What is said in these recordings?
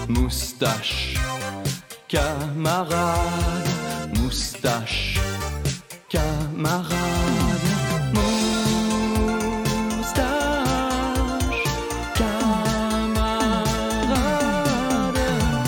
Moustache, camarade, moustache, camarade, moustache, camarade,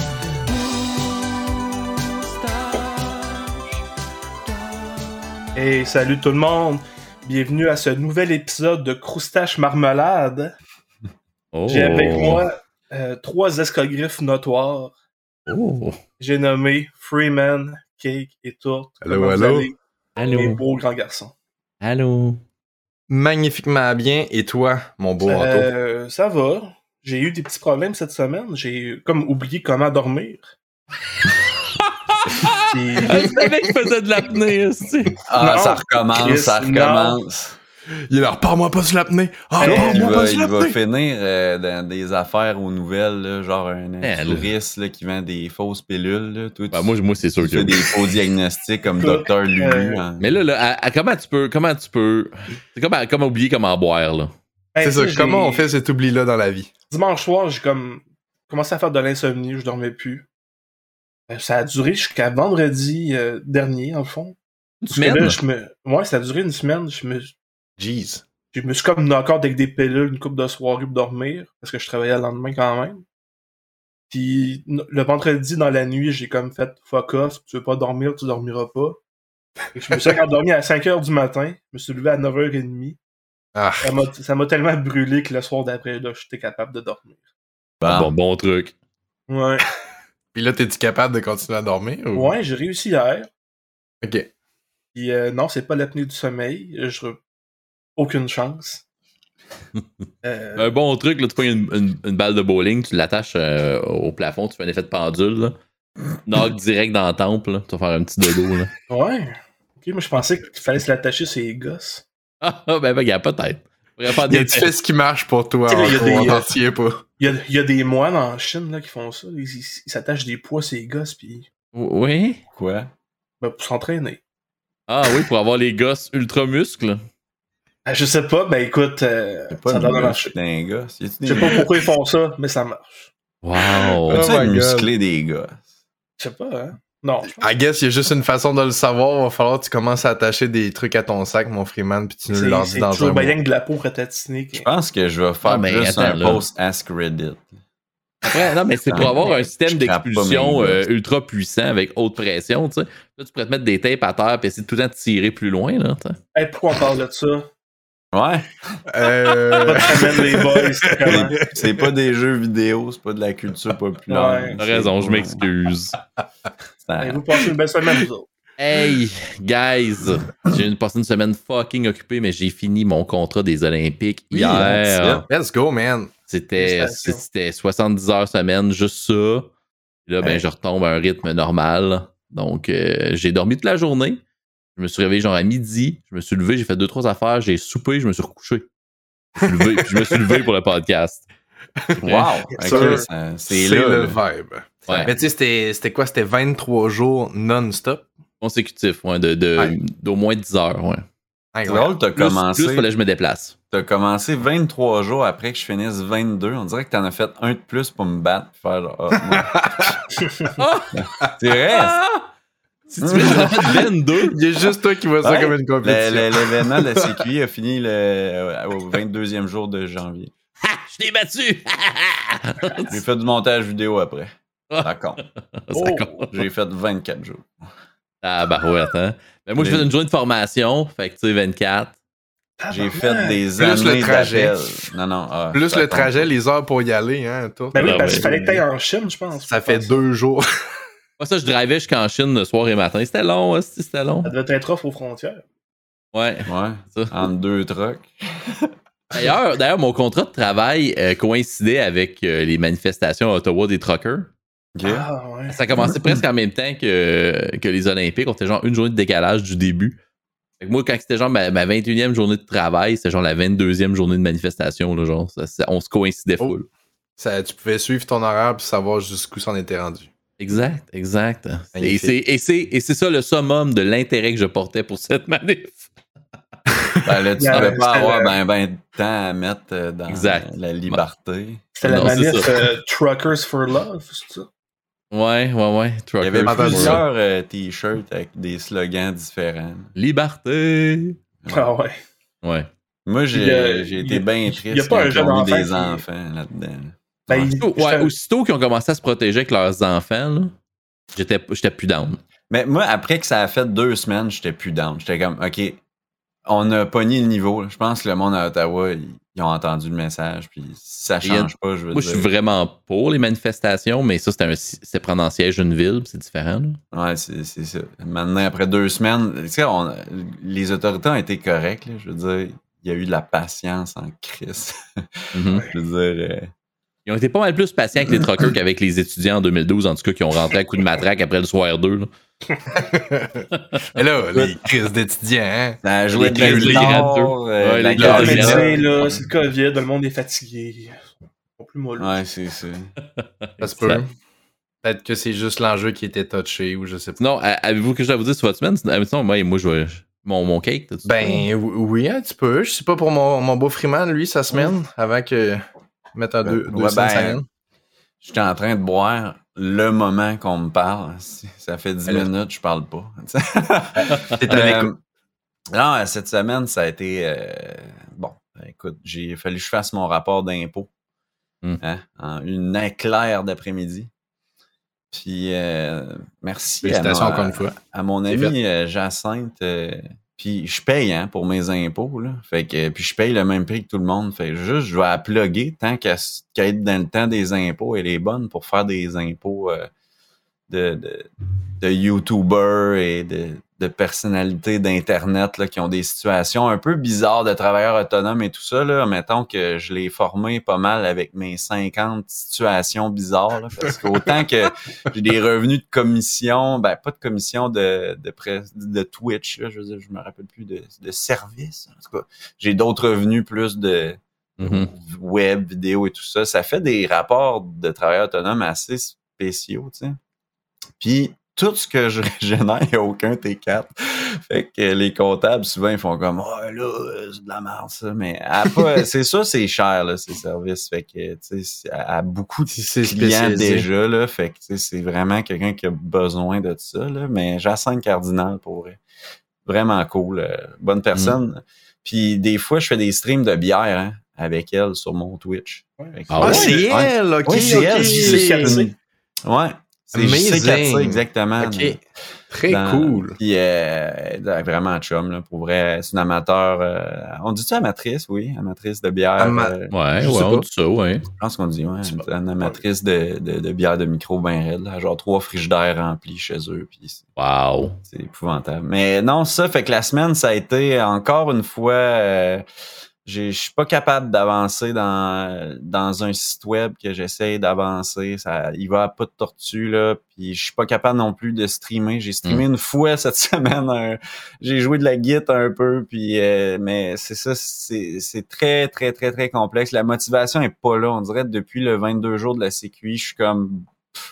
moustache. Hey, salut tout le monde! Bienvenue à ce nouvel épisode de Croustache Marmelade. Oh. J'ai avec moi 3 escogriffes notoires. Oh. J'ai nommé Freeman, Cake et Tourte. Allô, Comment vous allô? allez, Allô. mes beaux grands garçons? Allô. Magnifiquement bien. Et toi, mon beau Anto? Ça va. J'ai eu des petits problèmes cette semaine. J'ai comme oublié comment dormir. Puis- Je savais qu'il faisait de l'apnée, aussi. Ah, Non, ça recommence, Chris, ça recommence. Il est là, repars-moi pas sur l'apnée! Ah, Hey, repars-moi pas sur Il va l'apnée! finir dans des affaires aux nouvelles, là, genre un Elle. touriste là, qui vend des fausses pilules. Là. Toi, Ben, moi, c'est sûr tu que fais des faux diagnostics comme Écoute, Dr. Lulu. Hein. Mais là, comment tu peux. C'est comme oublier comment boire, là. Hey, C'est ça, tu sais, comment on j'ai- fait cet oubli-là dans la vie? Dimanche soir, j'ai comme commencé à faire de l'insomnie, je dormais plus. Ça a duré jusqu'à vendredi dernier, en le fond. Une Parce que là, semaine? Ouais, ça a duré une semaine. Jeez. Je me suis comme knock-out avec des pilules une couple de soirées pour dormir, parce que je travaillais le lendemain quand même. Puis le vendredi, dans la nuit, j'ai comme fait « fuck off, tu veux pas dormir, tu dormiras pas ». Je me suis endormi à 5h du matin, je me suis levé à 9h30. Ah, Ça m'a tellement brûlé que le soir d'après, là, j'étais capable de dormir. Bon truc. Ouais, pis là, t'es-tu capable de continuer à dormir? Ou... ouais, j'ai réussi hier. Ok. Puis non, c'est pas l'apnée du sommeil. Aucune chance. Un bon truc, là, tu prends une balle de bowling, tu l'attaches au plafond, tu fais un effet de pendule, là. Knock direct dans le temple, là. Tu vas faire un petit dodo, là. Ouais. Ok, moi je pensais qu'il fallait se l'attacher sur les gosses. Ben, il y a peut-être. Faudrait faire des Tu fais ce qui marche pour toi, Tu sais, il y a Anto, des, on t'en tient pas. Il y a des moines en Chine là, qui font ça. Ils s'attachent des poids sur les gosses puis Oui? Quoi? pour s'entraîner. Ah oui, pour avoir les gosses ultra muscles. Je sais pas, ben écoute, C'est pas ça une doit marcher. d'un gars. Je sais pas pourquoi ils font ça, mais ça marche. Wow. Oh Tu my God. muscler des gars. Je sais pas, hein. Non. I guess il y a juste une façon de le savoir. Va falloir que tu commences à attacher des trucs à ton sac, mon Freeman, puis tu nous leur dis C'est dans toujours un bien mois. rien que de la peau ratatinée. Je pense que je vais faire Ah, mais plus attends, un là. post Ask Reddit. Ouais, non, mais c'est pour avoir un système Je crappe pas d'expulsion mes gosses. ultra puissant avec haute pression, tu sais. Là, tu pourrais te mettre des tapes à terre et essayer de tout le temps tirer plus loin, là. T'sais. Hey, pourquoi on parle de ça? Ouais. Votre semaine, les boys, c'est comment? C'est pas des jeux vidéo, c'est pas de la culture populaire. Ouais. T'as raison, je m'excuse. Ça- Hey, vous passez une belle semaine, vous autres. Hey, guys! J'ai passé une semaine fucking occupée, mais j'ai fini mon contrat des Olympiques Oui, hier. Let's go, man. C'était Félicitations. 70 heures semaine, juste ça. Puis là, ben, Hey. je retombe à un rythme normal. Donc, j'ai dormi toute la journée. Je me suis réveillé genre à midi. Je me suis levé, j'ai fait 2-3 affaires, j'ai soupé, je me suis recouché. Je me suis levé pour le podcast. Wow! Sûr. Ok, c'est là. le là. vibe. Ouais. Mais tu sais, c'était quoi? C'était 23 jours non-stop? Consécutif, ouais, Ouais. d'au moins 10 heures, ouais. C'est drôle, t'as Plus, commencé, fallait que je me déplace. 23 jours après que je finisse 22. On dirait que t'en as fait un de plus pour me battre. Puis faire genre, moi. C'est vrai! Si tu veux, j'en ai fait 22. Il y a juste toi qui vois ça Ouais. comme une compétition. L'événement de la CQI a fini au 22e jour de janvier. Ha! Je t'ai battu! J'ai fait du montage vidéo après. D'accord. Ça compte. J'ai fait 24 jours. Ah, bah ouais, attends. Mais moi, j'ai fait une journée de formation, fait que tu sais, 24. J'ai fait des Plus le années trajet. d'appel. Non. Plus ça le compte trajet, pas. les heures pour y aller, hein, tout. Ben oui, Ah, parce qu'il ouais. fallait que t'ailles en Chine, je pense. Ça pour fait faire 2 jours. Moi, ça, je drivais jusqu'en Chine le soir et matin. C'était long, hostie, c'était long. Ça devait être off aux frontières. Ouais. Ouais, Ça. entre deux trucks. D'ailleurs, mon contrat de travail coïncidait avec les manifestations à Ottawa des truckers. Ok. Ah, ouais. Ça a commencé presque en même temps que les Olympiques. On était genre une journée de décalage du début. Fait que moi, quand c'était genre ma 21e journée de travail, c'était genre la 22e journée de manifestation. Là, genre, on se coïncidait Oh. full. Ça, tu pouvais suivre ton horaire puis savoir jusqu'où ça en était rendu. Exact. Et Magnifique. c'est ça le summum de l'intérêt que je portais pour cette manif. Ben là, tu Yeah, devais pas c'était avoir le- ben de temps à mettre dans Exact. la liberté. C'était la Non, c'est manif ça. Truckers for Love, c'est ça? Ouais. Il y avait Truckers. entendu plusieurs t-shirts avec des slogans différents. Liberté. Ah ouais. Ouais. Moi, Il y a- j'ai il y été a- bien il y a triste pas quand un ils jeune ont mis enfant des qui- enfants là-dedans. Ben, Ouais. il- Ouais, aussitôt qu'ils ont commencé à se protéger avec leurs enfants, là, j'étais plus down. Mais moi, après que ça a fait 2 semaines, j'étais plus down. J'étais comme, OK, on a pogné le niveau. Là. Je pense que le monde à Ottawa, ils ont entendu le message. Puis si ça change pas, je veux Moi, dire. je suis vraiment pour les manifestations, mais ça, c'est prendre en siège une ville, c'est différent. Là. Ouais, c'est ça. Maintenant, après 2 semaines, tu sais, les autorités ont été correctes. Là, je veux dire, il y a eu de la patience en crise. Mhm. Je veux dire. Ils ont été pas mal plus patients avec les truckers qu'avec les étudiants en 2012, en tout cas, qui ont rentré à coups de matraque après le soir 2. Là. Mais là, les crises d'étudiants, hein? Ça a joué Les de la crises, les guitare, gratteux. Ouais, la les Là, gars, mais tu guitare. sais, là, c'est le COVID, le monde est fatigué. Ils sont plus molles. Ouais, c'est ça. Ça se peut. Peut-être que c'est juste l'enjeu qui était touché ou je sais pas. Sinon, avez-vous quelque chose à vous dire sur votre semaine? Sinon, moi, je vais. Mon cake, t'as-tu ça? Oui, un petit peu. Je sais pas pour mon beau Freeman, lui, sa semaine, avant que mettre un deux Ouais, semaines, ben, ça vienne. J'étais en train de boire le moment qu'on me parle. Ça fait 10 minutes, je parle pas. T'es à l'écoute. Non, cette semaine, ça a été... bon, écoute, j'ai fallu que je fasse mon rapport d'impôt hein, en une éclair d'après-midi. Puis, merci Félicitations encore une fois. à mon C'est amie Jacinthe. Puis, je paye hein, pour mes impôts. Là. Fait que, puis, je paye le même prix que tout le monde. Fait que juste, je vais la plugger tant qu'à être dans le temps des impôts. Elle est bonne pour faire des impôts de YouTubers et de personnalités d'Internet là, qui ont des situations un peu bizarres de travailleurs autonomes et tout ça. Là. Mettons que je l'ai formé pas mal avec mes 50 situations bizarres. Là, parce qu'autant que j'ai des revenus de commission, ben pas de commission de Twitch, là, je veux dire, je me rappelle plus de service. En tout cas, j'ai d'autres revenus plus de web, vidéo et tout ça. Ça fait des rapports de travailleurs autonomes assez spéciaux, tu sais. Puis, tout ce que je génère, il n'y a aucun T4. Fait que les comptables, souvent, ils font comme « Oh, là, c'est de la merde, ça. » Mais c'est ça, c'est cher, là, ces services. Fait que, tu sais, à beaucoup de clients déjà, là. Fait que, tu sais, c'est vraiment quelqu'un qui a besoin de ça, là. Mais Jacinthe Cardinal, pour vrai. Vraiment cool. Bonne personne. Puis, des fois, je fais des streams de bière, hein, avec elle sur mon Twitch. Ouais. C'est elle, ok. Oui, c'est elle. JC4C. Ouais. C'est Amazing. JC4C, exactement. Ok. Très cool. Puis vraiment chum, là, pour vrai. C'est une amateur. On dit-tu amatrice? Oui, amatrice de bière. Ouais, je sais on pas. dit ça, ouais. Je pense qu'on dit, ouais. Une amatrice de bière de micro ben raide. Là, genre 3 frigidaires remplis chez eux. Puis Wow. c'est épouvantable. Mais non, ça fait que la semaine, ça a été encore une fois... je suis pas capable d'avancer dans un site web que j'essaie d'avancer. Il va à pas de tortue, là. Puis je suis pas capable non plus de streamer. J'ai streamé une fois cette semaine. J'ai joué de la guitare un peu. Puis mais c'est ça, c'est très, très, très, très complexe. La motivation est pas là. On dirait que depuis le 22 jours de la CQI, je suis comme...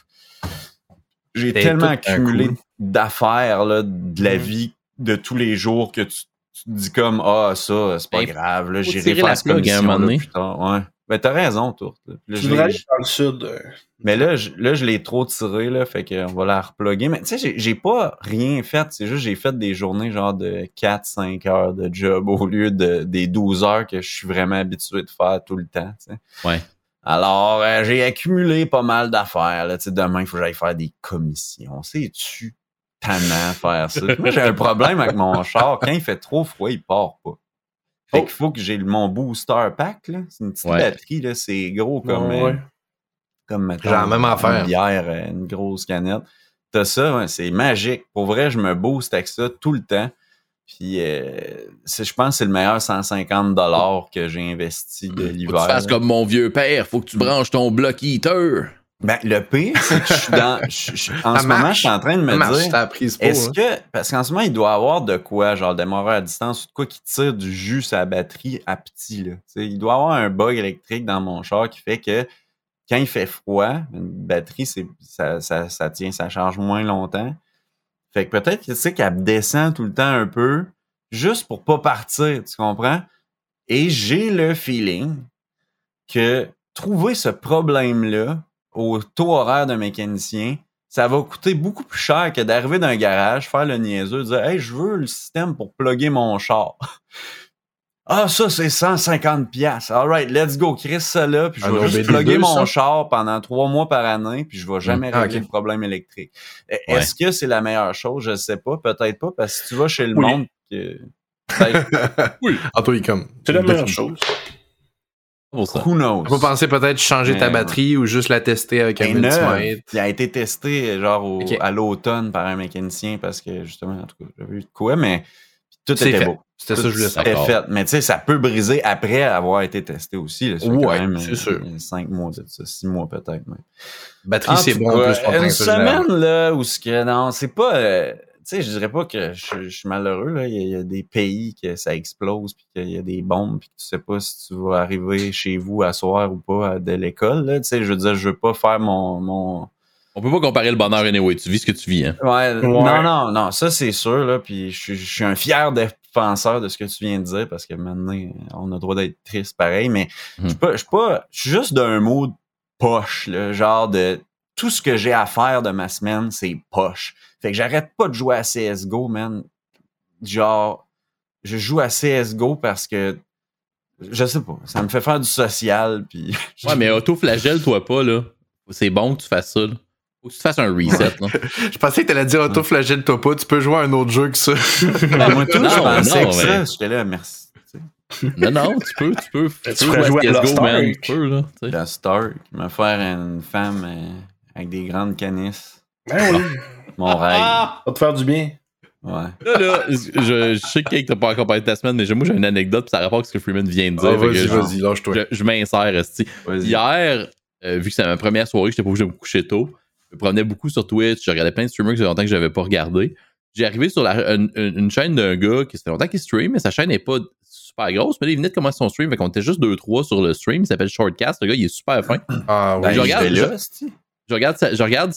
J'ai tellement accumulé d'affaires là, de la vie de tous les jours que tu te dis comme ça c'est pas grave là, j'irai faire cette commission là plus tard. Ouais. Ben t'as raison, toi. Tu devrais aller dans le sud. Mais là, je l'ai trop tiré là, fait qu'on va la reploguer. Mais tu sais, j'ai pas rien fait, c'est juste j'ai fait des journées genre de 4-5 heures de job au lieu des 12 heures que je suis vraiment habitué de faire tout le temps. Tu sais. Ouais. Alors, j'ai accumulé pas mal d'affaires. Là. Tu sais, demain, il faut que j'aille faire des commissions. C'est-tu tannant faire ça? Moi, j'ai un problème avec mon char. Quand il fait trop froid, il part pas. Fait qu'il faut que j'ai mon booster pack. Là. C'est une petite batterie. Là. C'est gros comme mettons, genre, même affaire. Une bière, une grosse canette. T'as ça, c'est magique. Pour vrai, je me booste avec ça tout le temps. Puis, je pense que c'est le meilleur 150$ que j'ai investi de l'hiver. Faut que tu fasses comme mon vieux père. Faut que tu branches ton block heater. Ben, le pire, c'est que je suis dans... en ce moment, je suis en train de me dire... Est-ce que... Parce qu'en ce moment, il doit y avoir de quoi, genre démarreur à distance ou de quoi qui tire du jus sur la batterie à petit, là. T'sais, il doit y avoir un bug électrique dans mon char qui fait que quand il fait froid, une batterie, ça tient, ça charge moins longtemps. Fait que peut-être que tu sais qu'elle descend tout le temps un peu, juste pour pas partir, tu comprends? Et j'ai le feeling que trouver ce problème-là au taux horaire d'un mécanicien, ça va coûter beaucoup plus cher que d'arriver dans un garage, faire le niaiseux, dire « Hey, je veux le système pour plugger mon char. » Ah, ça, c'est 150$. All right, let's go. Chris ça là, puis je vais juste plugger mon char pendant 3 mois par année, puis je vais jamais régler le problème électrique. Est-ce que c'est la meilleure chose? Je sais pas. Peut-être pas, parce que si tu vas chez le monde... Oui. Antoine, comme... C'est la meilleure chose. Who knows? On peut penser peut-être changer ta batterie ou juste la tester avec un multimètre. Il a été testé genre à l'automne par un mécanicien parce que justement, en tout cas, j'avais vu de quoi, mais tout était beau. C'était ça que je voulais savoir. C'était fait. Mais tu sais, ça peut briser après avoir été testé aussi. Là, ouais, c'est sûr. 5 mois, 6 mois peut-être. Mais... Batterie, c'est bon. Plus une semaine, là, où ce que... Non, c'est pas... tu sais, je dirais pas que je suis malheureux, là. Il y a des pays que ça explose, puis qu'il y a des bombes, puis que tu sais pas si tu vas arriver chez vous à soir ou pas de l'école, là. Tu sais, je veux dire, je veux pas faire mon... On peut pas comparer le bonheur anyway. Tu vis ce que tu vis, hein. Ouais. Non, ça c'est sûr, là. Puis je suis un fier défenseur de ce que tu viens de dire, parce que maintenant, on a le droit d'être triste pareil, mais je suis juste d'un mot poche, là, genre de... Tout ce que j'ai à faire de ma semaine, c'est poche. Fait que j'arrête pas de jouer à CSGO, man. Genre, je joue à CSGO parce que, je sais pas, ça me fait faire du social, puis... Ouais, mais auto-flagelle-toi pas, là. C'est bon que tu fasses ça, là. Faut que tu te fasses un reset, là. Je pensais que t'allais dire auto-flagelle-toi pas, tu peux jouer à un autre jeu que ça. Moi, tout, je pensais que ça, j'étais là, merci. Non, tu peux jouer à CSGO, man. Tu peux, là. La Stark, me faire une femme avec des grandes canisses. Ben oui. Mon rêve. Ça va te faire du bien. Ouais. Là, je sais que t'as pas encore parlé de ta semaine, mais moi j'ai une anecdote, puis ça rapporte ce que Freeman vient de dire. Vas-y, lâche-toi. Je m'insère, esti. Hier, vu que c'est ma première soirée, j'étais pas obligé de me coucher tôt. Je me promenais beaucoup sur Twitch, je regardais plein de streamers que ça fait longtemps que j'avais pas regardé. J'ai arrivé sur une chaîne d'un gars qui ça fait longtemps qu'il stream, mais sa chaîne est pas super grosse, mais là, il venait de commencer son stream, fait qu'on était juste 2-3 sur le stream, il s'appelle Shortcast, le gars, il est super fin. Ah oui, je regarde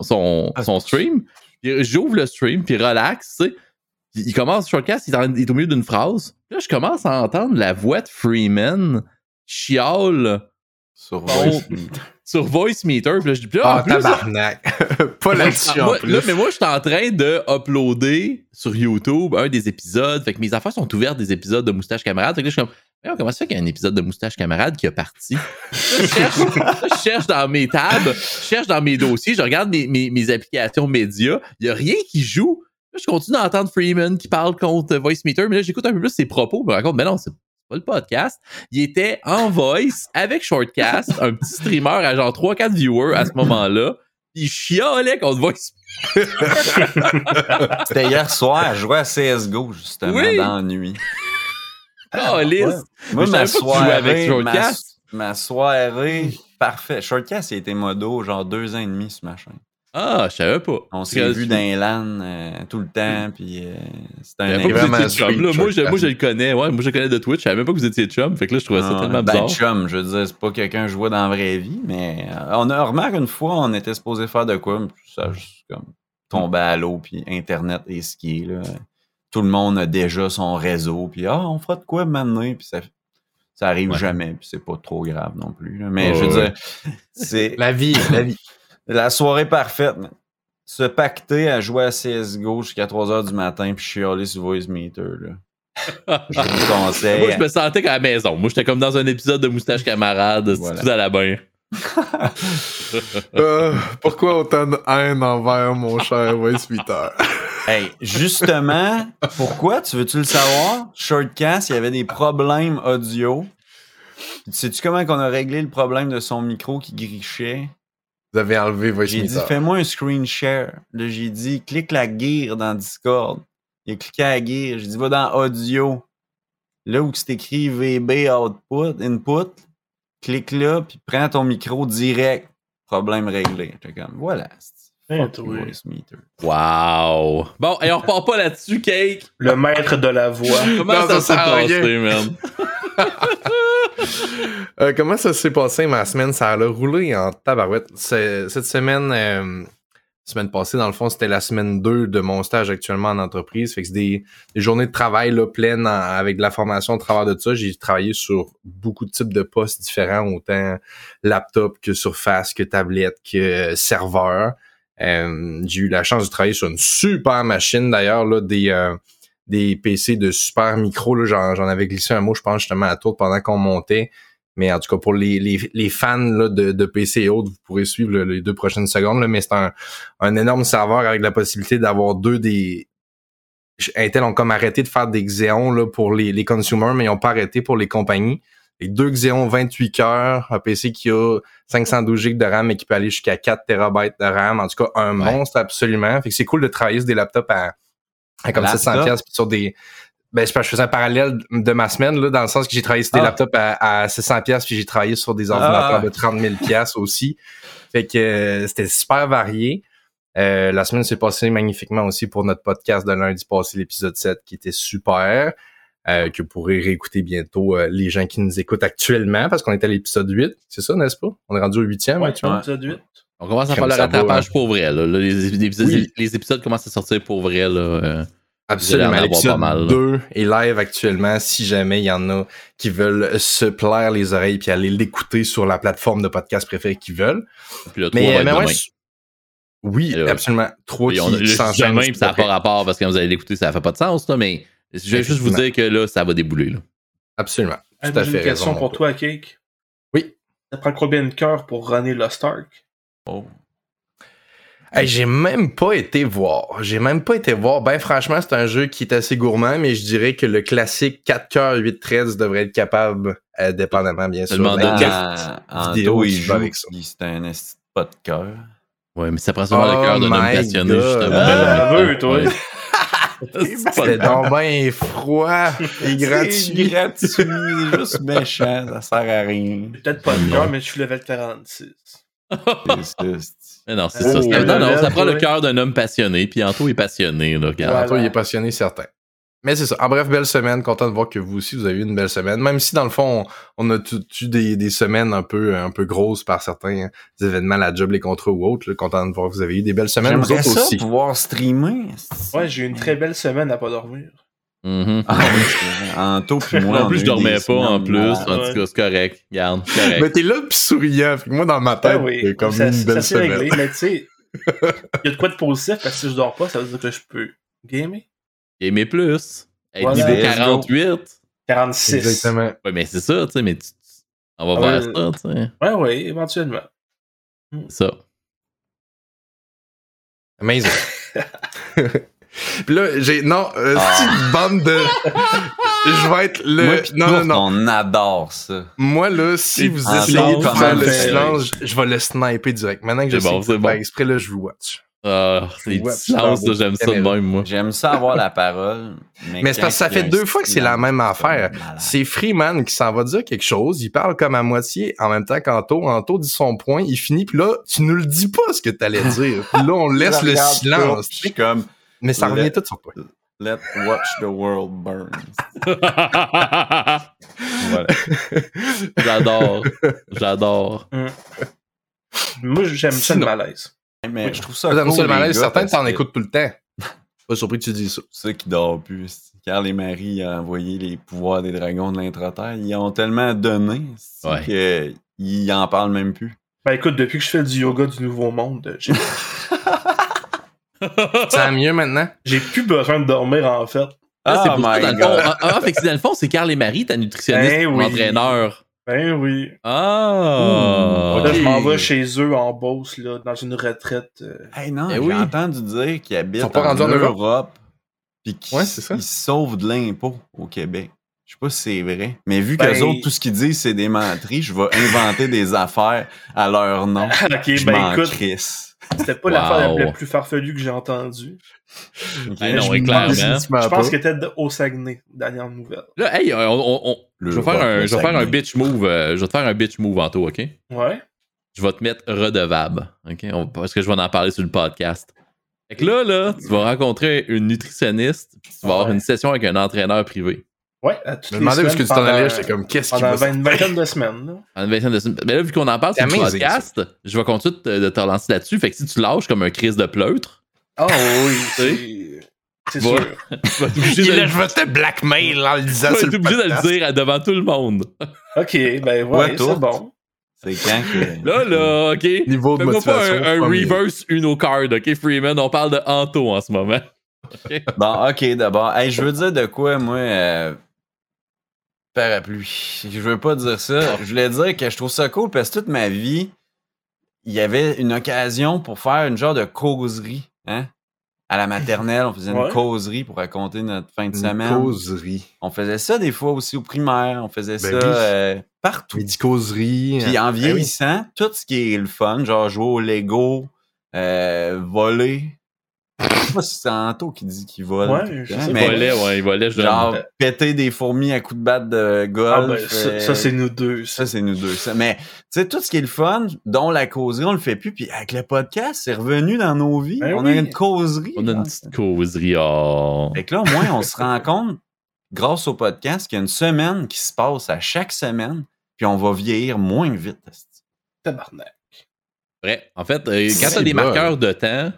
son stream, puis j'ouvre le stream, puis relax, tu sais. Il commence Shortcast, il est au milieu d'une phrase. Là, je commence à entendre la voix de Freeman chiale sur Voice Meter. Puis là, je dis, tabarnak. Pas là-dessus. Mais moi, je suis en train de uploader sur YouTube un des épisodes. Fait que mes affaires sont ouvertes des épisodes de Moustache Camarade. Fait que là, je suis comme, comment ça fait qu'il y a un épisode de Moustache Camarade qui est parti? Je cherche dans mes tabs, je cherche dans mes dossiers, je regarde mes applications médias. Il n'y a rien qui joue. Là, je continue d'entendre Freeman qui parle contre Voice Meter, mais là, j'écoute un peu plus ses propos. Je me rends compte, mais non, c'est pas le podcast. Il était en voice avec Shortcast, un petit streamer à genre 3-4 viewers à ce moment-là. Il chialait contre Voice Meter. C'était hier soir, je jouais à CSGO, justement, dans la nuit. Oh, lisse. Moi, ma soirée, parfait. Shortcast, il a été modo, genre 2 ans et demi sur ma chaîne. Ah, je savais pas. On s'est vu dans les LAN tout le temps, puis c'était un événement chum. Là, moi, je le connais. Ouais, moi, je le connais de Twitch. Je savais même pas que vous étiez chum. Fait que là, je trouvais ça tellement bizarre. Chum, je veux dire, c'est pas quelqu'un que je vois dans la vraie vie, mais on a remarqué une fois, on était supposé faire de quoi, mais ça juste comme tomber à l'eau, puis Internet et skier, là. Tout le monde a déjà son réseau, puis on fera de quoi maintenant, puis ça arrive jamais, puis c'est pas trop grave non plus. Là. Mais je veux dire, c'est... La vie. La soirée parfaite. Se pacter à jouer à CSGO jusqu'à 3h du matin puis chialer sur Voice Meter, là. Je vous conseille. Moi, je me sentais qu'à la maison. Moi, j'étais comme dans un épisode de Moustache Camarade. Voilà. Tout à la bain. Pourquoi autant de haine envers mon cher Voice Meter? Hey, justement, pourquoi? Tu veux-tu le savoir? Shortcast, il y avait des problèmes audio. Sais-tu comment on a réglé le problème de son micro qui grichait? Vous avez enlevé Voice Meter. J'ai dit, fais-moi un screen share. Là, j'ai dit, clique la gear dans Discord. Il a cliqué à la gear. J'ai dit, va dans audio. Là où c'est écrit VB input, clique là, puis prends ton micro direct. Problème réglé. Comme, voilà. Voice Meter. Wow. Bon, et on repart pas là-dessus, Cake. Le maître de la voix. Comment ça s'est passé, man? Comment ça s'est passé ma semaine? Ça a roulé en tabarouette. Cette semaine, semaine passée, dans le fond, c'était la semaine 2 de mon stage actuellement en entreprise. Fait que c'est des journées de travail là, pleines avec de la formation au travers de ça. J'ai travaillé sur beaucoup de types de postes différents, autant laptop que surface, que tablette, que serveur. J'ai eu la chance de travailler sur une super machine d'ailleurs, là, des PC de super micro. Là, j'en avais glissé un mot, je pense, justement, à tour pendant qu'on montait. Mais en tout cas, pour les fans là, de PC et autres, vous pourrez suivre là, les 2 prochaines secondes. Là, mais c'est un énorme serveur avec la possibilité d'avoir 2 des... Intel ont comme arrêté de faire des Xeon là, pour les consumers, mais ils n'ont pas arrêté pour les compagnies. Les 2 Xeon 28 cœurs, un PC qui a 512 GB de RAM et qui peut aller jusqu'à 4 TB de RAM. En tout cas, un monstre absolument. Fait que c'est cool de travailler sur des laptops à comme 700$ sur des... Ben, je faisais un parallèle de ma semaine, là, dans le sens que j'ai travaillé sur des laptops à 700$, puis j'ai travaillé sur des ordinateurs de 30 000$ aussi. Fait que c'était super varié. La semaine s'est passée magnifiquement aussi pour notre podcast de lundi passé, l'épisode 7, qui était super. Que vous pourrez réécouter bientôt les gens qui nous écoutent actuellement, parce qu'on est à l'épisode 8, c'est ça, n'est-ce pas? On est rendu au 8e actuellement. L'épisode 8. On commence à faire le rattrapage pour vrai. Là. Les épisodes commencent à sortir pour vrai. Là. Absolument. L'épisode 2 est live actuellement. Si jamais il y en a qui veulent se plaire les oreilles puis aller l'écouter sur la plateforme de podcast préférée qu'ils veulent. Puis le 3 va être demain. Oui, absolument. 3 qui s'enchaînent. Même, ça n'a pas rapport parce que quand vous allez l'écouter, ça fait pas de sens, là, mais je vais juste vous dire que là, ça va débouler. Là. Absolument. Tout à fait. J'ai une question pour toi, Cake. Oui. Ça prend combien de cœurs pour runner Lost Ark? Oh. Hey, j'ai même pas été voir. Ben, franchement, c'est un jeu qui est assez gourmand, mais je dirais que le classique 4 cœurs, 8 threads devrait être capable, dépendamment, bien sûr. En vidéo, il joue avec ça. C'est un esti pas de cœur. Ouais, mais ça prend souvent le cœur d'un homme passionné, justement. Toi. C'était donc bien froid et gratuit. C'est juste méchant, ça sert à rien. Peut-être pas de cœur, mais je suis level 46. Mais non, c'est ça. Non, ça prend le cœur d'un homme passionné, puis Anto est passionné. Là, Anto, il est passionné, certain. Mais c'est ça. En bref, belle semaine. Content de voir que vous aussi, vous avez eu une belle semaine. Même si, dans le fond, on a eu des semaines un peu grosses par certains événements, la job, les contrats ou autres. Là. Content de voir que vous avez eu des belles semaines. J'aimerais vous autres ça aussi. pouvoir streamer. Ouais, j'ai eu une très belle semaine à pas dormir. Mm-hmm. Anto puis moi. En plus, je dormais pas en plus. En tout cas, c'est correct. Garde, correct. Mais t'es là pis souriant. Fait que moi, dans ma tête, c'est comme une belle semaine. Réglé. Mais tu sais, il y a de quoi de positif parce que si je dors pas, ça veut dire que je peux gamer. Gamer plus. Être Voilà, niveau 48. 46. Exactement. Ouais, mais c'est ça, tu sais, mais on va vers ça, tu sais. Ouais, éventuellement. C'est ça. Amazing. Puis là, c'est une bande de... Je vais être le... Moi, non. On adore ça. Moi, là, si vous essayez de faire le silence, je vais le sniper direct. Maintenant que je sais que c'est pas exprès, là, je vous watch. C'est du silence, là, j'aime ça de même, moi. J'aime ça avoir la parole. Mais c'est parce que ça fait 2 fois que c'est la même affaire. C'est Freeman qui s'en va dire quelque chose, il parle comme à moitié en même temps qu'Anto. Anto dit son point, il finit, puis là, tu nous le dis pas ce que t'allais dire. Puis là, on laisse le silence. C'est comme... Mais ça revient tout sur toi. Let watch the world burn. Voilà. J'adore. Moi, j'aime ça le malaise. Mais je trouve ça cool. Ça le malaise, certains t'en que... écoutes tout le temps. Pas surpris que tu dis ça. Ceux qui dorment plus. Carl et Marie ont envoyé les pouvoirs des dragons de l'intra-terre. Ils ont tellement donné qu'ils en parlent même plus. Ben écoute, depuis que je fais du yoga du Nouveau Monde, j'ai... Ça va mieux maintenant? J'ai plus besoin de dormir, en fait. C'est pour ça, fait que dans le fond, c'est Carl et Marie, ta nutritionniste, entraîneur. Ben oui. Ah! Là, je m'en vais chez eux en Beauce, là, dans une retraite. Hey, non, j'ai entendu dire qu'ils habitent en Europe pis qu'ils sauvent de l'impôt au Québec. Je sais pas si c'est vrai. Mais vu qu'eux autres, tout ce qu'ils disent, c'est des menteries, je vais inventer des affaires à leur nom. Ok, je m'en crisse. C'était pas l'affaire la plus farfelue que j'ai entendue. Okay, non, clairement. Je pense que c'était au Saguenay, dernière nouvelle. Là, hey, je vais faire un bitch move. Je vais te faire un bitch move, Anto, OK? Ouais. Je vais te mettre redevable, OK? Parce que je vais en parler sur le podcast. Fait que là, tu vas rencontrer une nutritionniste, puis tu vas avoir une session avec un entraîneur privé. Ouais, à toutes Je me les demandais où est-ce que tu t'en semaines, allais, j'étais comme, qu'est-ce qui pendant va une vingtaine de semaines. Là. En une vingtaine de semaines. Mais là, vu qu'on en parle sur C'est le amazing, podcast, je vais continuer de te relancer là-dessus. Fait que si tu lâches comme un crise de pleutre, Oh oui, c'est Va- sûr. tu vas être obligé Et de, là, je vais te blackmail en le tu disant vas sur être le obligé de le podcast. dire devant tout le monde. Ok, ben Ouais, ouais, tout. c'est bon. C'est quand que. Là, OK. Niveau de Fais-moi pas motivation. un premier. reverse Uno card, OK, Freeman? On parle de Anto en ce moment. Bon, ok, d'abord. Hey, je veux dire de quoi, moi, parapluie. Je veux pas dire ça. Je voulais dire que je trouve ça cool parce que toute ma vie, il y avait une occasion pour faire une genre de causerie. Hein? À la maternelle, on faisait une Ouais. causerie pour raconter notre fin de Une semaine. causerie. On faisait ça des fois aussi au primaire. On faisait Ben ça oui. partout. Midi-causerie. Puis en Ben oui. vieillissant, tout ce qui est le fun, genre jouer au Lego, voler. Je sais pas si c'est Anto qui dit qu'il vole. Ouais, tout le je temps, sais Il mais volait, il volait. Je genre donne. péter des fourmis à coups de batte de golf. Ah ben, ça c'est nous deux. Ça, c'est nous deux. Ça. Mais, tu sais, tout ce qui est le fun, dont la causerie, on le fait plus. Puis avec le podcast, c'est revenu dans nos vies. Ben on oui. a une causerie. On a une genre. petite causerie. Oh. Fait que là, au moins, on se rend compte, grâce au podcast, qu'il y a une semaine qui se passe à chaque semaine. Puis on va vieillir moins vite. esti. Tabarnak. Vrai. En fait, quand C'est t'as des bon. marqueurs de temps,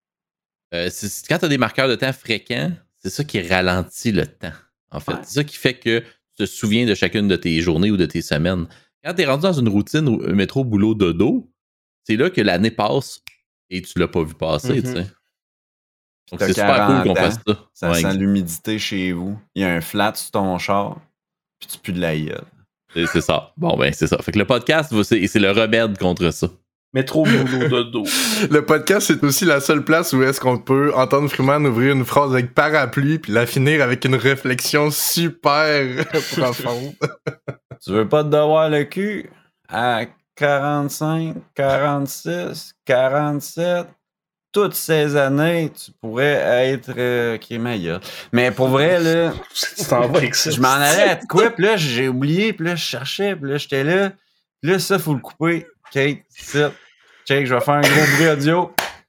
quand t'as des marqueurs de temps fréquents, c'est ça qui ralentit le temps. En fait, Ouais. c'est ça qui fait que tu te souviens de chacune de tes journées ou de tes semaines. Quand t'es rendu dans une routine métro, boulot, dodo, c'est là que l'année passe et tu l'as pas vu passer, Mhm. tu sais. Donc T'as c'est super 40 cool qu'on ans, fasse ça. Ça Ouais, sent l'humidité chez vous. Il y a un flat sur ton char. Puis tu pues de la gueule. c'est ça. Bon, ben, c'est ça. Fait que le podcast, c'est le remède contre ça. Métro, boulot, dodo. Le podcast, c'est aussi la seule place où est-ce qu'on peut entendre Freeman ouvrir une phrase avec parapluie puis la finir avec une réflexion super profonde. Tu veux pas te devoir le cul à 45, 46, 47, toutes ces années, tu pourrais être qui est meilleur. Mais pour vrai, là, Tu t'en vas avec ça. je m'en allais à de quoi, puis là, j'ai oublié, puis là, je cherchais, puis là, j'étais là. Puis là, ça, faut le couper. Kate, c'est ça. Check, je vais faire un gros bruit audio.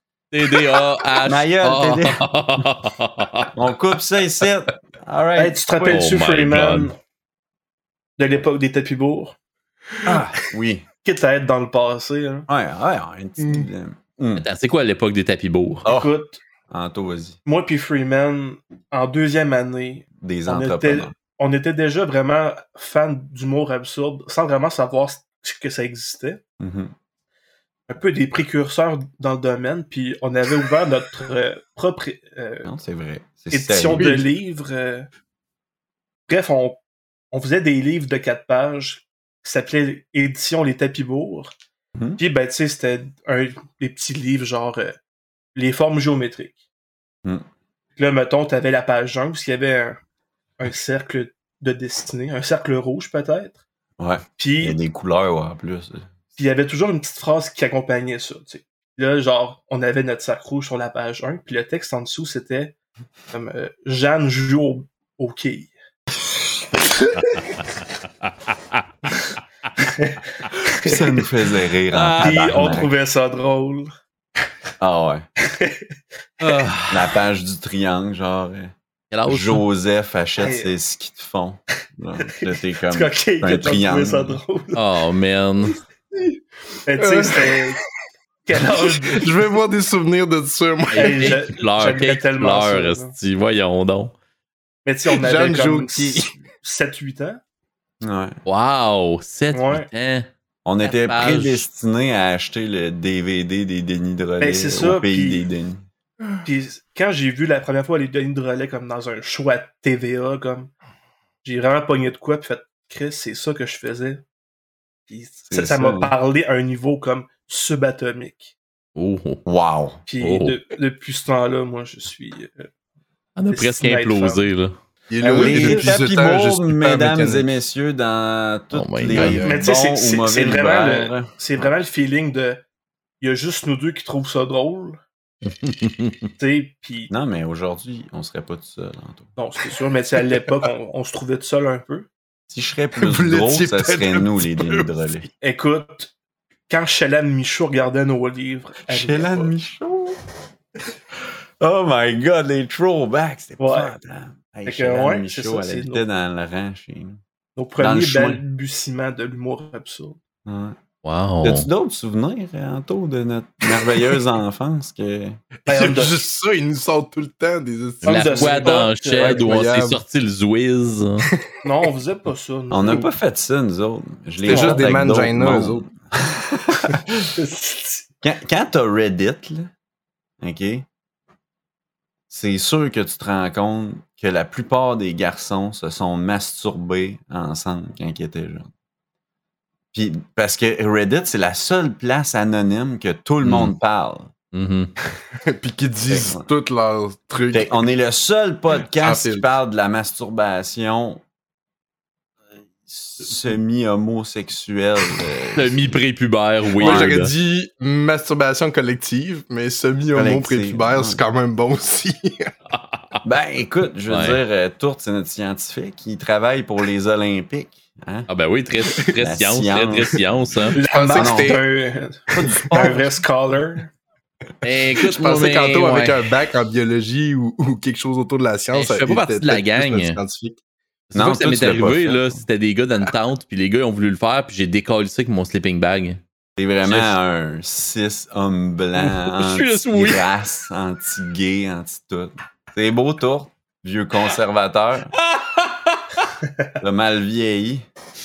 TDAH. Ma gueule, TD. On coupe ça ici. Alright. Hey, tu te rappelles-tu, Oh my Freeman, God. de l'époque des tapis bourgs? Ah, oui. Quitte à être dans le passé. Hein. Ouais, un petit. Attends, c'est quoi l'époque des tapis bourgs? Oh, Écoute, Anto, vas-y. moi puis Freeman, en deuxième année, Des on était, entrepreneurs. on était déjà vraiment fans d'humour absurde, sans vraiment savoir que ça existait. Mhm. Un peu des précurseurs dans le domaine, puis on avait ouvert notre propre Non, c'est vrai. C'est édition de sérieux. livres. Bref, on faisait des livres de 4 pages qui s'appelaient Édition Les Tapis Bourgs. Mhm. Puis, ben, tu sais, c'était des petits livres genre les formes géométriques. Mhm. Là, mettons, t'avais la page 1, parce qu'il y avait un cercle de destinée, un cercle rouge peut-être. Ouais. Puis, Il y a des couleurs, ouais, en plus. Puis il y avait toujours une petite phrase qui accompagnait ça, tu sais. Là, genre, on avait notre sac rouge sur la page 1, puis le texte en dessous, c'était comme Jeanne joue au quilles. Ça nous faisait rire. en Puis on tabarnak. trouvait ça drôle. Ah ouais. Ah, La page du triangle, genre. quel âge, ça? Joseph achète Hey. ses skis de fond. Là, t'es comme. C'est ok que t'as trouvé triangle. ça drôle. Oh, man. Mais tu sais, c'était... Quel âge de... Je vais voir des souvenirs de ça, moi. Hey, Kate qui pleure, j'aimerais Kate qui tellement ça, pleure, là. esti. Voyons donc. Mais tu sais, on avait Jeanne comme Joki. 7-8 ans. Ouais. Wow, 7 Ouais. 8 ans. On était page. prédestinés à acheter le DVD des Denis de Relais Ben, c'est ça, au pays puis- des Denis. Puis quand j'ai vu la première fois les Denis de Relais comme dans un show à TVA, comme j'ai vraiment pogné de quoi, puis fait Chris, c'est ça que je faisais. Puis C'est ça m'a ça. parlé à un niveau comme subatomique. Oh, oh. Wow. Puis Oh. depuis ce temps-là, moi je suis On a C'est presque Night implosé, là. Il est là, et Les depuis ce tapis temps, je bourgs, suis pas mesdames mécanique. et messieurs, dans tous Oh my les God. Mais tu sais, bons c'est ou mauvais c'est vraiment hivers. c'est vraiment le feeling de il y a juste nous deux qui trouvent ça drôle. Tu sais, puis Non, mais aujourd'hui, on serait pas tout seul, Anto. non, c'est sûr, mais tu sais, à l'époque, on se trouvait tout seul un peu. Si je serais plus Vous drôle, l'étiez ça serait peut-être nous, un les petit Denis peu de Relais. Écoute, quand Shelan Michaud regardait nos livres, à Shelan l'époque, Michaud. Oh my god, les throwbacks, c'était Ouais. pas Hey, Fait que, Chérane ouais, Michaud, c'est ça, elle c'est habitait nos- dans le rang chez nous. Nos Dans premiers le chemin. balbutiements de l'humour absurde. Ouais. Wow. As-tu d'autres souvenirs, Anto, de notre merveilleuse enfance que... Ben, on a- Juste ça, ils nous sortent tout le temps des hosties. Homme La de fois spot, dans le shed où on s'est incroyable. sorti le Zwiz. Non, on faisait pas ça. nous. On n'a pas fait ça, nous autres. Je l'ai C'était juste fait des avec d'autres mangina, mondes. eux autres. Quand t'as Reddit, là, OK, c'est sûr que tu te rends compte que la plupart des garçons se sont masturbés ensemble quand ils étaient jeunes. Puis, parce que Reddit, c'est la seule place anonyme que tout le monde parle. Mhm. Puis qui disent tous leurs trucs. Fait on est le seul podcast Sans qui filtre. parle de la masturbation semi-homosexuelle. Semi-prépubère, weird. Moi, j'aurais dit masturbation collective, mais semi-homo prépubère, c'est quand même bon aussi. Ben, écoute, je veux Ouais. dire, Tourte, c'est notre scientifique. Il travaille pour les Olympiques. Hein? Ah ben oui, très La science, science. très science. Hein. La pensais que marque c'était- d'un vrai scholar. Écoute, Je pensais qu'Anto, avec ouais. un bac en biologie ou quelque chose autour de la science, Je fais pas il partie était de la peut-être plus gang. un scientifique. C'est Non, pas que ça toi, m'est tu l'as pas arrivé, fait. là. C'était des gars dans une tente, puis les gars ils ont voulu le faire, puis j'ai décollé ça avec mon sleeping bag. C'est vraiment Je- un cis homme blanc, Je suis là, oui. anti-race, anti-gay, anti-tout. C'est beau, Tourte, vieux conservateur. Le mal vieilli.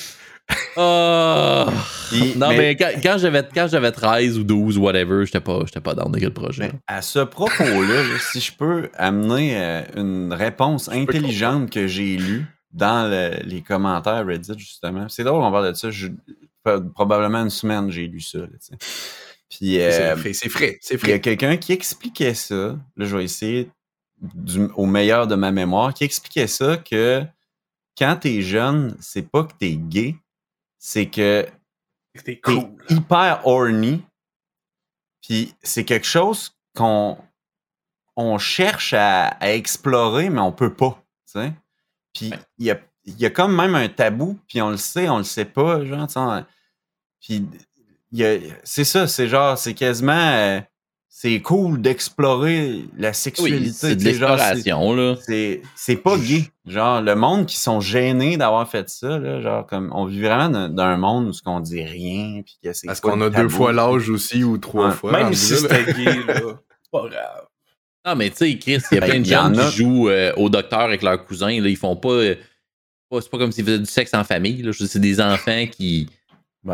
Oh. Puis, Non, mais quand j'avais 13 ou 12, whatever, j'étais pas dans de quel projet. Mais à ce propos-là, là, si je peux amener une réponse intelligente que j'ai lue dans les commentaires Reddit, justement. C'est drôle qu'on parle de ça. Probablement une semaine, j'ai lu ça. Là, tu sais. Puis, C'est frais. il y a quelqu'un qui expliquait ça. Là, je vais essayer au meilleur de ma mémoire, qui expliquait ça que quand t'es jeune, c'est pas que t'es gay, c'est que C'était t'es cool. hyper horny. Puis c'est quelque chose qu'on cherche à explorer, mais on peut pas. Tu sais? Puis il y a comme même un tabou, puis on le sait pas, genre, tu sais, puis c'est ça, c'est genre, c'est quasiment c'est cool d'explorer la sexualité. Oui, c'est de tu sais, genre, l'exploration, là. c'est pas gay. Genre, le monde qui sont gênés d'avoir fait ça, là, genre, comme, on vit vraiment dans un monde où ce qu'on dit rien, puis que c'est Parce pas qu'on le a 2 tabou. fois l'âge aussi, ou 3 Ouais. fois. Même rendu si là, là. c'était gay, là. Pas grave. Non, mais tu sais, Chris, il y a Ben, plein de il y en gens a. qui jouent au docteur avec leurs cousins. Là, ils font pas. C'est pas comme s'ils faisaient du sexe en famille. Là. C'est des enfants qui. Ouais.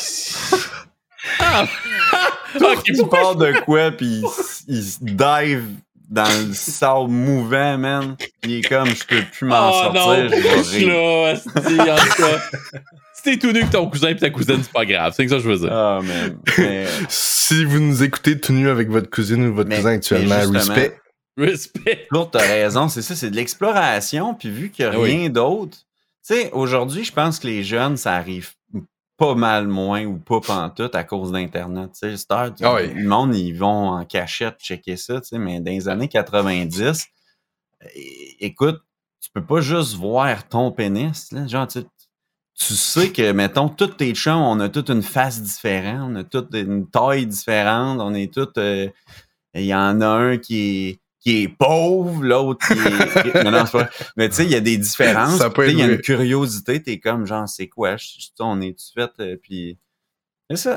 Ah! Ok, Il part de quoi, puis il se dive dans le sable mouvant, man. Il est comme, je peux plus m'en Oh sortir, non, je vais rire. là, asti, en tout cas. Si t'es tout nu que ton cousin et ta cousine, c'est pas grave. C'est que ça que je veux dire. Ah, man. Mais, Si vous nous écoutez tout nu avec votre cousine ou votre Mais- cousin actuellement, mais justement, respect. Respect. Claude, t'as raison, c'est ça, c'est de l'exploration, puis vu qu'il n'y a Ah oui. rien d'autre, tu sais, aujourd'hui, je pense que les jeunes, ça arrive pas mal moins ou pas pantoute à cause d'Internet. Tu sais, Ah oui. le monde, ils vont en cachette checker ça, tu sais, mais dans les années 90, écoute, tu peux pas juste voir ton pénis, là, genre, tu sais que, mettons, tous tes chums, on a toute une face différente, on a toute une taille différente, on est tous... il y en a un qui est pauvre, l'autre qui est... Non, c'est pas... Mais tu sais, il y a des différences. Ça peut Tu sais, il y a être une vrai. curiosité, t'es comme, genre, c'est quoi? On est-tu fait? Puis... C'est ça.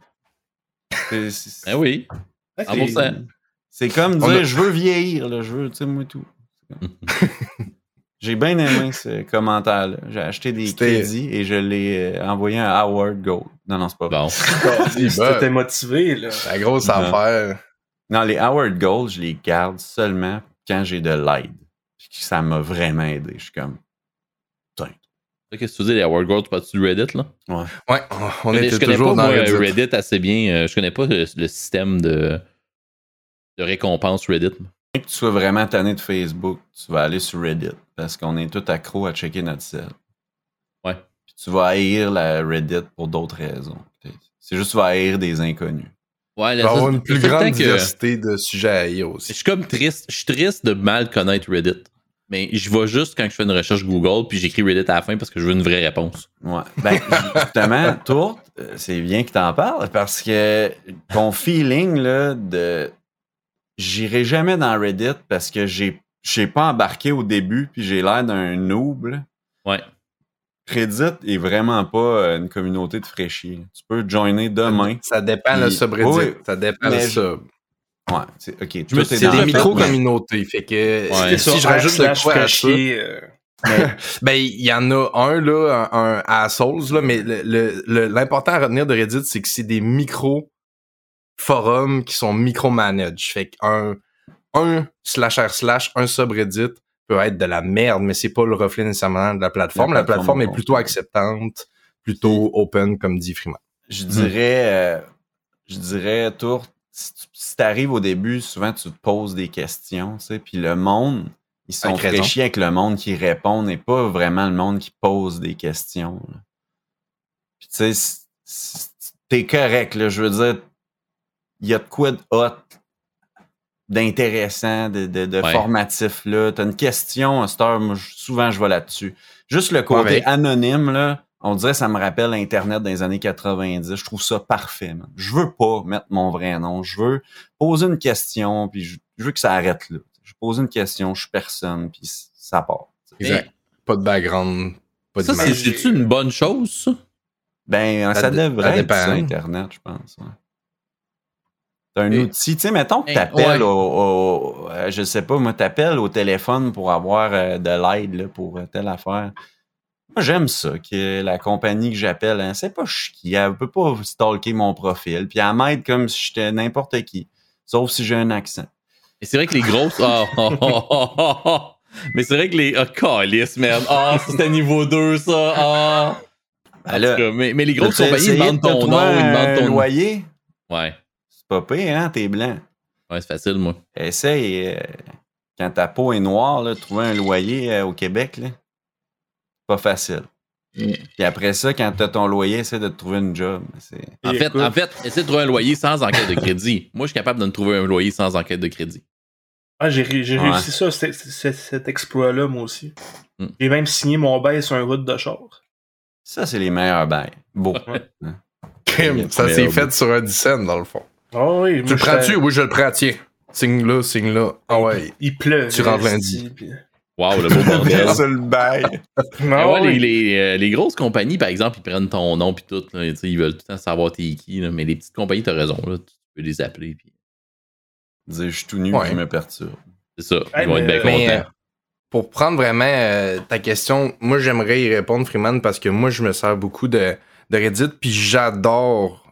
Ben oui. Ouais, 100%. C'est comme dire, On a- je veux vieillir, là, je veux, tu sais, moi, tout. J'ai bien aimé ce commentaire-là. J'ai acheté des C'était- crédits et je l'ai envoyé à Howard Gold. Non, c'est pas vrai. Bon. Si t'étais motivé, là. La grosse Non. affaire. Non, les Howard Gold, je les garde seulement quand j'ai de l'aide. Puis que ça m'a vraiment aidé. Je suis comme, Qu'est-ce que tu dis, les Howard Gold, tu parles du Reddit, là? Ouais, on Je était connais toujours pas, dans moi, Reddit. Reddit assez bien. Je connais pas le système de récompense Reddit. que tu sois vraiment tanné de Facebook, tu vas aller sur Reddit. Parce qu'on est tous accros à checker notre sel. Ouais. Puis tu vas haïr la Reddit pour d'autres raisons. C'est juste que tu vas haïr des inconnus. Ouais, Il va y avoir une c'est plus tout le grande temps que- diversité de sujets à haïr Je aussi. suis comme triste. Je suis triste de mal connaître Reddit. Mais je vais juste quand je fais une recherche Google puis j'écris Reddit à la fin parce que je veux une vraie réponse. Ouais. Ben, justement, Tourte, c'est bien que t'en parles parce que ton feeling là, de j'irai jamais dans Reddit parce que j'ai j'ai pas embarqué au début, puis j'ai l'air d'un noob, là. Ouais. Reddit est vraiment pas une communauté de fraîchis. Tu peux joiner demain. Ça dépend le Puis- subreddit. oui, Ça dépend le mais sub. Ouais, ok. Je me tout est suis dans C'est déjà des le fait, micro-communautés. Fait que Ouais. si je rajoute de quoi à ça, Mais- ben il y en a un là, un assholes là, mais l'important à retenir de Reddit, c'est que c'est des micro-forums qui sont micro-managed. Fait qu'un un subreddit peut être de la merde, mais c'est pas le reflet nécessairement de la plateforme. La plateforme est plutôt acceptante, plutôt open, comme dit Freeman. Je dirais, Tour, si t'arrives au début, souvent tu te poses des questions, tu sais, puis le monde, ils sont Avec raison. fraîchis avec le monde qui répond et pas vraiment le monde qui pose des questions. Là. Puis tu sais, t'es correct, là, je veux dire, il y a de quoi de hot, d'intéressant, de formatif, là. T'as une question, à cette heure, moi, souvent je vais là-dessus. Juste le côté anonyme, là, on dirait que ça me rappelle Internet dans les années 90. Je trouve ça parfait, man. Je veux pas mettre mon vrai nom. Je veux poser une question, puis je veux que ça arrête là. Je pose une question, je suis personne, puis ça part. Exact. Pas de background, pas Ça, d'image. c'est-tu une bonne chose, ça? Ben, ça devrait être ça, Internet, je pense. Ouais. T'as un outil, tu sais, mettons que t'appelles je sais pas, moi, t'appelles au téléphone pour avoir de l'aide là, pour telle affaire. Moi, j'aime ça, que la compagnie que j'appelle, hein, c'est pas chiqui, elle peut pas stalker mon profil, puis elle m'aide comme si j'étais n'importe qui, sauf si j'ai un accent. Et c'est vrai que les grosses... Mais c'est vrai que les... calice, merde. Ça, c'était niveau 2, ça. Mais les grosses compagnies, ils demandent ton nom, ils demandent ton... loyer? Ouais. C'est pas pire, hein, t'es blanc. Ouais, c'est facile, moi. Essaye, quand ta peau est noire, là, trouver un loyer au Québec, là. Pas facile. Puis après ça, quand t'as ton loyer, essaie de te trouver une job. En fait, essaie de trouver un loyer sans enquête de crédit. Moi, je suis capable de me trouver un loyer sans enquête de crédit. Ah, j'ai réussi ça, cet exploit-là, moi aussi. J'ai même signé mon bail sur un route de char. Ça, c'est les meilleurs bails. Beau. Ça s'est fait sur un 10 cents, dans le fond. Oh, oui, tu le prends-tu? Oui, je le prends, tiens. Signe là. Ah ouais. Il pleut. Tu rentres lundi. Wow, le beau bordel. sur le bail. Les grosses compagnies, par exemple, ils prennent ton nom puis tout. Là, ils veulent tout le temps savoir t'es qui. Là, mais les petites compagnies, t'as raison. Là, tu peux les appeler. Puis... Dire, je suis tout nu, je me perturbe. C'est ça. Ils vont être bien contents. Pour prendre vraiment ta question, moi, j'aimerais y répondre, Freeman, parce que moi, je me sers beaucoup de Reddit, puis j'adore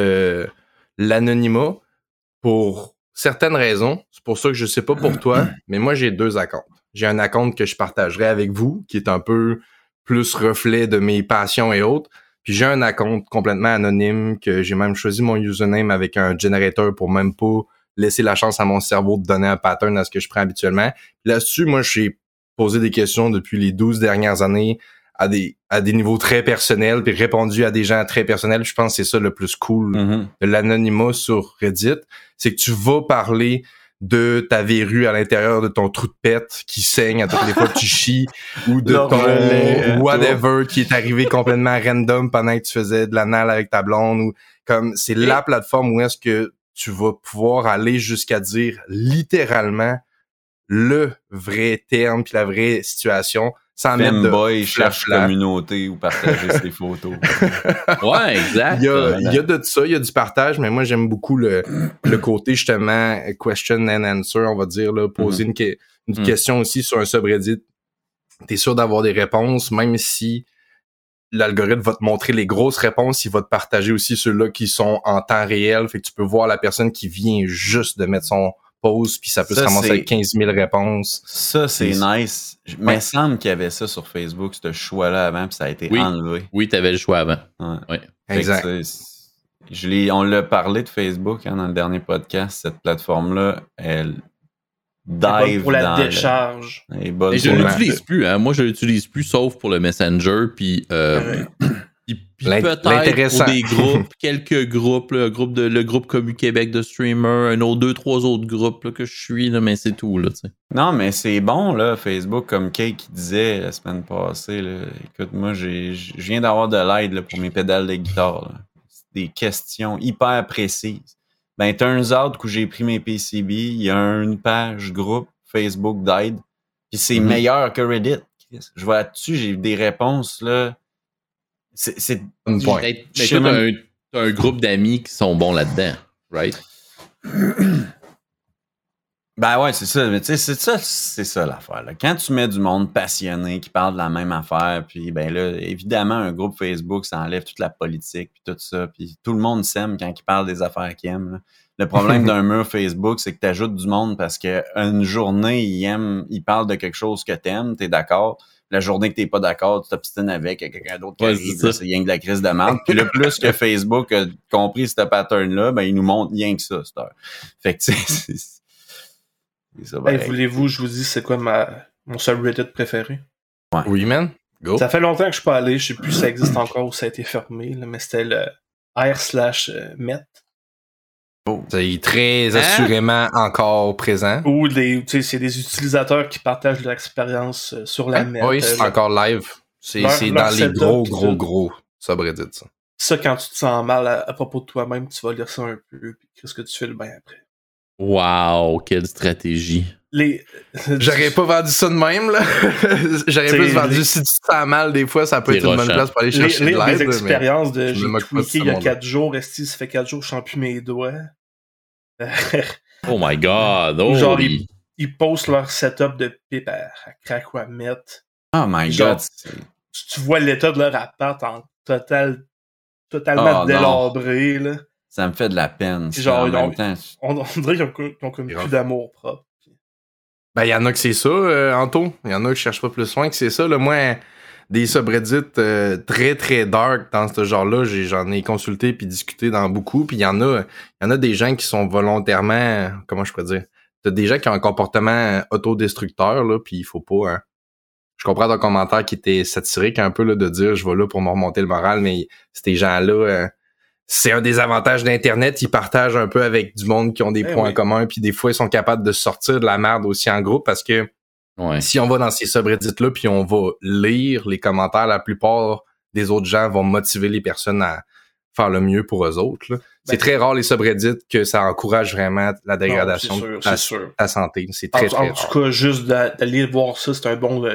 l'anonymat pour certaines raisons. C'est pour ça que je sais pas pour toi, mais moi, j'ai 2 accounts. J'ai un account que je partagerai avec vous, qui est un peu plus reflet de mes passions et autres. Puis j'ai un account complètement anonyme, que j'ai même choisi mon username avec un generator pour même pas laisser la chance à mon cerveau de donner un pattern à ce que je prends habituellement. Là-dessus, moi, j'ai posé des questions depuis les 12 dernières années à des niveaux très personnels, puis répondu à des gens très personnels. Je pense que c'est ça le plus cool de l'anonymat sur Reddit. C'est que tu vas parler de ta verrue à l'intérieur de ton trou de pète qui saigne à toutes les fois que tu chies, ou de ton whatever qui est arrivé complètement random pendant que tu faisais de l'anal avec ta blonde, ou comme c'est la plateforme où est-ce que tu vas pouvoir aller jusqu'à dire littéralement le vrai terme puis la vraie situation sans mettre de Femboy cherche communauté ou partager ses photos. Ouais, exact. Il y a de ça, il y a du partage, mais moi j'aime beaucoup le côté justement question and answer, on va dire, là, poser une question aussi sur un subreddit. T'es sûr d'avoir des réponses, même si l'algorithme va te montrer les grosses réponses, il va te partager aussi ceux-là qui sont en temps réel, fait que tu peux voir la personne qui vient juste de mettre son pause, puis ça peut se ramasser avec 15 000 réponses. Ça, c'est nice. Il me semble qu'il y avait ça sur Facebook, ce choix-là avant, puis ça a été enlevé. Oui, t'avais le choix avant. Ouais. Exact. On l'a parlé de Facebook dans le dernier podcast, cette plateforme-là, elle dive pour la décharge. Et je ne l'utilise plus, hein. Moi, je l'utilise plus, sauf pour le Messenger, puis peut-être pour des groupes, quelques groupes, là, le groupe Commu Québec de streamers, un autre, 2-3 autres groupes là, que je suis, là, mais c'est tout. Là, t'sais. Non, mais c'est bon, là, Facebook, comme Kay qui disait la semaine passée. Là, écoute, moi, je viens d'avoir de l'aide là, pour mes pédales de guitare. Là. C'est des questions hyper précises. Ben, turns out que j'ai pris mes PCB, il y a une page groupe Facebook died. Puis c'est Mhm. meilleur que Reddit. Je vois là-dessus, j'ai des réponses, là. C'est Une point. Mais Je sais toi, même- t'as un groupe d'amis qui sont bons là-dedans, right? Ben ouais, c'est ça. Mais tu sais, c'est ça l'affaire. Là. Quand tu mets du monde passionné qui parle de la même affaire, puis ben là, évidemment, un groupe Facebook, ça enlève toute la politique, puis tout ça. Puis tout le monde s'aime quand ils parlent des affaires qu'ils aiment. Là. Le problème d'un mur Facebook, c'est que tu ajoutes du monde parce que une journée, ils parlent de quelque chose que t'aimes, t'es d'accord. La journée que t'es pas d'accord, tu t'obstines avec, il y a quelqu'un d'autre qui Ouais, arrive, c'est là, ça. c'est rien que de la crise de merde. Puis le plus que Facebook a compris ce pattern-là, ben il nous montre rien que ça, cette heure. Fait que tu sais, c'est ça. Hey, Ben, voulez-vous, je vous dis, c'est quoi mon subreddit préféré? Oui, man. Go. Ça fait longtemps que je suis pas allé, je sais plus si ça existe encore ou si ça a été fermé, là, mais c'était le r/met. C'est très assurément encore présent. Ou c'est des utilisateurs qui partagent leur expérience sur la net. Oui, c'est encore live. C'est leur dans les setup, gros, pis gros, tout. gros subreddits, ça. Ça, quand tu te sens mal à propos de toi-même, tu vas lire ça un peu, puis qu'est-ce que tu fais le bien après. Wow, quelle stratégie. J'aurais pas vendu ça de même, là. J'aurais T'sais, plus vendu si tu te sens mal des fois, ça peut C'est être une bonne rochant. place pour aller chercher de lire l'aide. des mais expériences de je me j'ai moque pas de tweaké ce il y a monde-là. 4 jours, esti, ça fait 4 jours que je sens plus mes doigts. Oh my god. Ou genre, holy. ils postent leur setup de pipe à crack ou à mettre. oh my Genre, god. Tu vois l'état de leur appart en totalement Oh, délabré, là. Ça me fait de la peine. Puis ça, genre, en même temps. On dirait qu'ils ont comme plus d'amour propre. Ben, il y en a que c'est ça, Anto. Il y en a que je cherche pas plus loin que c'est ça. Là. Moi, des subreddits très, très dark dans ce genre-là, j'en ai consulté puis discuté dans beaucoup. Puis il y en a des gens qui sont volontairement, comment je pourrais dire, t'as des gens qui ont un comportement autodestructeur, là, puis il faut pas, hein. Je comprends ton commentaire qui était satirique un peu, là, de dire je vais là pour me remonter le moral, mais ces gens-là, c'est un des avantages d'Internet, ils partagent un peu avec du monde qui ont des points communs, puis des fois, ils sont capables de sortir de la merde aussi en groupe, parce que Ouais. si on va dans ces subreddits-là, puis on va lire les commentaires, la plupart des autres gens vont motiver les personnes à faire le mieux pour eux autres. Là. C'est très rare, les subreddits, que ça encourage vraiment la dégradation Non, de ta santé. C'est très, très En rare. tout cas, juste d'aller voir ça, c'est un bon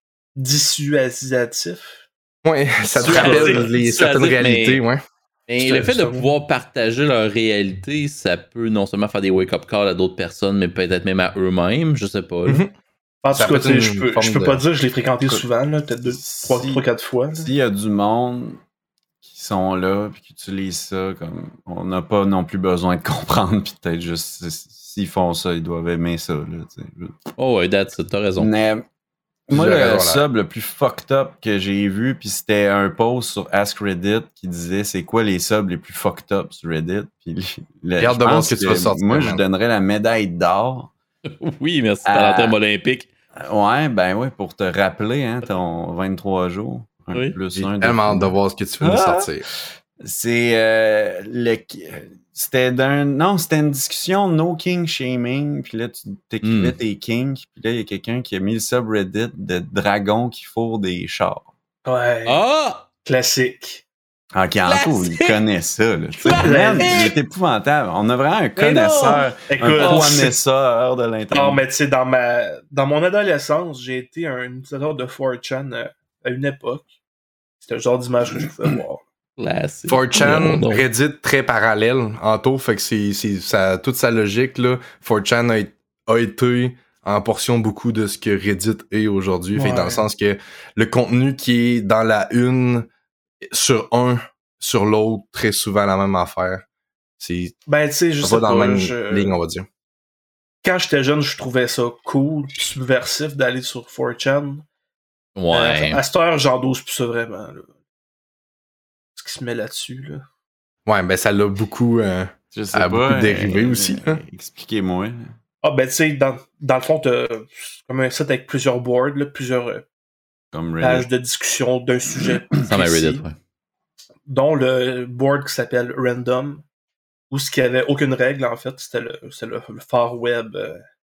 dissuasif. Ouais, ça te Dissuasif, rappelle certaines mais- réalités, ouais. Et C'est le fait de ça. pouvoir partager leur réalité, ça peut non seulement faire des wake-up calls à d'autres personnes, mais peut-être même à eux-mêmes, je sais pas. là. Mhm. En Ça tout cas, peut être je une peux forme pas de- dire que je l'ai fréquenté Écoute, souvent, là, peut-être 3-4 fois. Là. S'il y a du monde qui sont là puis qui utilisent ça, comme on n'a pas non plus besoin de comprendre, puis peut-être juste s'ils font ça, ils doivent aimer ça. Là, tu sais. Oh ouais, that's it, t'as raison. Mais moi, J'ai le raison, là. sub le plus fucked up que j'ai vu, puis c'était un post sur Ask Reddit qui disait c'est quoi les subs les plus fucked up sur Reddit. Puis J'ai hâte de voir ce que tu vas sortir, moi, man. je donnerais la médaille d'or. Oui, merci, t'as l'antenne olympique. Ouais, ben ouais, pour te rappeler, hein, ton 23 jours. Un Oui. plus J'ai un tellement hâte de voir ce que tu vas nous Ah! sortir. C'est c'était c'était une discussion no king shaming, puis là tu t'écrivais tes kinks, puis là il y a quelqu'un qui a mis le subreddit de dragons qui fourrent des chars. Ouais. Ah! Classique. Ok, en tout, il connaît ça, là. Tu sais, Classique! man, il est épouvantable. On a vraiment un connaisseur, Écoute, un connaisseur de l'internet. non, mais tu sais, dans mon adolescence, j'ai été un utilisateur de 4chan à une époque. C'était le genre d'image que je pouvais voir. Classique. 4chan, Non, non. Reddit très parallèle, Anto, fait que ça a toute sa logique, là. 4chan a été en portion beaucoup de ce que Reddit est aujourd'hui. Fait que dans le sens que le contenu qui est dans la une sur l'autre, très souvent la même affaire. C'est Ben, tu sais, je ça sais va dans pas, la même ligne, on va dire. quand j'étais jeune, je trouvais ça cool pis subversif d'aller sur 4chan. Ouais. À cette heure, j'endose plus ça vraiment. Là. Ce qui se met là-dessus. Là. Ouais, ben ça l'a beaucoup... Je sais a beaucoup dérivé aussi, hein. Expliquez-moi. Ah, ben, tu sais, dans le fond, t'as comme un site avec plusieurs boards, là, plusieurs Comme pages Reddit. de discussion d'un sujet Ça m'a précis, Reddit, ouais. dont le board qui s'appelle Random, où ce qui avait aucune règle, en fait, c'était le far web.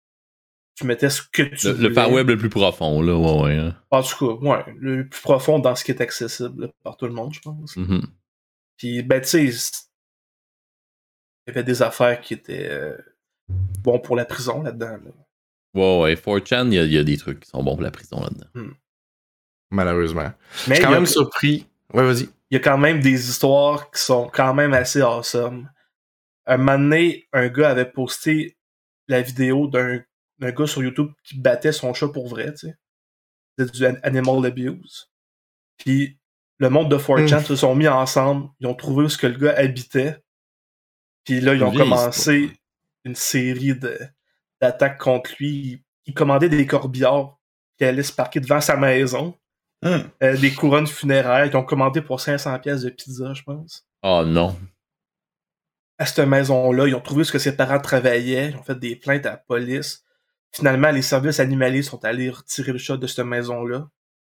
Tu mettais ce que tu Le voulais. far web le plus profond, là, ouais. Hein. En tout cas, ouais, le plus profond dans ce qui est accessible là, par tout le monde, je pense. Mhm. Puis, ben, tu sais, il y avait des affaires qui étaient bons pour la prison là-dedans. Là. Ouais, 4chan, il y a des trucs qui sont bons pour la prison là-dedans. Malheureusement. Mais Je suis quand il y a- même surpris. Ouais, vas-y. il y a quand même des histoires qui sont quand même assez awesome. Un moment donné, un gars avait posté la vidéo d'un gars sur YouTube qui battait son chat pour vrai, tu sais. C'était du animal abuse. Puis le monde de 4chan se sont mis ensemble, ils ont trouvé où ce que le gars habitait. Puis là, ils ont Vieille commencé une série d'attaques contre lui. Ils commandaient des corbillards qui allaient se parquer devant sa maison. Des couronnes funéraires qu'ils ont commandé pour 500 pièces de pizza, je pense. Oh non. À cette maison-là, ils ont trouvé ce que ses parents travaillaient, ils ont fait des plaintes à la police. Finalement, les services animaliers sont allés retirer le chat de cette maison-là.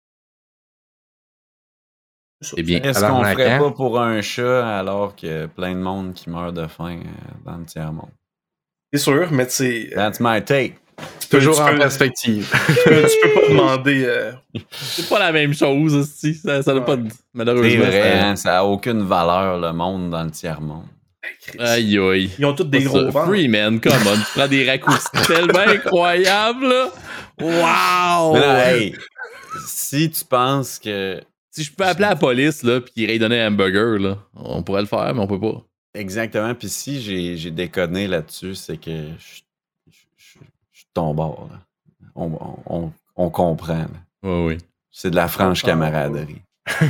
C'est bien. Qu'est-ce Alors, qu'on Macan? ferait pas pour un chat alors qu'il y a plein de monde qui meurt de faim dans le tiers-monde? C'est sûr, mais tu sais, That's my take. Toujours tu en peux- perspective. tu peux pas demander... C'est pas la même chose, aussi. Ça n'a pas de... Malheureusement. C'est vrai, ça- hein, ça a aucune valeur, le monde dans le tiers-monde. Aïe, aïe. Ils ont tous des gros ventres. Free, man, come on. Tu prends des raccourcis tellement incroyables, là. Wow! Mais non, hey, si tu penses que... Si je peux appeler la police, là, pis qu'ils aillent donner un hamburger, là, on pourrait le faire, mais on peut pas. Exactement, puis si j'ai déconné là-dessus, c'est que je suis de ton bord. Là. On comprend. Là. Oui. C'est de la franche camaraderie.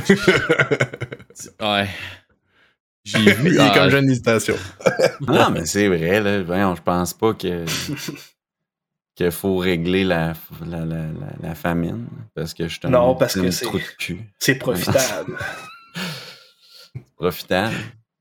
Ouais. J'ai Il vu. est comme jeune d'hésitation. Non, mais c'est vrai, là. Voyons, je pense pas qu'il faut régler la famine. Parce que je suis Non, parce que trou de cul. c'est profitable. Profitable.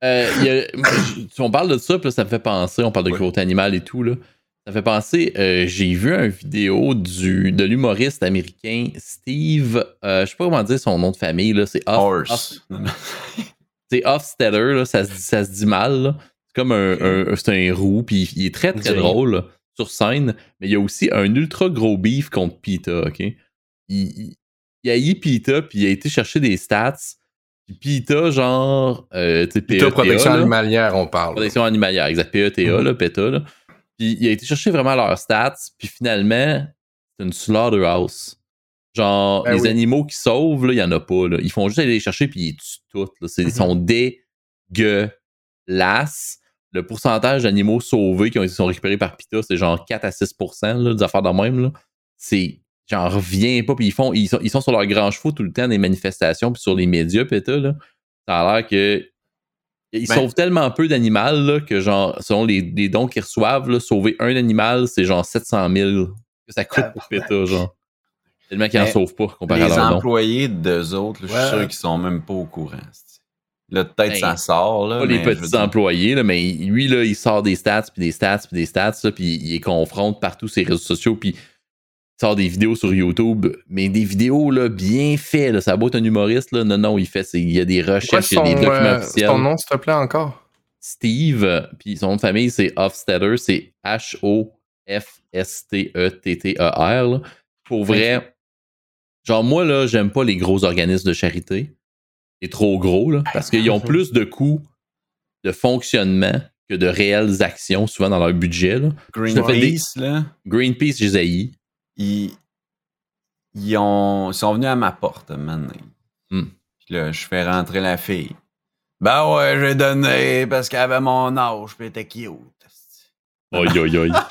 On parle de ça, puis là, ça me fait penser, on parle de cruauté animale et tout, là. Ça me fait penser, j'ai vu une vidéo de l'humoriste américain Steve, je sais pas comment dire son nom de famille, là, c'est Horse. c'est Hofstadter, là, ça se dit mal, là. C'est comme c'est un roux, puis il est très très drôle là, sur scène, mais il y a aussi un ultra gros beef contre PETA, ok? Il haït PETA, puis il a été chercher des stats. Puis PETA, genre. PETA, protection animalière, on parle. Protection animalière, exact. PETA, là, PETA, là. Puis il a été chercher vraiment leurs stats, puis finalement, c'est une slaughterhouse. Genre, les animaux qui sauvent, là, il y en a pas, là. Ils font juste aller les chercher, puis ils tuent toutes, là. Ils sont dégueulasses. Le pourcentage d'animaux sauvés qui sont récupérés par PETA, c'est genre 4 à 6%, là, des affaires de même, là. J'en reviens pas, puis ils sont sur leurs grands chevaux tout le temps des manifestations, puis sur les médias, PETA, là. Ça a l'air que ils sauvent tellement peu d'animaux là, que genre, selon les dons qu'ils reçoivent, là, sauver un animal, c'est genre 700 000 que ça coûte pour PETA, genre. Tellement qu'ils n'en sauvent pas comparé à leur Les don. employés d'eux autres, là, je suis sûr qu'ils sont même pas au courant. Là, peut-être ça sort. Là, pas les petits employés, là, mais lui, là, il sort des stats, puis des stats, puis des stats, là, puis il les confronte partout sur les réseaux sociaux, puis il sort des vidéos sur YouTube, mais des vidéos là, bien faites. Là. Ça a beau être un humoriste, là. Non, il y a des recherches, il y a des documents officiels. Ton nom, s'il te plaît, encore? Steve, puis son nom de famille, c'est Hofstadter, c'est Hofstetter. Là. Pour vrai, genre moi, là, j'aime pas les gros organismes de charité. C'est trop gros, là, parce qu'ils ont plus de coûts de fonctionnement que de réelles actions, souvent dans leur budget. Là. Greenpeace, là. Greenpeace, je les haïs. Ils sont venus à ma porte maintenant. Puis là, je fais rentrer la fille. Ben ouais, j'ai donné parce qu'elle avait mon âge, puis elle était cute. Oi. Oh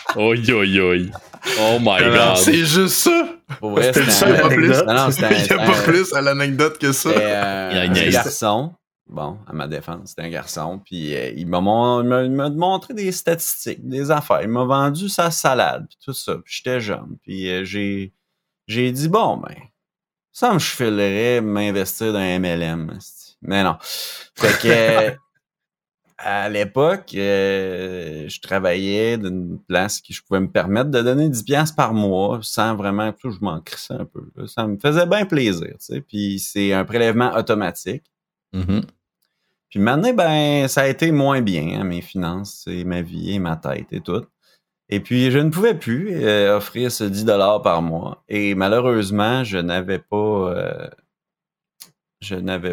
my god. C'est juste ça. Pour vrai, c'était c'était pas plus. Il n'y a pas plus à l'anecdote que ça. C'était un garçon. Bon, à ma défense, c'était un garçon. Puis il m'a montré des statistiques, des affaires. Il m'a vendu sa salade, puis tout ça. Puis j'étais jeune. Puis j'ai dit, bon, ben, ça me filerais m'investir dans un MLM. Mais non. Fait que, à l'époque, je travaillais d'une place qui je pouvais me permettre de donner 10$ par mois sans vraiment, je m'en crissais un peu. Là. Ça me faisait bien plaisir, tu sais. Puis c'est un prélèvement automatique. Mm-hmm. Puis maintenant, ben, ça a été moins bien, hein, mes finances, et ma vie et ma tête et tout. Et puis, je ne pouvais plus offrir ce 10$ par mois. Et malheureusement, je n'avais pas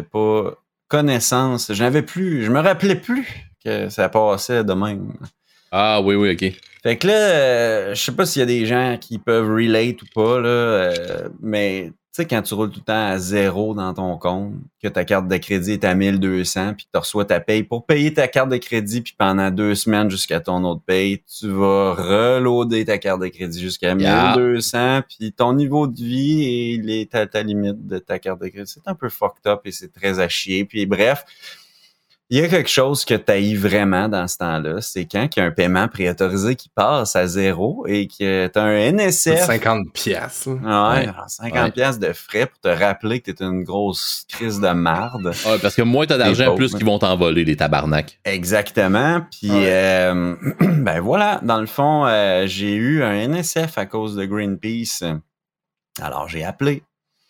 connaissance. Je me rappelais plus que ça passait de même. Ah oui, ok. Fait que là, je sais pas s'il y a des gens qui peuvent relate ou pas, là, mais tu sais, quand tu roules tout le temps à 0 dans ton compte, que ta carte de crédit est à 1200, puis que tu reçois ta paye pour payer ta carte de crédit, puis pendant 2 semaines jusqu'à ton autre paye, tu vas reloader ta carte de crédit jusqu'à 1200, puis ton niveau de vie, il est à ta limite de ta carte de crédit. C'est un peu fucked up et c'est très à chier. Puis bref, il y a quelque chose que t'haïs vraiment dans ce temps-là, c'est quand il y a un paiement préautorisé qui passe à 0 et que t'as un NSF. 50 piastres. Ouais, 50 piastres de frais pour te rappeler que t'es une grosse crise de marde. Ouais, parce que moins t'as d'argent, plus qu'ils vont t'envoler, les tabarnak. Exactement. Puis, ben voilà, dans le fond, j'ai eu un NSF à cause de Greenpeace. Alors, j'ai appelé.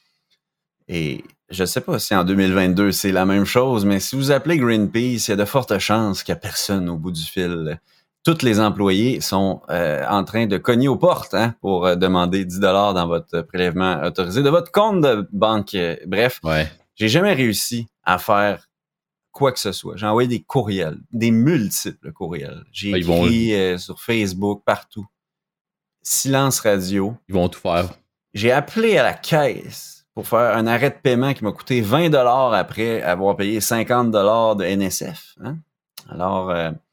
Et je sais pas si en 2022 c'est la même chose, mais si vous appelez Greenpeace, il y a de fortes chances qu'il n'y a personne au bout du fil. Tous les employés sont en train de cogner aux portes pour demander 10 $ dans votre prélèvement autorisé de votre compte de banque. Bref, j'ai jamais réussi à faire quoi que ce soit. J'ai envoyé des courriels, des multiples courriels. J'ai écrit sur Facebook, partout. Silence radio. Ils vont tout faire. J'ai appelé à la caisse pour faire un arrêt de paiement qui m'a coûté 20 $ après avoir payé 50 $ de NSF. Hein? Alors,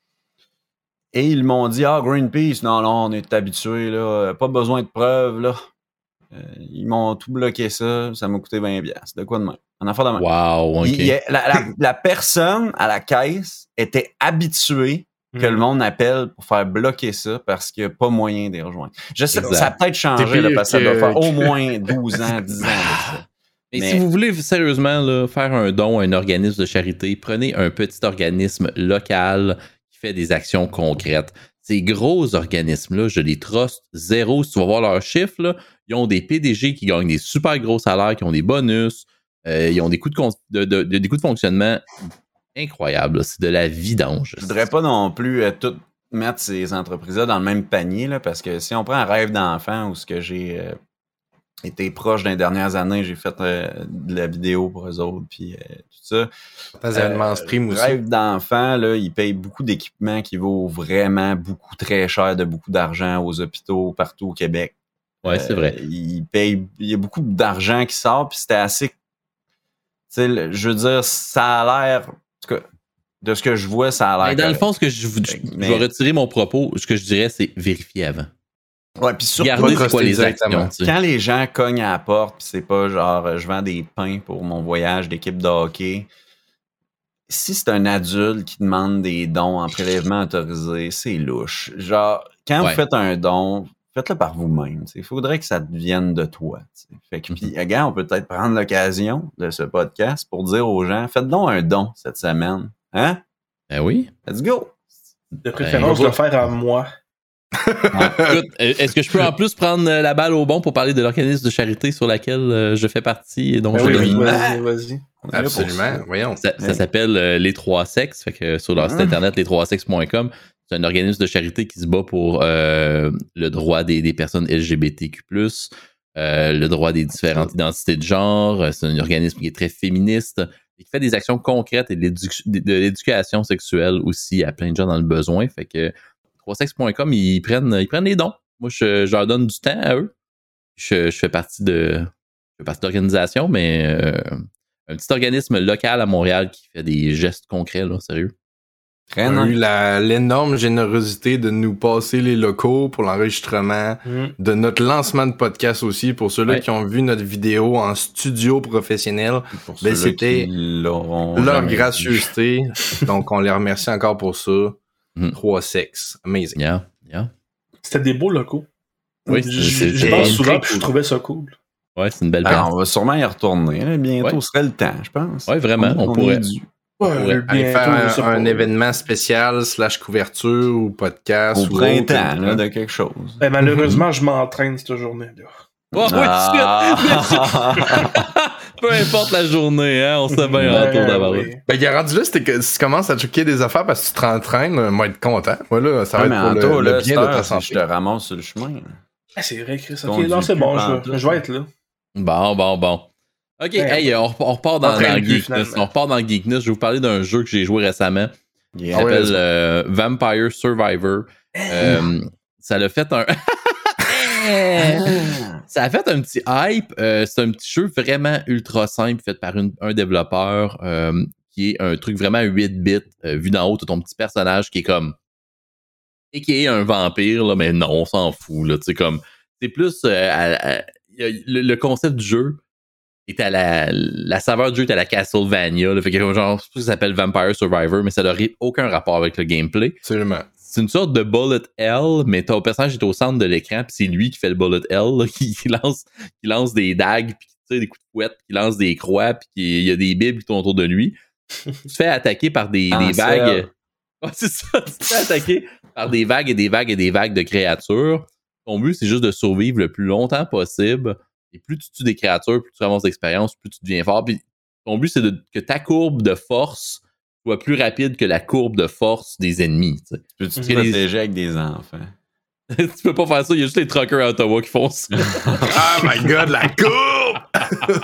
et ils m'ont dit, Greenpeace, non, on est habitué, là, pas besoin de preuves, là. Ils m'ont tout bloqué ça m'a coûté 20 $. De quoi de même? En affaire de même. Wow, OK. La personne à la caisse était habituée que le monde appelle pour faire bloquer ça parce qu'il n'y a pas moyen d'y rejoindre. Je sais, ça a peut-être changé là, parce que ça doit faire au moins 12 ans, 10 ans de ça. Mais si vous voulez sérieusement là, faire un don à un organisme de charité, prenez un petit organisme local qui fait des actions concrètes. Ces gros organismes-là, je les truste zéro. Si tu vas voir leurs chiffres, là, ils ont des PDG qui gagnent des super gros salaires, qui ont des bonus, ils ont des coûts des coûts de fonctionnement incroyable, là. C'est de la vidange. Je voudrais pas non plus tout mettre ces entreprises-là dans le même panier, là, parce que si on prend un rêve d'enfant où ce que j'ai été proche dans les dernières années, j'ai fait de la vidéo pour eux autres, puis tout ça. Rêve d'enfant, là, ils payent beaucoup d'équipements qui vaut vraiment beaucoup très cher, de beaucoup d'argent aux hôpitaux partout au Québec. Ouais, c'est vrai. Ils payent, il y a beaucoup d'argent qui sort, puis c'était assez. Tu sais, je veux dire, ça a l'air. De ce que je vois, ça a l'air. Mais dans le fond, ce que je vais retirer mon propos, ce que je dirais, c'est vérifier avant. Ouais, puis surtout, regardez c'est quoi les actions. Quand les gens cognent à la porte, puis c'est pas genre je vends des pains pour mon voyage d'équipe de hockey. Si c'est un adulte qui demande des dons en prélèvement autorisé, c'est louche. Genre, quand vous faites un don, faites-le par vous-même. Il faudrait que ça devienne de toi. T'sais. Fait que, puis, regarde, on peut peut-être prendre l'occasion de ce podcast pour dire aux gens, faites donc un don cette semaine. Hein? Ben oui. Let's go! De préférence, de le faire à moi. Écoute, est-ce que je peux en plus prendre la balle au bon pour parler de l'organisme de charité sur laquelle je fais partie et dont je oui, vas-y. Absolument, voyons. Ça s'appelle Les Trois Sexes, fait que sur leur site internet les3sexes.com, c'est un organisme de charité qui se bat pour le droit des personnes LGBTQ+, le droit des différentes identités de genre. C'est un organisme qui est très féministe et qui fait des actions concrètes et de l'éducation sexuelle aussi à plein de gens dans le besoin. Fait que 3sexes.com, ils prennent les dons. Moi, je leur donne du temps à eux. Je fais partie de l'organisation, mais un petit organisme local à Montréal qui fait des gestes concrets, là, sérieux. On a eu l'énorme générosité de nous passer les locaux pour l'enregistrement de notre lancement de podcast aussi. Pour ceux-là qui ont vu notre vidéo en studio professionnel, ben c'était leur gracieuseté. Donc, on les remercie encore pour ça. 3 sexes. Amazing. Yeah. C'était des beaux locaux. Oui, je pense souvent que je trouvais ça cool. Ouais, c'est une belle place. On va sûrement y retourner. Bientôt serait le temps, je pense. Oui, vraiment. On pourrait. Aller faire un événement spécial / couverture ou podcast. Au printemps, là, de quelque chose. Ben, malheureusement, je m'entraîne cette journée-là. Peu importe la journée, hein, on sait bien en retour d'abord. Ben, il y a rendu là, c'était que si tu commences à checker des affaires parce que tu te rentraînes, moi, être content. Moi, là, ça va être pour le bien de ta santé. Je te ramasse sur le chemin. Ah, c'est vrai, Chris. Ok, non, c'est bon, je vais être là. Bon. Ok, hey, on repart dans le geekness. On repart dans le geekness. Je vais vous parler d'un jeu que j'ai joué récemment. Il Yeah. s'appelle Vampire Survivor. Ça l'a fait un... Ça a fait un petit hype. C'est un petit jeu vraiment ultra simple fait par un développeur qui est un truc vraiment 8 bits vu d'en haut, t'as ton petit personnage qui est comme et qui est un vampire, là, mais non, on s'en fout. Là, comme, c'est plus le concept du jeu est à la saveur du jeu est à la Castlevania. Là, fait que genre, je sais pas si ça s'appelle Vampire Survivor, mais ça n'aurait aucun rapport avec le gameplay. Absolument. C'est une sorte de bullet hell, mais ton personnage est au centre de l'écran, puis c'est lui qui fait le bullet hell, là, qui lance des dagues, puis qui tire des coups de fouette, qui lance des croix, puis il y a des bibles qui tournent autour de lui. Tu te fais attaquer par des vagues. Ouais, c'est ça, tu te fais attaquer par des vagues et des vagues et des vagues de créatures. Ton but, c'est juste de survivre le plus longtemps possible. Et plus tu tues des créatures, plus tu avances d'expérience, plus tu deviens fort. Puis ton but, c'est que ta courbe de force soit plus rapide que la courbe de force des ennemis. Tu Peux-tu te protéger avec des enfants? Tu peux pas faire ça, il y a juste les truckers à Ottawa qui font ça. Oh my god, la courbe!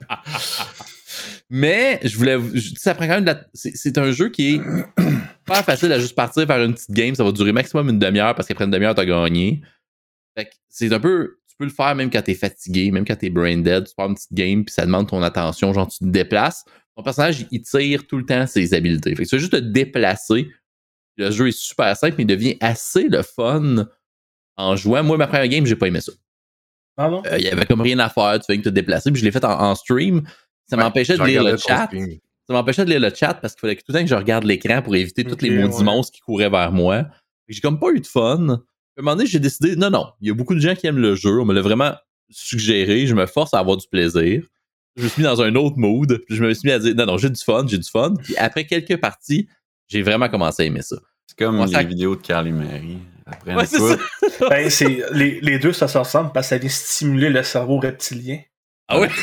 Mais ça prend quand même c'est un jeu qui est pas facile à juste partir faire une petite game. Ça va durer maximum une demi-heure parce qu'après une demi-heure, t'as gagné. Fait que c'est un peu... Tu peux le faire même quand t'es fatigué, même quand t'es brain dead. Tu prends une petite game puis ça demande ton attention. Genre, tu te déplaces. Ton personnage, il tire tout le temps ses habiletés. Fait que tu vas juste te déplacer. Le jeu est super simple, mais il devient assez le fun en jouant. Moi, ma première game, j'ai pas aimé ça. Ah non? Il y avait comme rien à faire. Tu fais que te déplacer. Puis je l'ai fait en stream. Ça m'empêchait de lire le chat. Ça m'empêchait de lire le chat parce qu'il fallait que tout le temps que je regarde l'écran pour éviter tous les maudits monstres qui couraient vers moi. J'ai comme pas eu de fun. À un moment donné, j'ai décidé, non, il y a beaucoup de gens qui aiment le jeu. On me l'a vraiment suggéré. Je me force à avoir du plaisir. Je me suis mis dans un autre mood. Puis je me suis mis à dire, non, j'ai du fun. Puis après quelques parties, j'ai vraiment commencé à aimer ça. C'est comme les vidéos de Carly Marie. Après ouais, c'est ça. Ben, les deux, ça se ressemble parce que ça vient stimuler le cerveau reptilien. Ah ouais?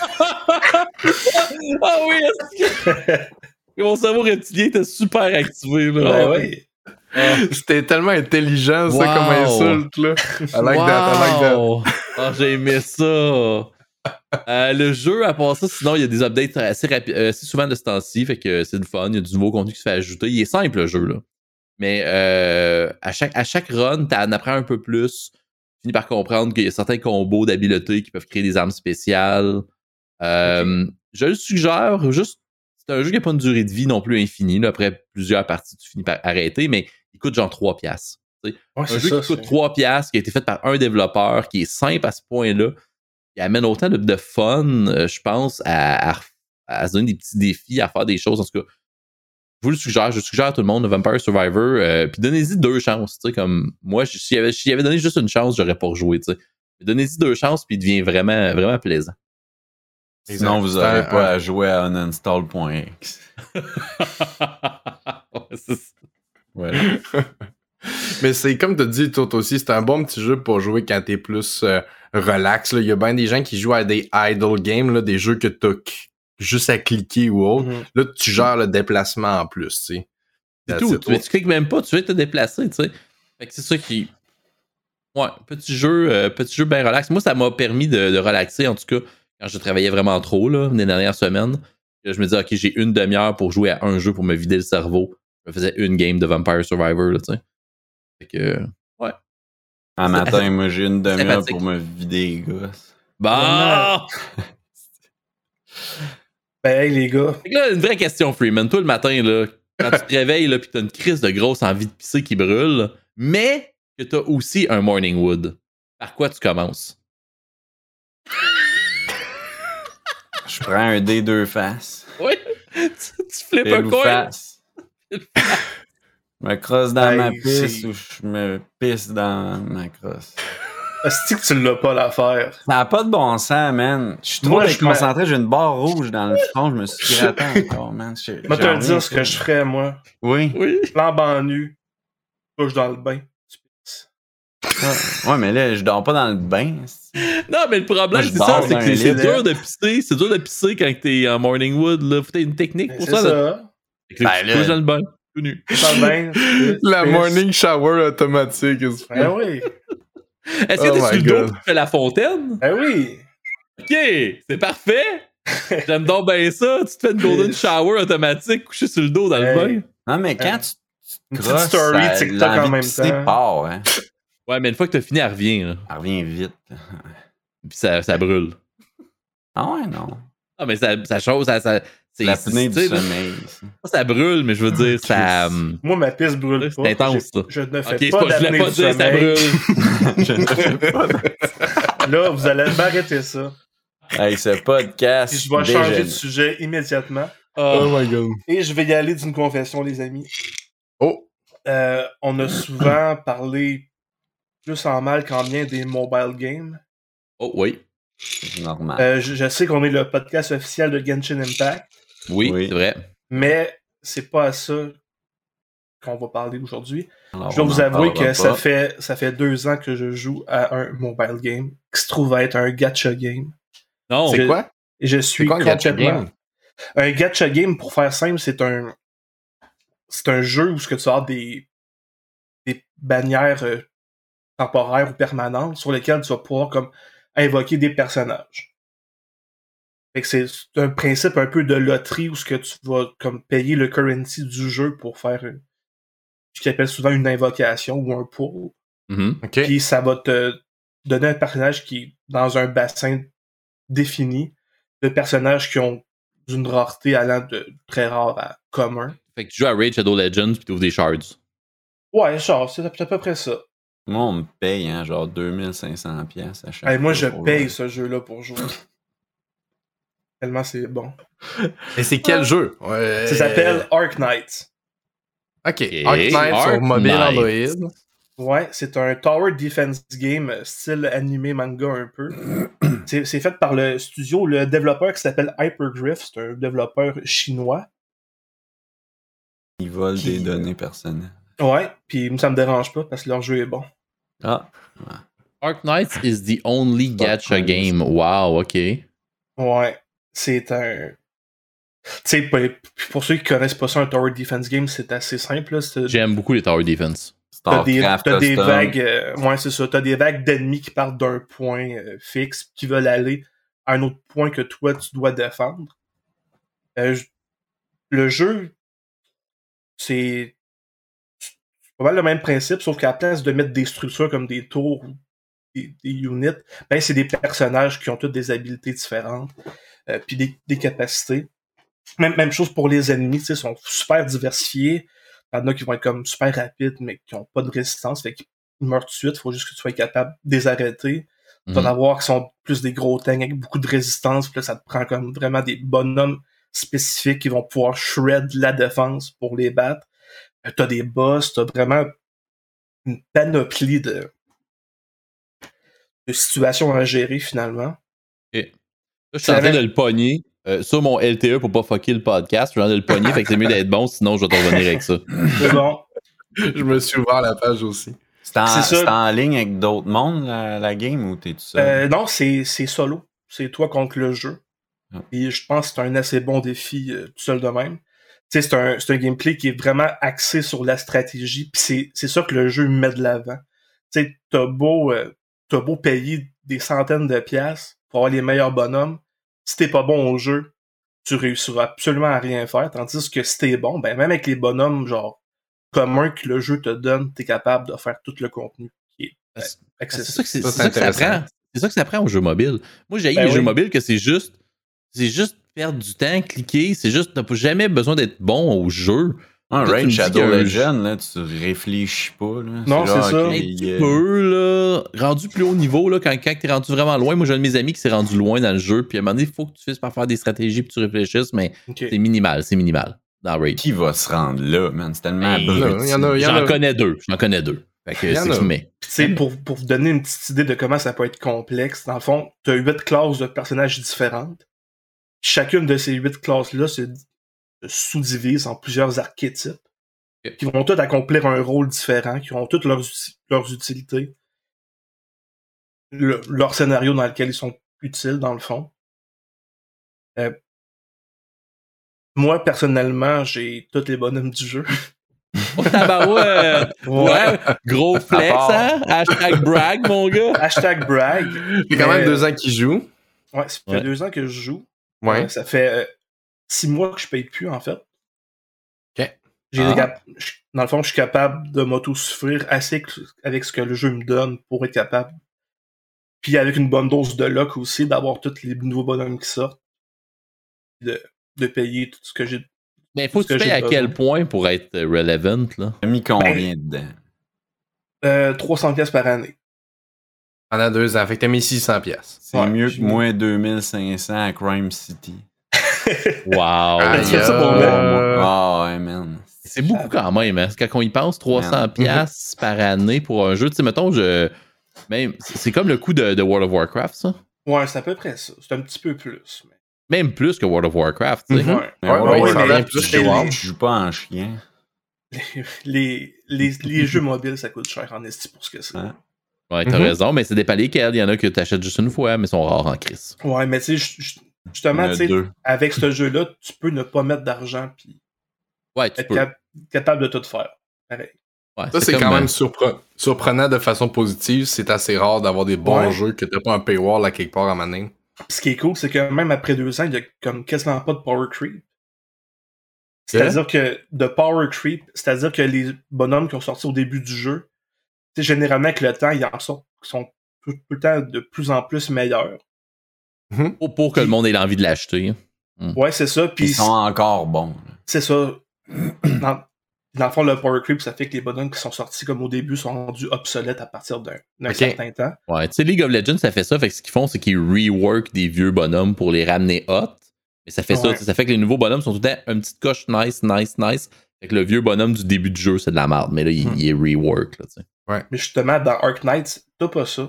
Ah oui, mon cerveau reptilien était super activé. Là. Ouais. C'était tellement intelligent, ça, comme insulte, là. I like that. Ah, j'ai aimé ça. Le jeu, à part ça, sinon, il y a des updates assez souvent de ce temps-ci, fait que c'est le fun. Il y a du nouveau contenu qui se fait ajouter. Il est simple, le jeu, là. Mais à chaque run, t'en apprends un peu plus. Tu finis par comprendre qu'il y a certains combos d'habiletés qui peuvent créer des armes spéciales. Je le suggère, c'est un jeu qui n'a pas une durée de vie non plus infinie. Là. Après plusieurs parties, tu finis par arrêter, mais il coûte genre 3$. Ouais, un jeu qui coûte 3$, qui a été fait par un développeur, qui est simple à ce point-là, qui amène autant de fun, je pense, à se donner des petits défis, à faire des choses. En tout cas, je suggère à tout le monde, Vampire Survivor, puis donnez-y 2 chances. Comme moi, s'il y avait donné juste une chance, j'aurais pas rejoué. Donnez-y 2 chances, puis il devient vraiment, vraiment plaisant. Sinon, vous n'aurez pas à jouer à uninstall.x. Ouais, c'est ça. Voilà. Mais c'est comme tu as dit, toi aussi, c'est un bon petit jeu pour jouer quand t'es plus relax. Là. Il y a bien des gens qui jouent à des idle games, là, des jeux que t'as juste à cliquer ou autre. Là, tu gères le déplacement en plus, tu sais. C'est tout. Tu cliques même pas, tu veux te déplacer, tu sais. Fait que c'est ça qui... Ouais, petit jeu bien relax. Moi, ça m'a permis de relaxer, en tout cas, quand je travaillais vraiment trop, là, les dernières semaines. Je me disais, OK, j'ai une demi-heure pour jouer à un jeu pour me vider le cerveau. Je me faisais une game de Vampire Survivor, là, tu sais. Fait que, ouais. Un matin, moi, j'ai une demi-heure pour me vider les gosses. Bah! Ben, hey, les gars. Fait que là, une vraie question, Freeman. Toi, le matin, là, quand tu te réveilles, là, pis t'as une crise de grosse envie de pisser qui brûle, mais que t'as aussi un morning wood, par quoi tu commences? Je prends un dé 2 faces. Oui, tu flippes un coin. Je me crosse dans ma pisse ou je me pisse dans ma crosse. Est-ce que tu l'as pas l'affaire? Ça n'a pas de bon sens, man. Je suis trop déconcentré, j'ai une barre rouge dans le front, je me suis gratté encore, man. Je vais te dire ce que je ferais, moi. Oui. Flambant nu, touche dans le bain. Ouais, mais là, je dors pas dans le bain. Non, mais le problème, c'est ça, c'est que c'est dur de pisser. C'est dur de pisser quand t'es en morning wood, là. Faut t'as une technique pour ça. Tu touches dans le bain, tout nu. Dans le bain. La morning shower automatique. Ben oui. Est-ce que t'es sur le dos pour faire la fontaine? Ben oui. OK, c'est parfait. J'aime donc bien ça. Tu te fais une golden shower automatique couché sur le dos dans le bain. Non, mais quand une tu petite crosses, story TikTok en l'envie de même pisser temps. part, hein. Ouais, mais une fois que t'as fini, elle revient. Là. Elle revient vite. Puis ça brûle. Ah ouais, non. Ah, mais ça chose, c'est L'apnée du tu sais, là, sommeil. ça brûle, mais je veux dire, ça. Moi, ma piste brûle C'est pas. intense, ça. Je ne fais Ok, c'est pas pas, je voulais d'apnée pas du dire ça sommeil. brûle. Je ne fais pas. Là, vous allez m'arrêter ça. Hey, ce podcast. Puis je vais changer de dégénère. sujet immédiatement. Oh my god. Et je vais y aller d'une confession, les amis. Oh! On a souvent parlé plus en mal qu'en bien des mobile games. Oh, oui. C'est normal. Je sais qu'on est le podcast officiel de Genshin Impact, Oui, Oui. c'est vrai. mais c'est pas à ça qu'on va parler aujourd'hui. Alors, Je dois on vous en avouer parlera que pas. ça fait 2 ans que je joue à un mobile game qui se trouve être un gacha game. Non, Je- C'est quoi? Et je C'est suis quoi un gacha complètement... game? Un gacha game, pour faire simple, c'est un jeu où ce que tu as des bannières temporaires ou permanentes sur lesquelles tu vas pouvoir comme invoquer des personnages. Fait que c'est un principe un peu de loterie où ce que tu vas comme payer le currency du jeu pour faire ce qu'ils appellent souvent une invocation ou un pull. Mhm. OK. Puis ça va te donner un personnage qui est dans un bassin défini de personnages qui ont d'une rareté allant de très rare à commun. Fait que tu joues à Raid Shadow Legends puis tu ouvres des shards. Ouais, genre, c'est à peu près ça. Moi, on me paye, hein, genre 2500$ à chaque Hey, moi, fois je pour paye jouer. ce jeu-là pour jouer. Tellement c'est bon. Et c'est quel jeu? Ouais. Ça s'appelle Ark Knight. OK. Ok. Ark Knight Ark sur mobile Knight. Android. Ouais, c'est un tower defense game style animé manga un peu. C'est fait par le studio, le développeur qui s'appelle Hypergriff, c'est un développeur chinois. Ils volent Qui- des données personnelles. Ouais, puis ça me dérange pas parce que leur jeu est bon. Ah, Ark Knights is the only Pas gacha cool, game. Wow, ok. Ouais, c'est un... Tu sais, pour ceux qui connaissent pas ça, un tower defense game, c'est assez simple. Là. J'aime beaucoup les Tower Defense. T'as des Custom. vagues, ouais, c'est ça. T'as des vagues d'ennemis qui partent d'un point fixe, qui veulent aller à un autre point que toi, tu dois défendre. Le jeu, c'est pas mal le même principe, sauf qu'à la place de mettre des structures comme des tours ou des units, ben c'est des personnages qui ont toutes des habilités différentes, puis des capacités. Même chose pour les ennemis, tu sais, sont super diversifiés. Il y en a qui vont être comme super rapides, mais qui n'ont pas de résistance, fait qu'ils meurent tout de suite. Il faut juste que tu sois capable de les arrêter. Tu vas en avoir qui sont plus des gros tanks avec beaucoup de résistance, puis là, ça te prend comme vraiment des bonhommes spécifiques qui vont pouvoir shred la défense pour les battre. T'as des boss, t'as vraiment une panoplie de situations à gérer finalement. Là, je suis en train de le pogner sur mon LTE pour pas fucker le podcast. Je suis en train de le pogner, fait que c'est mieux d'être bon, sinon je vais te revenir avec ça. C'est bon. Je me suis ouvert la page aussi. C'est en, C'est ça. c'est en ligne avec d'autres mondes, la game, ou t'es tout seul? Non, c'est solo. C'est toi contre le jeu. Ah. Et je pense que c'est un assez bon défi tout seul de même. Tu sais, c'est un gameplay qui est vraiment axé sur la stratégie, puis c'est ça que le jeu met de l'avant. Tu sais, t'as beau payer des centaines de piastres pour avoir les meilleurs bonhommes, si t'es pas bon au jeu, tu réussiras absolument à rien faire, tandis que si t'es bon, ben même avec les bonhommes genre communs que le jeu te donne, t'es capable de faire tout le contenu qui est C'est accessible. ça, Ça, c'est ça que ça intéressant. prend. C'est ça que ça prend aux jeux mobiles. Moi, j'ai Ben les jeux oui. mobiles que c'est juste perdre du temps, cliquer. C'est juste, t'as jamais besoin d'être bon au jeu. Un toi, tu me Raid dis Shadow qu'il y a un Legend, là, tu réfléchis pas. Là. Non, genre, c'est ça. ok, Un petit peu, là, rendu plus haut niveau, là, quand t'es rendu vraiment loin. Moi, j'ai un de mes amis qui s'est rendu loin dans le jeu, puis à un moment donné, il faut que tu fasses par faire des stratégies, puis tu réfléchisses, mais Ok. c'est minimal dans Raid. Qui va se rendre là, man? C'est tellement Hey, brut. il y en a- J'en connais deux. Fait que Il y en c'est a. ce que mais. Tu sais, pour vous donner une petite idée de comment ça peut être complexe, dans le fond, tu as 8 classes de personnages différentes. Chacune de ces 8 classes-là se sous-divise en plusieurs archétypes Ok. qui vont tous accomplir un rôle différent, qui ont toutes leurs utilités, leur scénario dans lequel ils sont utiles, dans le fond. Moi, personnellement, j'ai tous les bonhommes du jeu. Oh, tabarouette! Ouais, gros flex, À part- hein? Hashtag brag, mon gars! Hashtag brag. C'est quand même Mais- 2 ans qu'il joue. Ouais, ça fait Ouais. 2 ans que je joue. Ouais. Ça fait 6 mois que je paye plus, en fait. OK. Dans le fond, je suis capable de m'auto-souffrir assez avec ce que le jeu me donne pour être capable. Puis avec une bonne dose de luck aussi, d'avoir tous les nouveaux bonhommes qui sortent. De payer tout ce que j'ai. Mais faut que tu payes à quel point pour être relevant, là? T'as mis combien dedans? 300$ par année. Pendant 2 ans. Fait que t'as mis 600$. C'est mieux que moins 2500 à Crime City. Wow! Tu fais ça pour vrai? Ah ouais, man. C'est beaucoup quand même, hein? Quand on y pense, 300$ par année pour un jeu. Tu sais, mettons, même, c'est comme le coût de World of Warcraft, ça? Ouais, c'est à peu près ça. C'est un petit peu plus. Même plus que World of Warcraft, tu sais. Ouais, Je joue pas en chien. Les jeux mobiles, ça coûte cher en esti pour ce que c'est. Hein? Ouais, t'as raison, mais c'est des paliers qu'elle. Il y en a que t'achètes juste une fois, mais sont rares en crise. Ouais, mais tu sais, justement, tu sais, avec ce jeu-là, tu peux ne pas mettre d'argent puis être capable de tout faire. Pareil. Ouais, ça, c'est quand même surprenant de façon positive. C'est assez rare d'avoir des bons jeux que t'as pas un paywall à quelque part à maner. Pis ce qui est cool, c'est que même après 2 ans, il y a comme quasiment pas de power creep. C'est-à-dire que de power creep, c'est-à-dire que les bonhommes qui ont sorti au début du jeu, tu sais, généralement avec le temps, ils en sortent qui sont tout le temps de plus en plus meilleurs. Pour que le monde ait l'envie de l'acheter. Ouais, c'est ça. Puis ils sont encore bons. C'est ça. Dans le fond, le power creep, ça fait que les bonhommes qui sont sortis comme au début sont rendus obsolètes à partir d'un certain temps. Ouais, tu sais, League of Legends, ça fait ça. Fait que ce qu'ils font, c'est qu'ils rework des vieux bonhommes pour les ramener hot. Mais ça fait ça. Ça fait que les nouveaux bonhommes sont tout le temps une petite coche nice. Fait que le vieux bonhomme du début du jeu, c'est de la merde. Mais là, il est rework. Là, tu sais. Ouais. Mais justement, dans Ark Knights, t'as pas ça.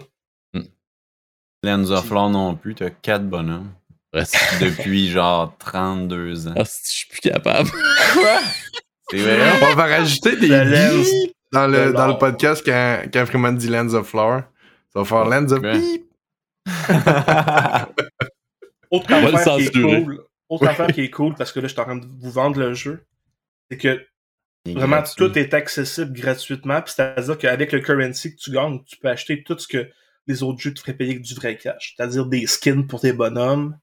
Lands of Lore non plus, t'as 4 bonhommes. Depuis genre 32 ans. Ah, si je suis plus capable. C'est vrai. On va rajouter des beeps dans le podcast quand Freeman dit Lands of Lore. Ça va faire Lands of Beep. Autre affaire qui est cool, parce que là, je suis en train de vous vendre le jeu, c'est que vraiment tout est accessible gratuitement. Puis c'est-à-dire qu'avec le currency que tu gagnes, tu peux acheter tout ce que les autres jeux te feraient payer avec du vrai cash. C'est-à-dire des skins pour tes bonhommes,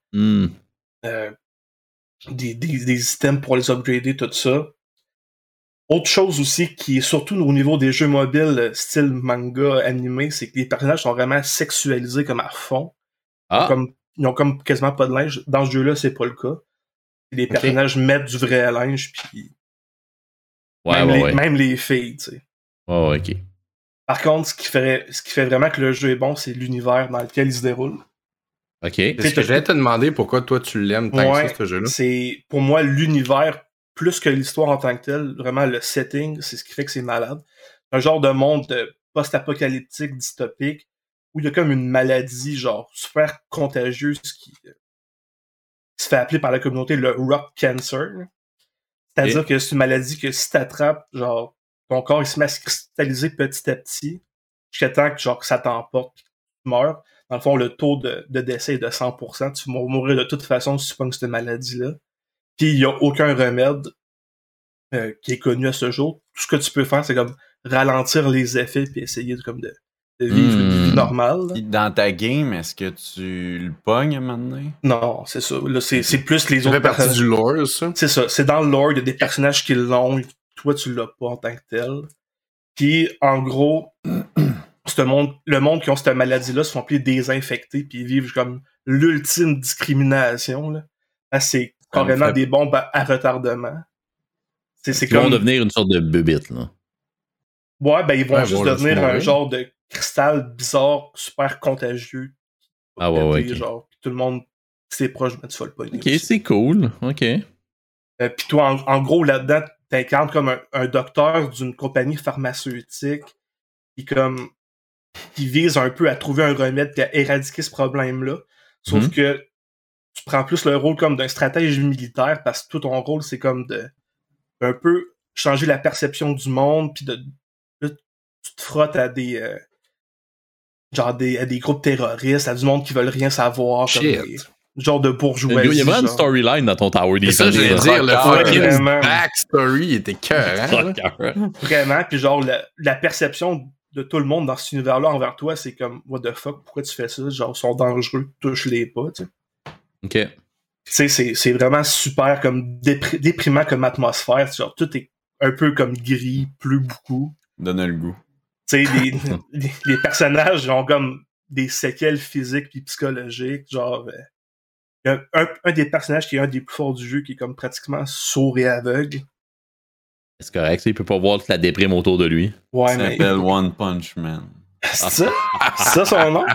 des items pour les upgrader, tout ça. Autre chose aussi qui est surtout au niveau des jeux mobiles style manga animé, c'est que les personnages sont vraiment sexualisés comme à fond. Ils ont comme quasiment pas de linge. Dans ce jeu-là, c'est pas le cas. Les personnages mettent du vrai linge, puis même les filles, tu sais. Ouais, ok. Par contre, ce qui fait vraiment que le jeu est bon, c'est l'univers dans lequel il se déroule. Ok. Est-ce que j'allais te demander pourquoi toi tu l'aimes tant que ça, ce jeu-là? C'est pour moi l'univers plus que l'histoire en tant que telle, vraiment le setting, c'est ce qui fait que c'est malade. Un genre de monde post-apocalyptique, dystopique, où il y a comme une maladie genre super contagieuse qui se fait appeler par la communauté le rock cancer. C'est-à-dire que c'est une maladie que si t'attrapes, genre ton corps il se met à se cristalliser petit à petit jusqu'à temps que genre que ça t'emporte et que tu meurs. Dans le fond, le taux de décès est de 100%. Tu vas mourir de toute façon si tu pognes cette maladie-là. Puis il n'y a aucun remède qui est connu à ce jour. Tout ce que tu peux faire, c'est comme ralentir les effets puis essayer de vivre une vie normale. Là. Dans ta game, est-ce que tu le pognes maintenant? Non, c'est ça. Là, c'est plus les autres personnages. Ça fait partie du lore, ça? C'est ça. C'est dans le lore, il y a des personnages qui l'ont, toi tu l'as pas en tant que tel. Puis en gros, le monde qui ont cette maladie-là se font appeler désinfectés puis ils vivent comme l'ultime discrimination. Là. Là, c'est carrément des bombes à retardement. Ils vont devenir une sorte de bubite, là. Ouais, ben ils vont juste devenir un genre de cristal bizarre, super contagieux. Ah ouais, okay. Genre, tout le monde qui s'est proche, ben, tu vas le pogner. Ok, c'est cool. Ok. Puis toi, en gros, là-dedans, t'incarnes comme un docteur d'une compagnie pharmaceutique qui vise un peu à trouver un remède et à éradiquer ce problème-là. Sauf que tu prends plus le rôle comme d'un stratège militaire parce que tout ton rôle, c'est comme de un peu changer la perception du monde puis là, tu te frottes à des groupes terroristes, à du monde qui veulent rien savoir. Genre de bourgeoisie. Il y a vraiment une storyline dans ton Tower Defense. C'est ça, j'allais dire, le fucking backstory était cœur. Vraiment, puis genre la perception de tout le monde dans cet univers-là envers toi, c'est comme what the fuck, pourquoi tu fais ça? Genre, ils sont dangereux, touche-les pas, tu sais. Ok. Tu sais, c'est vraiment super comme déprimant comme atmosphère. Genre, tout est un peu comme gris, pleut beaucoup. Donne le goût. Tu sais, les personnages ont comme des séquelles physiques puis psychologiques. Genre, il y a un des personnages qui est un des plus forts du jeu qui est comme pratiquement sourd et aveugle. C'est correct, ça, il peut pas voir toute la déprime autour de lui. Ouais, Il mais. s'appelle One Punch Man. C'est ça? C'est ça son nom?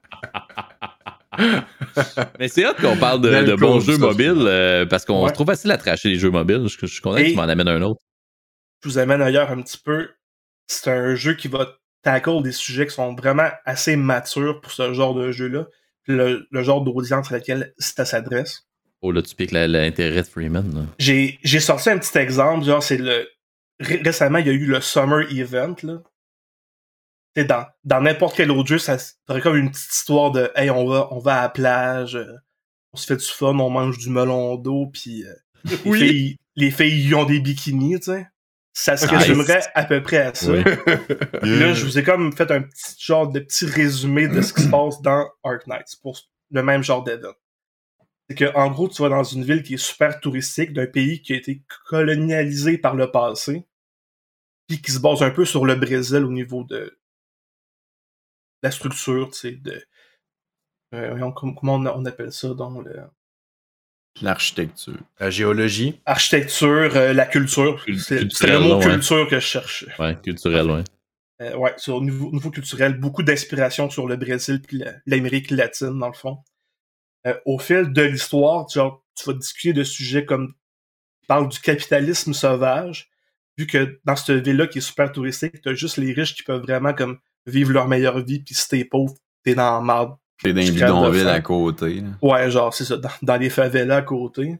Mais c'est hâte qu'on parle de Belle bons cause, jeux ça. mobiles parce qu'on Ouais. se trouve facile à tracher les jeux mobiles. Je suis content que tu m'en amènes un autre. Je vous amène ailleurs un petit peu. C'est un jeu qui va tackle des sujets qui sont vraiment assez matures pour ce genre de jeu-là. Puis le genre d'audience à laquelle ça s'adresse. Oh là, tu piques l'intérêt de Freeman. Là. J'ai sorti un petit exemple. Genre, c'est récemment, il y a eu le Summer Event, là. T'sais, dans n'importe quel autre jeu, ça serait comme une petite histoire de « Hey, on va à la plage, on se fait du fun, on mange du melon d'eau, puis les filles y ont des bikinis, tu sais. » Ça se résumerait à peu près à ça. Oui. Là, je vous ai comme fait un petit genre de petit résumé de ce qui se passe dans Ark Knights pour le même genre d'événement. C'est que, en gros, tu vas dans une ville qui est super touristique, d'un pays qui a été colonialisé par le passé, puis qui se base un peu sur le Brésil au niveau de la structure, tu sais, de... comment on appelle ça dans le... L'architecture. La géologie. Architecture, la culture. C'est le mot culture que je cherchais. Ouais, culturel, ouais. Ouais, sur au niveau culturel, beaucoup d'inspiration sur le Brésil puis l'Amérique latine, dans le fond. Au fil de l'histoire, genre, tu vas discuter de sujets comme... Tu parles du capitalisme sauvage, vu que dans cette ville-là qui est super touristique, t'as juste les riches qui peuvent vraiment comme vivre leur meilleure vie, puis si t'es pauvre, t'es dans la marde. T'es dans les bidonvilles à côté. Là. Ouais, genre, c'est ça, dans les favelas à côté.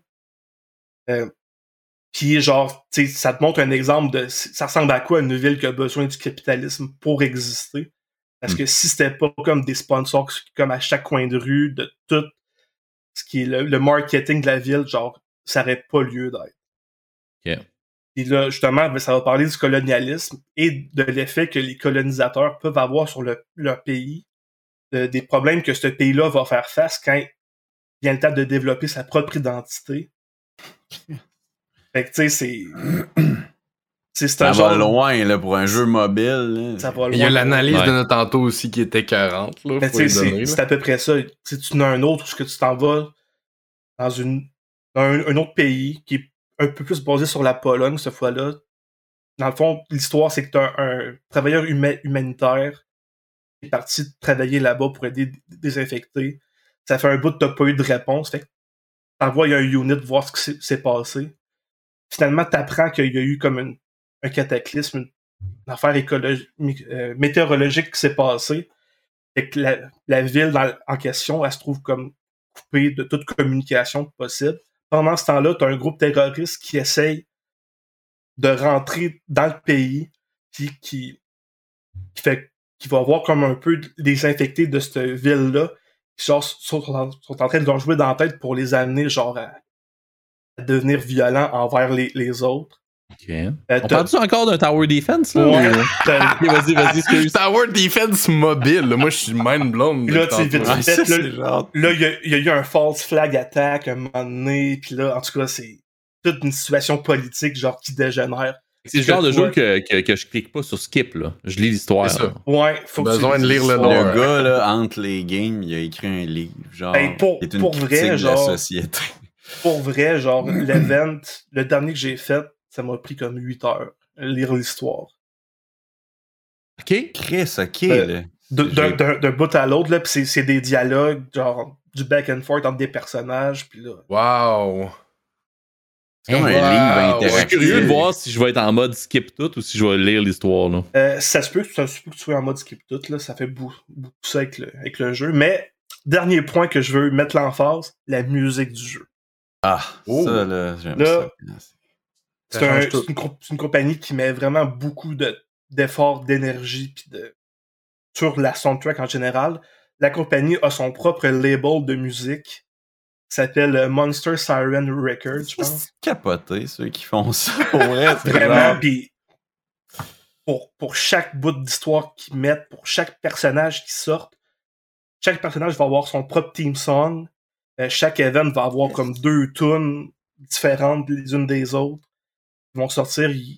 Puis genre, tu sais, ça te montre un exemple de... Ça ressemble à quoi une ville qui a besoin du capitalisme pour exister? Parce que si c'était pas comme des sponsors comme à chaque coin de rue, de tout ce qui est le marketing de la ville, genre, ça aurait pas lieu d'être. OK. Et là, justement, ça va parler du colonialisme et de l'effet que les colonisateurs peuvent avoir sur leur pays, des problèmes que ce pays-là va faire face quand vient le temps de développer sa propre identité. Fait que, tu sais, c'est ça un genre... va loin, là, pour un jeu mobile. Là. Ça va loin. Il y a l'analyse de notre tantôt aussi qui était 40, là. Mais tu sais, c'est à peu près ça. T'sais, tu n'as un autre où tu t'en vas dans un autre pays qui est un peu plus basé sur la Pologne, cette fois-là. Dans le fond, l'histoire, c'est que tu as un travailleur humanitaire qui est parti travailler là-bas pour aider désinfecter. Ça fait un bout que tu n'as pas eu de réponse. Fait que t'envoies un unit voir ce qui s'est passé. Finalement, tu apprends qu'il y a eu comme un cataclysme, une affaire météorologique qui s'est passée. Fait que la ville en question, elle se trouve comme coupée de toute communication possible. Pendant ce temps-là, tu as un groupe terroriste qui essaye de rentrer dans le pays, puis qui va avoir comme un peu des infectés de cette ville-là, qui genre, sont en train de leur jouer dans la tête pour les amener genre à devenir violents envers les autres. OK. On parle-tu encore d'un Tower Defense, là? Ouais. Okay, vas-y, excuse. Tower Defense mobile, là. Moi, je suis mind blown. Puis là, tu sais, vite fait, genre... là, il y a eu un false flag attack un moment donné, puis là, en tout cas, c'est toute une situation politique, genre, qui dégénère. C'est le genre de jeu que je clique pas sur skip, là. Je lis l'histoire. C'est ça. Ouais, faut besoin de lire le nom. lore. Le gars, là, entre les games, il a écrit un livre, genre, Ben, qui est une pour critique vrai, de genre, la société. Pour vrai, genre, l'event, le dernier que j'ai fait, ça m'a pris comme 8 heures, lire l'histoire. OK? Chris, OK, là. D'un bout à l'autre, là, pis c'est des dialogues, genre, du back and forth entre des personnages, pis là... Wow! C'est comme un Wow. livre Je suis interactif. curieux de voir si je vais être en mode skip tout ou si je vais lire l'histoire, là. Ça se peut que tu sois en mode skip tout, là, ça fait beaucoup ça avec le jeu, mais, dernier point que je veux mettre l'emphase, la musique du jeu. Ah, Oh. ça, là, j'aime Là, ça. C'est une compagnie qui met vraiment beaucoup d'efforts, d'énergie, puis sur la soundtrack en général. La compagnie a son propre label de musique qui s'appelle Monster Siren Records, je pense. C'est capoté, ceux qui font ça, pour vrai. c'est Vraiment, genre- puis pour chaque bout d'histoire qu'ils mettent, pour chaque personnage qui sort, chaque personnage va avoir son propre theme song. Chaque event va avoir comme 2 tunes différentes les unes des autres. Ils vont sortir,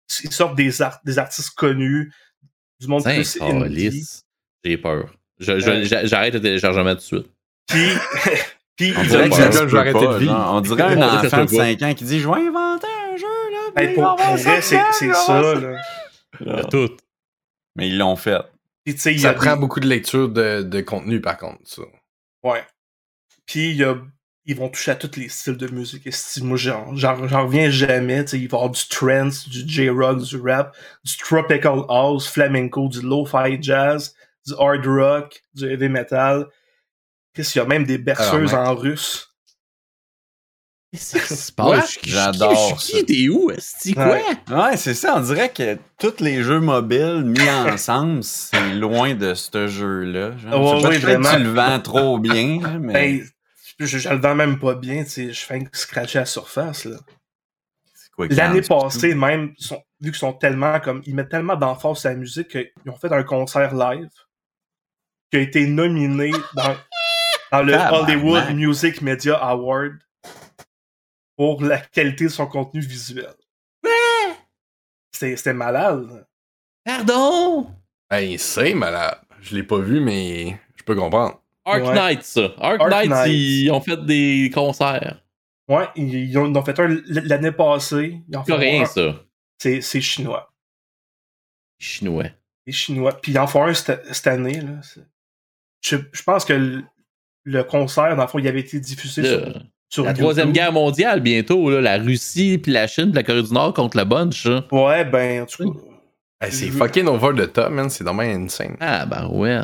ils sortent des artistes connus, du monde plus indie. Lisse. J'ai peur. J'arrête le téléchargement tout de suite. Puis On dirait que je vais arrêter de vivre. On dirait un enfant de 5 ans qui dit « Je vais inventer un jeu, là. Hey, pour vrai, c'est ça, là. Tout. » Mais ils l'ont fait. Puis, tu sais, Ça prend beaucoup de lecture de contenu, par contre, ça. Ouais. Puis, ils vont toucher à tous les styles de musique. Et moi, j'en reviens jamais. Il va y avoir du trance, du J-rock, du rap, du tropical house, flamenco, du lo-fi jazz, du hard rock, du heavy metal. Puis, il y a même des berceuses en russe. Qu'est-ce qui se passe? J'adore ça. T'es où? C'est quoi? Ouais, c'est ça. On dirait que tous les jeux mobiles mis ensemble, c'est loin de ce jeu-là. Oui, vraiment. Tu le vends trop bien, là, mais... Ben, je le vends même pas bien, tu sais, je fais que scratcher la surface, là. Quoi, l'année passée, même, vu qu'ils sont tellement comme, ils mettent tellement d'emphase sur la musique qu'ils ont fait un concert live qui a été nominé dans le Hollywood Music Media Award pour la qualité de son contenu visuel. C'était malade. Pardon? Hey, c'est malade. Je l'ai pas vu, mais je peux comprendre. Arc Knight, ça. Arc Knight, ils ont fait des concerts. Ouais, ils ont fait un l'année passée. C'est coréen, ça. C'est chinois. Chinois. C'est chinois. Puis ils en font un cette année. Là. Je pense que le concert, dans le fond, il avait été diffusé sur la YouTube. Troisième Guerre mondiale, bientôt. Là, la Russie, puis la Chine, puis la Corée du Nord contre la bunch. Là. Ouais, ben, en tout cas... Hey, c'est fucking over the top, man. C'est dommage insane. Ah, ben ouais.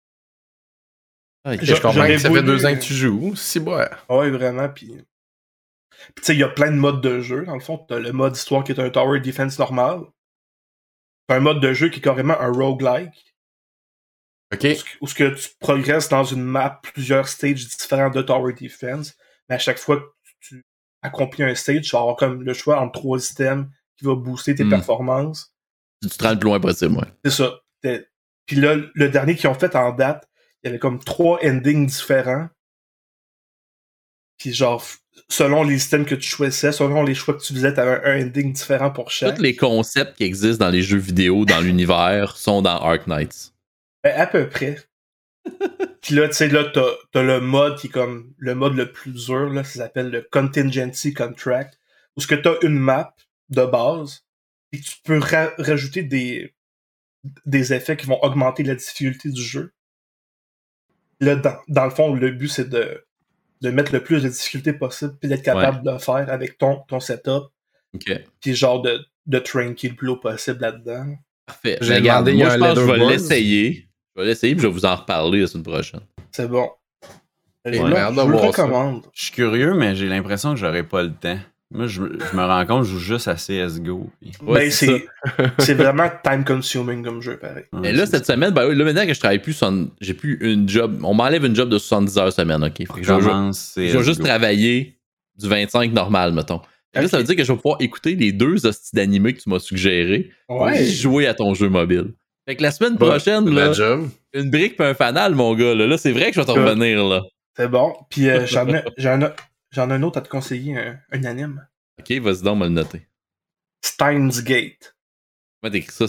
Je comprends que ça fait 2 ans que tu joues. Si, ouais. Ouais, vraiment. Puis tu sais, il y a plein de modes de jeu. Dans le fond, t'as le mode histoire qui est un tower defense normal. T'as un mode de jeu qui est carrément un roguelike. OK. Où ce que tu progresses dans une map, plusieurs stages différents de tower defense. Mais à chaque fois que tu accomplis un stage, tu vas avoir comme le choix entre 3 systèmes qui va booster tes performances. Tu te rends le plus loin possible, ouais. C'est ça. Puis là, le dernier qu'ils ont fait en date, il y avait comme 3 endings différents. Puis genre, selon les systèmes que tu choisissais, selon les choix que tu faisais, t'avais un ending différent pour chaque. Tous les concepts qui existent dans les jeux vidéo, dans l'univers, sont dans Arc Knights. Ben, à peu près. Puis là, tu sais, là, t'as le mode qui est comme le mode le plus dur, là, ça s'appelle le Contingency Contract, où ce que t'as une map de base, et tu peux rajouter des effets qui vont augmenter la difficulté du jeu. Là, dans le fond, le but, c'est de mettre le plus de difficulté possible puis d'être capable de le faire avec ton setup. OK. Puis genre de tranquille le plus haut possible là-dedans. Parfait. J'ai regardé, il y a un je pense que je vais leaderboard. l'essayer. Je vais l'essayer puis je vais vous en reparler la semaine prochaine. C'est bon. Ouais, Là, je vous le recommande. Je suis curieux, mais j'ai l'impression que j'aurais pas le temps. Moi, je me rends compte que je joue juste à CSGO. Puis... Ouais, ben, c'est vraiment time-consuming comme jeu, pareil. Et là, cette semaine, ben, là, maintenant que je travaille plus, j'ai plus une job. On m'enlève une job de 70 heures semaine, OK? Je vais juste travailler du 25 normal, mettons. Et là, ça veut dire que je vais pouvoir écouter les 2 hosties d'animés que tu m'as suggérés pour jouer à ton jeu mobile. Fait que la semaine prochaine, là, une brique pis un fanal, mon gars. Là, c'est vrai que je vais te revenir, là. C'est bon. Puis j'en ai un autre à te conseiller, un anime. OK, vas-y donc, me le noter. Steins Gate. Comment t'écris ça?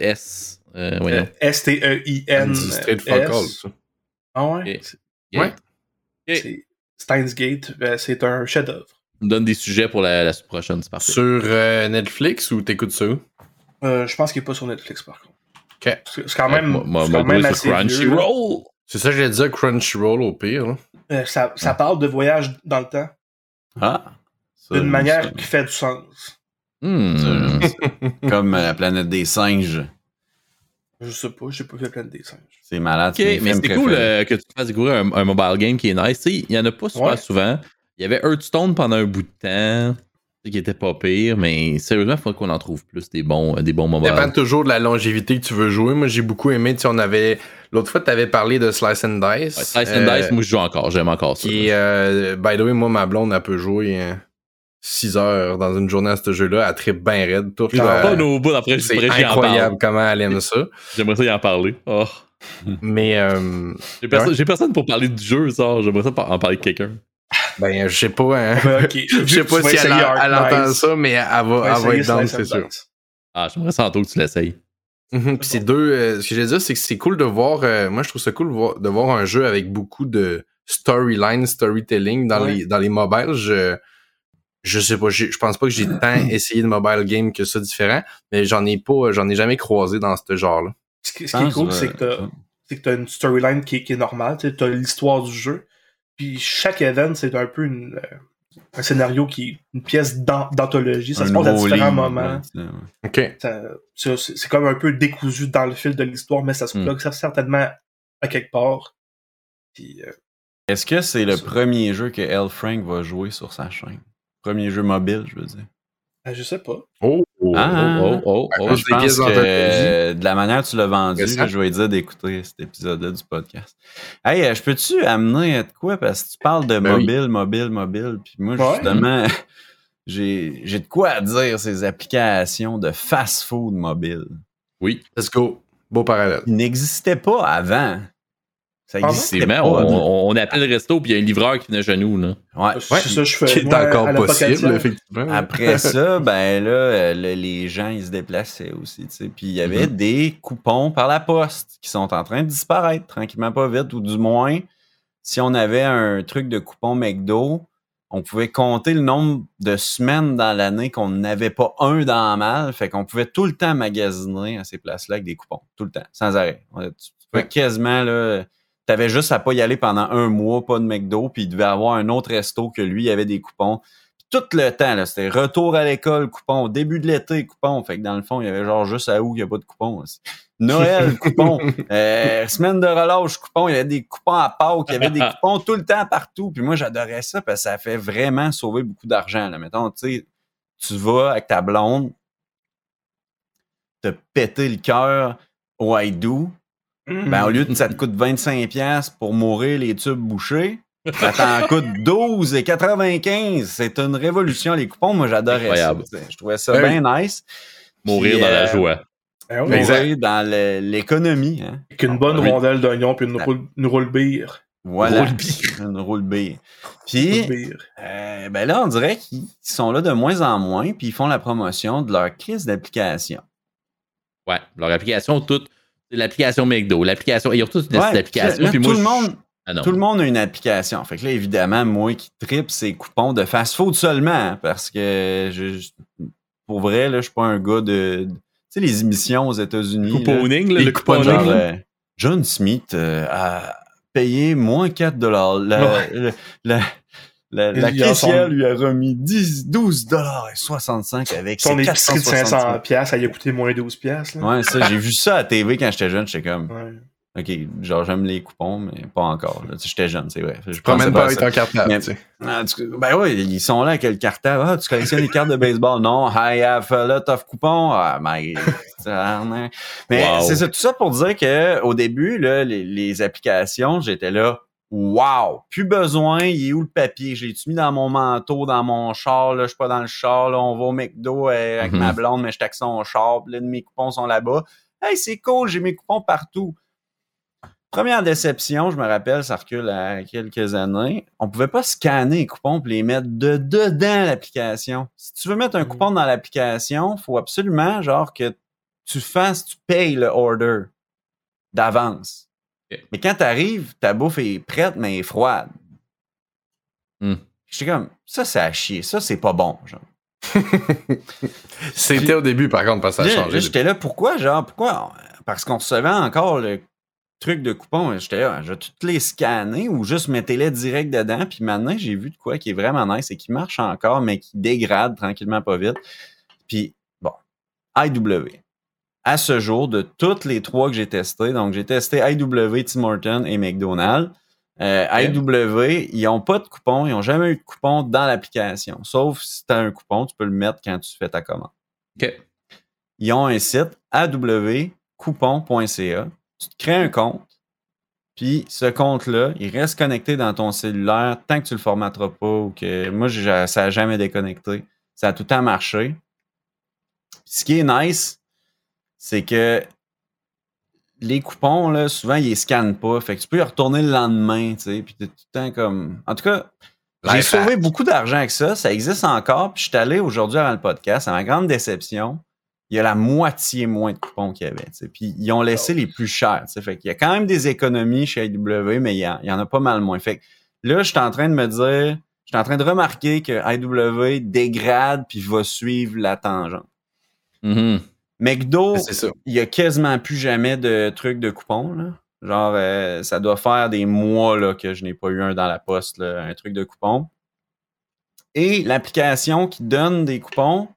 S-T-E-I-N. Du straight fuck all, ça. Ah ouais? Okay. Ouais. C'est Steins Gate, c'est un chef-d'œuvre. Tu me donnes des sujets pour la prochaine, c'est parfait. Sur Netflix ou t'écoutes ça où? Je pense qu'il n'est pas sur Netflix, par contre. OK. C'est quand même, assez Crunchyroll. C'est ça que j'allais dire, Crunchyroll au pire. Là. Ça parle de voyage dans le temps. Ah! D'une manière qui fait du sens. Comme la planète des singes. Je sais pas, j'ai pas vu la planète des singes. C'est malade. Ok, mais c'était cool que tu te fasses découvrir un mobile game qui est nice. T'sais, il y en a pas super souvent. Il y avait Hearthstone pendant un bout de temps qui était pas pire, mais sérieusement, il faudrait qu'on en trouve plus des bons mobiles. Ça dépend toujours de la longévité que tu veux jouer. Moi, j'ai beaucoup aimé. On avait... L'autre fois, tu avais parlé de Slice and Dice. Slice and Dice, moi, je joue encore. J'aime encore ça. Qui by the way, moi, ma blonde, elle peut jouer 6 heures dans une journée à ce jeu-là. Elle trippe bien raide. Pas nos bouts après, c'est incroyable comment elle aime ça. J'aimerais ça y en parler. Oh. Mais... J'ai personne pour parler du jeu, ça. J'aimerais ça en parler avec quelqu'un. Ben, je sais pas, hein. Okay. Je sais pas si elle entend ça, mais elle va être dans, c'est sûr. Ah, j'aimerais ça tantôt que tu l'essayes. Puis c'est deux. Ce que j'ai dit, c'est que c'est cool de voir. Moi, je trouve ça cool de voir un jeu avec beaucoup de storytelling dans les mobiles. Je sais pas, je pense pas que j'ai tant essayé de mobile game que ça différent, mais j'en ai jamais croisé dans ce genre-là. Ce qui est cool, c'est que t'as une storyline qui est normale, tu sais, t'as l'histoire du jeu, puis chaque event, c'est un peu un scénario qui est une pièce d'anthologie, ça se passe à différents moments. OK. C'est comme un peu décousu dans le fil de l'histoire, mais ça se plug certainement à quelque part. Puis, est-ce que c'est le premier jeu que L. Frank va jouer sur sa chaîne? Premier jeu mobile, je veux dire. Je sais pas. Je pense que de la manière que tu l'as vendu, là, je vais dire d'écouter cet épisode-là du podcast. Hey, je peux-tu amener de quoi? Parce que tu parles de mobile, puis moi, justement, j'ai de quoi à dire ces applications de fast-food mobile. Oui. Let's go. Beau parallèle. Ils n'existaient pas avant. Ça existait pas. On appelle le resto, puis il y a un livreur qui venait chez nous, là. Ouais. C'est ça, je fais. Qui est encore possible, effectivement. Après ça, ben là, les gens, ils se déplaçaient aussi, tu sais. Puis il y avait des coupons par la poste qui sont en train de disparaître tranquillement pas vite, ou du moins, si on avait un truc de coupon McDo, on pouvait compter le nombre de semaines dans l'année qu'on n'avait pas un dans la malle, fait qu'on pouvait tout le temps magasiner à ces places-là avec des coupons, tout le temps, sans arrêt. Tu pouvais quasiment, là... T'avais juste à pas y aller pendant un mois, pas de McDo, puis il devait avoir un autre resto que lui, il avait des coupons. Puis tout le temps, là, c'était retour à l'école, coupon, début de l'été, coupon. Fait que dans le fond, il y avait genre juste à où il n'y a pas de coupon. Noël, coupon. Semaine de relâche, coupon. Il y avait des coupons à Pâques, il y avait des coupons tout le temps partout. Puis moi, j'adorais ça parce que ça fait vraiment sauver beaucoup d'argent. Là. Mettons, tu sais, tu vas avec ta blonde, te péter le cœur au haïdou. Ben, au lieu de ça te coûte 25$ pour mourir les tubes bouchés, ça t'en coûte 12,95$. C'est une révolution, les coupons. Moi, j'adorais ça. Je trouvais ça bien nice. Mourir dans la joie. Mourir dans l'économie. Hein. Avec une bonne rondelle d'oignon puis une roule bière. Voilà, une roule bière. Puis, ben là, on dirait qu'ils sont là de moins en moins puis ils font la promotion de leur crise d'application. Ouais, leur application toute. L'application McDo, l'application. Ils ont tous des applications. Puis tout le monde a une application. Fait que là, évidemment, moi qui tripe ces coupons de fast-food seulement, hein, parce que pour vrai, là, je suis pas un gars de. Tu sais, les émissions aux États-Unis. Couponing, le couponing. Genre, John Smith a payé moins 4$. La caissière lui a remis 12,65$ avec son épicerie de 500$, ça lui a coûté moins 12$. Là. Ouais, ça, j'ai vu ça à la TV quand j'étais jeune, j'étais comme... Ouais. OK, genre, j'aime les coupons, mais pas encore. Là. J'étais jeune, c'est vrai. Je promène pas avec ton cartable, tu sais. Ben oui, ils sont là avec le cartable. Ah, tu collectionnes les cartes de baseball? Non, I have a lot of coupons. Ah, mais c'est ça, tout ça pour dire que au début, là, les applications, j'étais là, wow! Plus besoin, il est où le papier? J'ai tout mis dans mon manteau, dans mon char, là, je suis pas dans le char, là, on va au McDo avec ma blonde, mais je taxe son char, puis là, mes coupons sont là-bas. Hey, c'est cool, j'ai mes coupons partout. Première déception, je me rappelle, ça recule à quelques années, on pouvait pas scanner les coupons et les mettre dedans l'application. Si tu veux mettre un coupon dans l'application, faut absolument, genre, que tu payes le order d'avance. Mais quand t'arrives, ta bouffe est prête, mais elle est froide. J'étais comme, ça, c'est à chier. Ça, c'est pas bon, genre. C'était au début, par contre, parce que ça a changé. J'étais là, pourquoi? Parce qu'on recevait encore le truc de coupon. J'étais là, je vais toutes les scanner ou juste mettez-les direct dedans. Puis maintenant, j'ai vu de quoi qui est vraiment nice et qui marche encore, mais qui dégrade tranquillement pas vite. Puis, bon, IW. À ce jour, de toutes les 3 que j'ai testés, donc j'ai testé IW, Tim Hortons et McDonald's. IW, ils n'ont pas de coupon, ils n'ont jamais eu de coupon dans l'application. Sauf si tu as un coupon, tu peux le mettre quand tu fais ta commande. Okay. Ils ont un site awcoupon.ca. Tu te crées un compte, puis ce compte-là, il reste connecté dans ton cellulaire tant que tu le formateras pas ou que moi, ça n'a jamais déconnecté. Ça a tout le temps marché. Puis ce qui est nice, c'est que les coupons, là, souvent, ils les scannent pas. Fait que tu peux y retourner le lendemain, tu sais, puis t'es tout le temps comme... En tout cas, j'ai sauvé beaucoup d'argent avec ça. Ça existe encore. Puis je suis allé aujourd'hui avant le podcast, à ma grande déception, il y a la moitié moins de coupons qu'il y avait. T'sais. Puis ils ont laissé les plus chers. T'sais. Fait qu'il y a quand même des économies chez AEW, mais il y en a pas mal moins. Fait que là, je suis en train de remarquer que AEW dégrade puis va suivre la tangente. Mhm. McDo, C'est ça. il y a quasiment plus jamais de trucs de coupons. Là. Genre, ça doit faire des mois là, que je n'ai pas eu un dans la poste, là, un truc de coupons. Et l'application qui donne des coupons,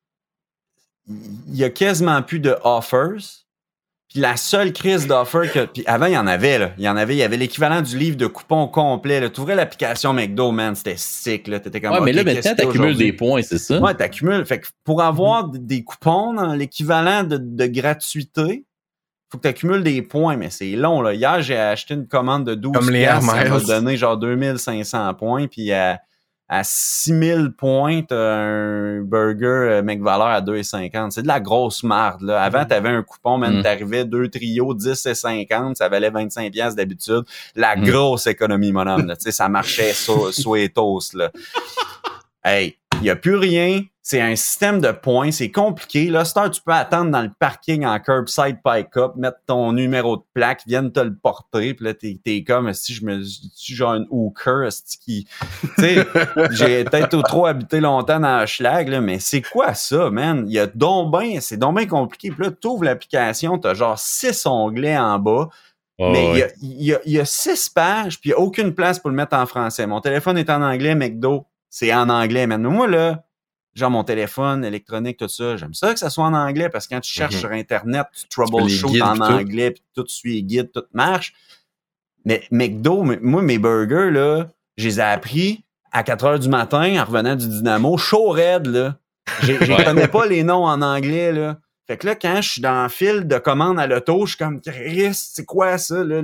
il y a quasiment plus de offers. Puis la seule crise d'offers que... Puis avant, il y en avait, là. Il y avait l'équivalent du livre de coupons complet, là. Tu ouvrais l'application McDo, man, c'était sick, là. T'étais comme... Ouais, mais OK, là, qu'est-ce maintenant, qu'il y a t'accumules aujourd'hui? des points, c'est ça? Ouais, t'accumules. Fait que pour avoir des coupons dans l'équivalent de gratuité, faut que t'accumules des points, mais c'est long, là. Hier, j'ai acheté une commande de 12 Comme les piastres, ça m'a Hermès. donné genre 2500 points, puis à 6000 points, t'as un burger McValeur à 2,50. C'est de la grosse marde, là. Avant, t'avais un coupon, man, t'arrivais 2 trios, 10,50, ça valait 25 piastres d'habitude. La grosse économie, mon homme, là. Tu sais, ça marchait sweetos, là. Hey, il n'y a plus rien. C'est un système de points. C'est compliqué. Là, Star, tu peux attendre dans le parking en curbside pick-up, mettre ton numéro de plaque, viennent te le porter. Puis là, t'es comme si je suis genre une hooker, qui... Tu sais, j'ai peut-être trop habité longtemps dans Hochelag, là, mais c'est quoi ça, man? Il y a c'est donc bien compliqué. Puis là, tu ouvres l'application, t'as genre 6 onglets en bas. Oh, mais ouais. il y a 6 pages, puis il n'y a aucune place pour le mettre en français. Mon téléphone est en anglais, McDo, c'est en anglais. Mais moi, là, genre mon téléphone électronique, tout ça, j'aime ça que ça soit en anglais parce que quand tu cherches sur Internet, tu troubleshoot guides en pis tout. anglais, puis tout suit les guides, tout marche. Mais McDo, moi, mes burgers, là, je les ai appris à 4 heures du matin en revenant du Dynamo, chaud raide, là. Je connais pas les noms en anglais, là. Fait que là, quand je suis dans le fil de commande à l'auto, je suis comme, Chris, c'est quoi ça, là,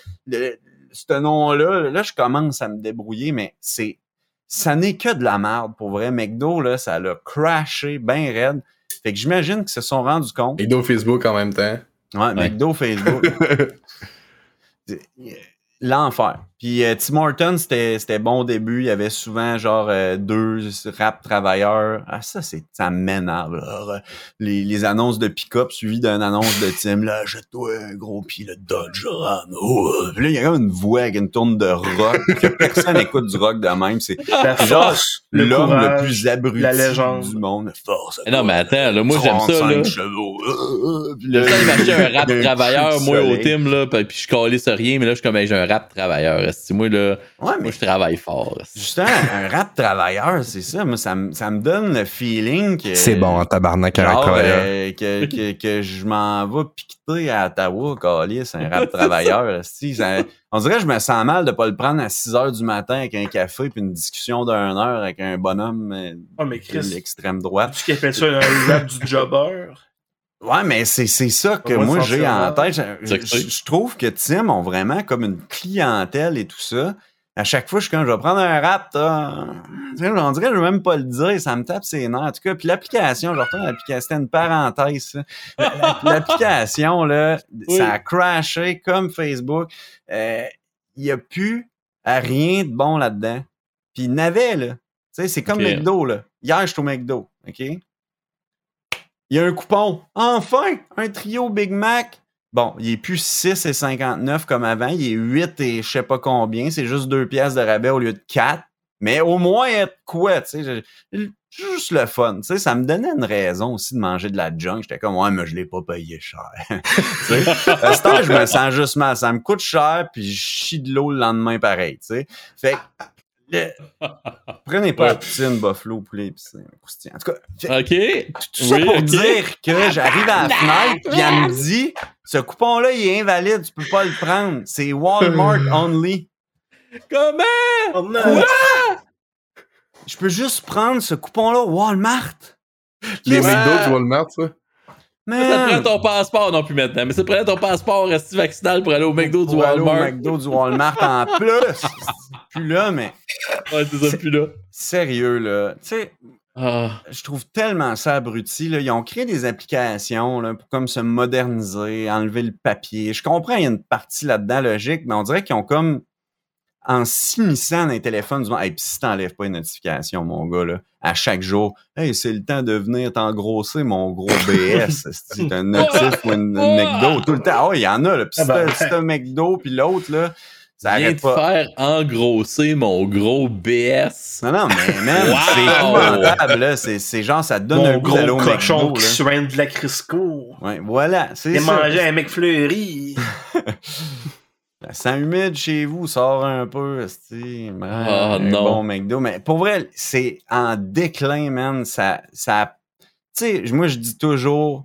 ce nom-là? Là, je commence à me débrouiller, mais ça n'est que de la merde, pour vrai. McDo, là, ça l'a crashé bien raide. Fait que j'imagine qu'ils se sont rendus compte. Et do Facebook en même temps. Ouais, McDo, Facebook. L'enfer. Puis Tim Hortons, c'était bon au début. Il y avait souvent genre 2 rap travailleurs. Ah, ça m'énerve. Là. Les annonces de pick-up suivies d'une annonce de Tim. Là, achète-toi un gros pilote Dodge Ram. Oh. Puis là, il y a comme une voix avec une tourne de rock. Que personne n'écoute du rock de même. C'est La genre force, l'homme le courage, plus abruti la légende. du monde. Force. Non, mais attends, là, moi, j'aime ça, 35 là. chevaux. Puis Là, il m'achetait un rap il y a un travailleur, coup de moi, au soleil. team, là, puis je calisse rien, mais là, je suis comme, hey, j'ai un rap travailleur. esti. Moi, là, Ouais, mais moi, je travaille fort. esti. justement, un rap travailleur, c'est ça. Moi, ça me donne le feeling que... C'est bon en tabarnak à genre, travailleur. que je m'en vais piqueter à Ottawa, câlisse, un rap travailleur. esti. On dirait que je me sens mal de pas le prendre à 6 heures du matin avec un café puis une discussion d'1 heure avec un bonhomme Oh, mais de Chris, l'extrême droite. tu qui appelles ça un rap du jobber? Ouais, mais c'est ça que On va moi le j'ai sentir en mal. tête. Exactement. Je trouve que Tim ont vraiment comme une clientèle et tout ça. À chaque fois, je suis comme, je vais prendre un rap, tu sais, on dirait que je veux même pas le dire, ça me tape ses nerfs. En tout cas, puis l'application, je retourne à l'application, c'était une parenthèse, ça. L'application, là, Oui. ça a crashé comme Facebook. Il y a plus à rien de bon là-dedans. Puis il n'avait, là. Tu sais, c'est comme Ok. McDo, là. Hier, je suis au McDo, OK? Il y a un coupon. Enfin! Un trio Big Mac. Bon, il est plus 6,59 comme avant. Il est 8 et je sais pas combien. C'est juste 2 piastres de rabais au lieu de 4. Mais au moins, il y a de quoi, tu sais. Juste le fun. Tu sais, ça me donnait une raison aussi de manger de la junk. J'étais comme, ouais, mais je l'ai pas payé cher. Tu sais, à ce temps, je me sens juste mal. Ça me coûte cher, puis je chie de l'eau le lendemain pareil, tu sais. Fait que, prenez pas la poutine, buffalo, poulet, pis c'est croustillant. En tout cas, OK. tout ça Oui, pour ok. dire que j'arrive à la fenêtre, puis elle me dit, ce coupon-là, il est invalide, tu peux pas le prendre. C'est Walmart only. Comment? Oh non! Je peux juste prendre ce coupon-là Walmart. Les Yes. McDo, tu vas le mettre, ça? Ça te Man. prend ton passeport, non plus maintenant, mais ça te prend ton passeport resti vaccinal pour aller au McDo du Pour aller Walmart. au McDo du Walmart en plus. Plus là, mais Ouais, c'est ça, plus là. sérieux, là. Tu sais, Ah. je trouve tellement ça abruti. Là. Ils ont créé des applications là, pour comme se moderniser, enlever le papier. Je comprends, il y a une partie là-dedans logique, mais on dirait qu'ils ont comme en s'immisçant dans les téléphones du monde. Hey, pis si t'enlèves pas les notifications, mon gars, là, à chaque jour, hey, c'est le temps de venir t'engrosser, mon gros BS. C'est un notif ou une McDo tout le temps. Oh, il y en a, là. Pis si t'as un McDo, pis l'autre, là, ça Viens arrête de pas. faire engrosser mon gros BS. Non, mais man, Wow! c'est épouvantable, là. C'est genre, ça te donne un Mon goût d'aller au gros cochon McDo, qui là. soigne de la Crisco. Ouais, voilà, c'est Et ça. manger un McFlurry. Ça sent humide chez vous, sort un peu, un non. bon McDo. Mais pour vrai, c'est en déclin, man. Tu sais, moi, je dis toujours,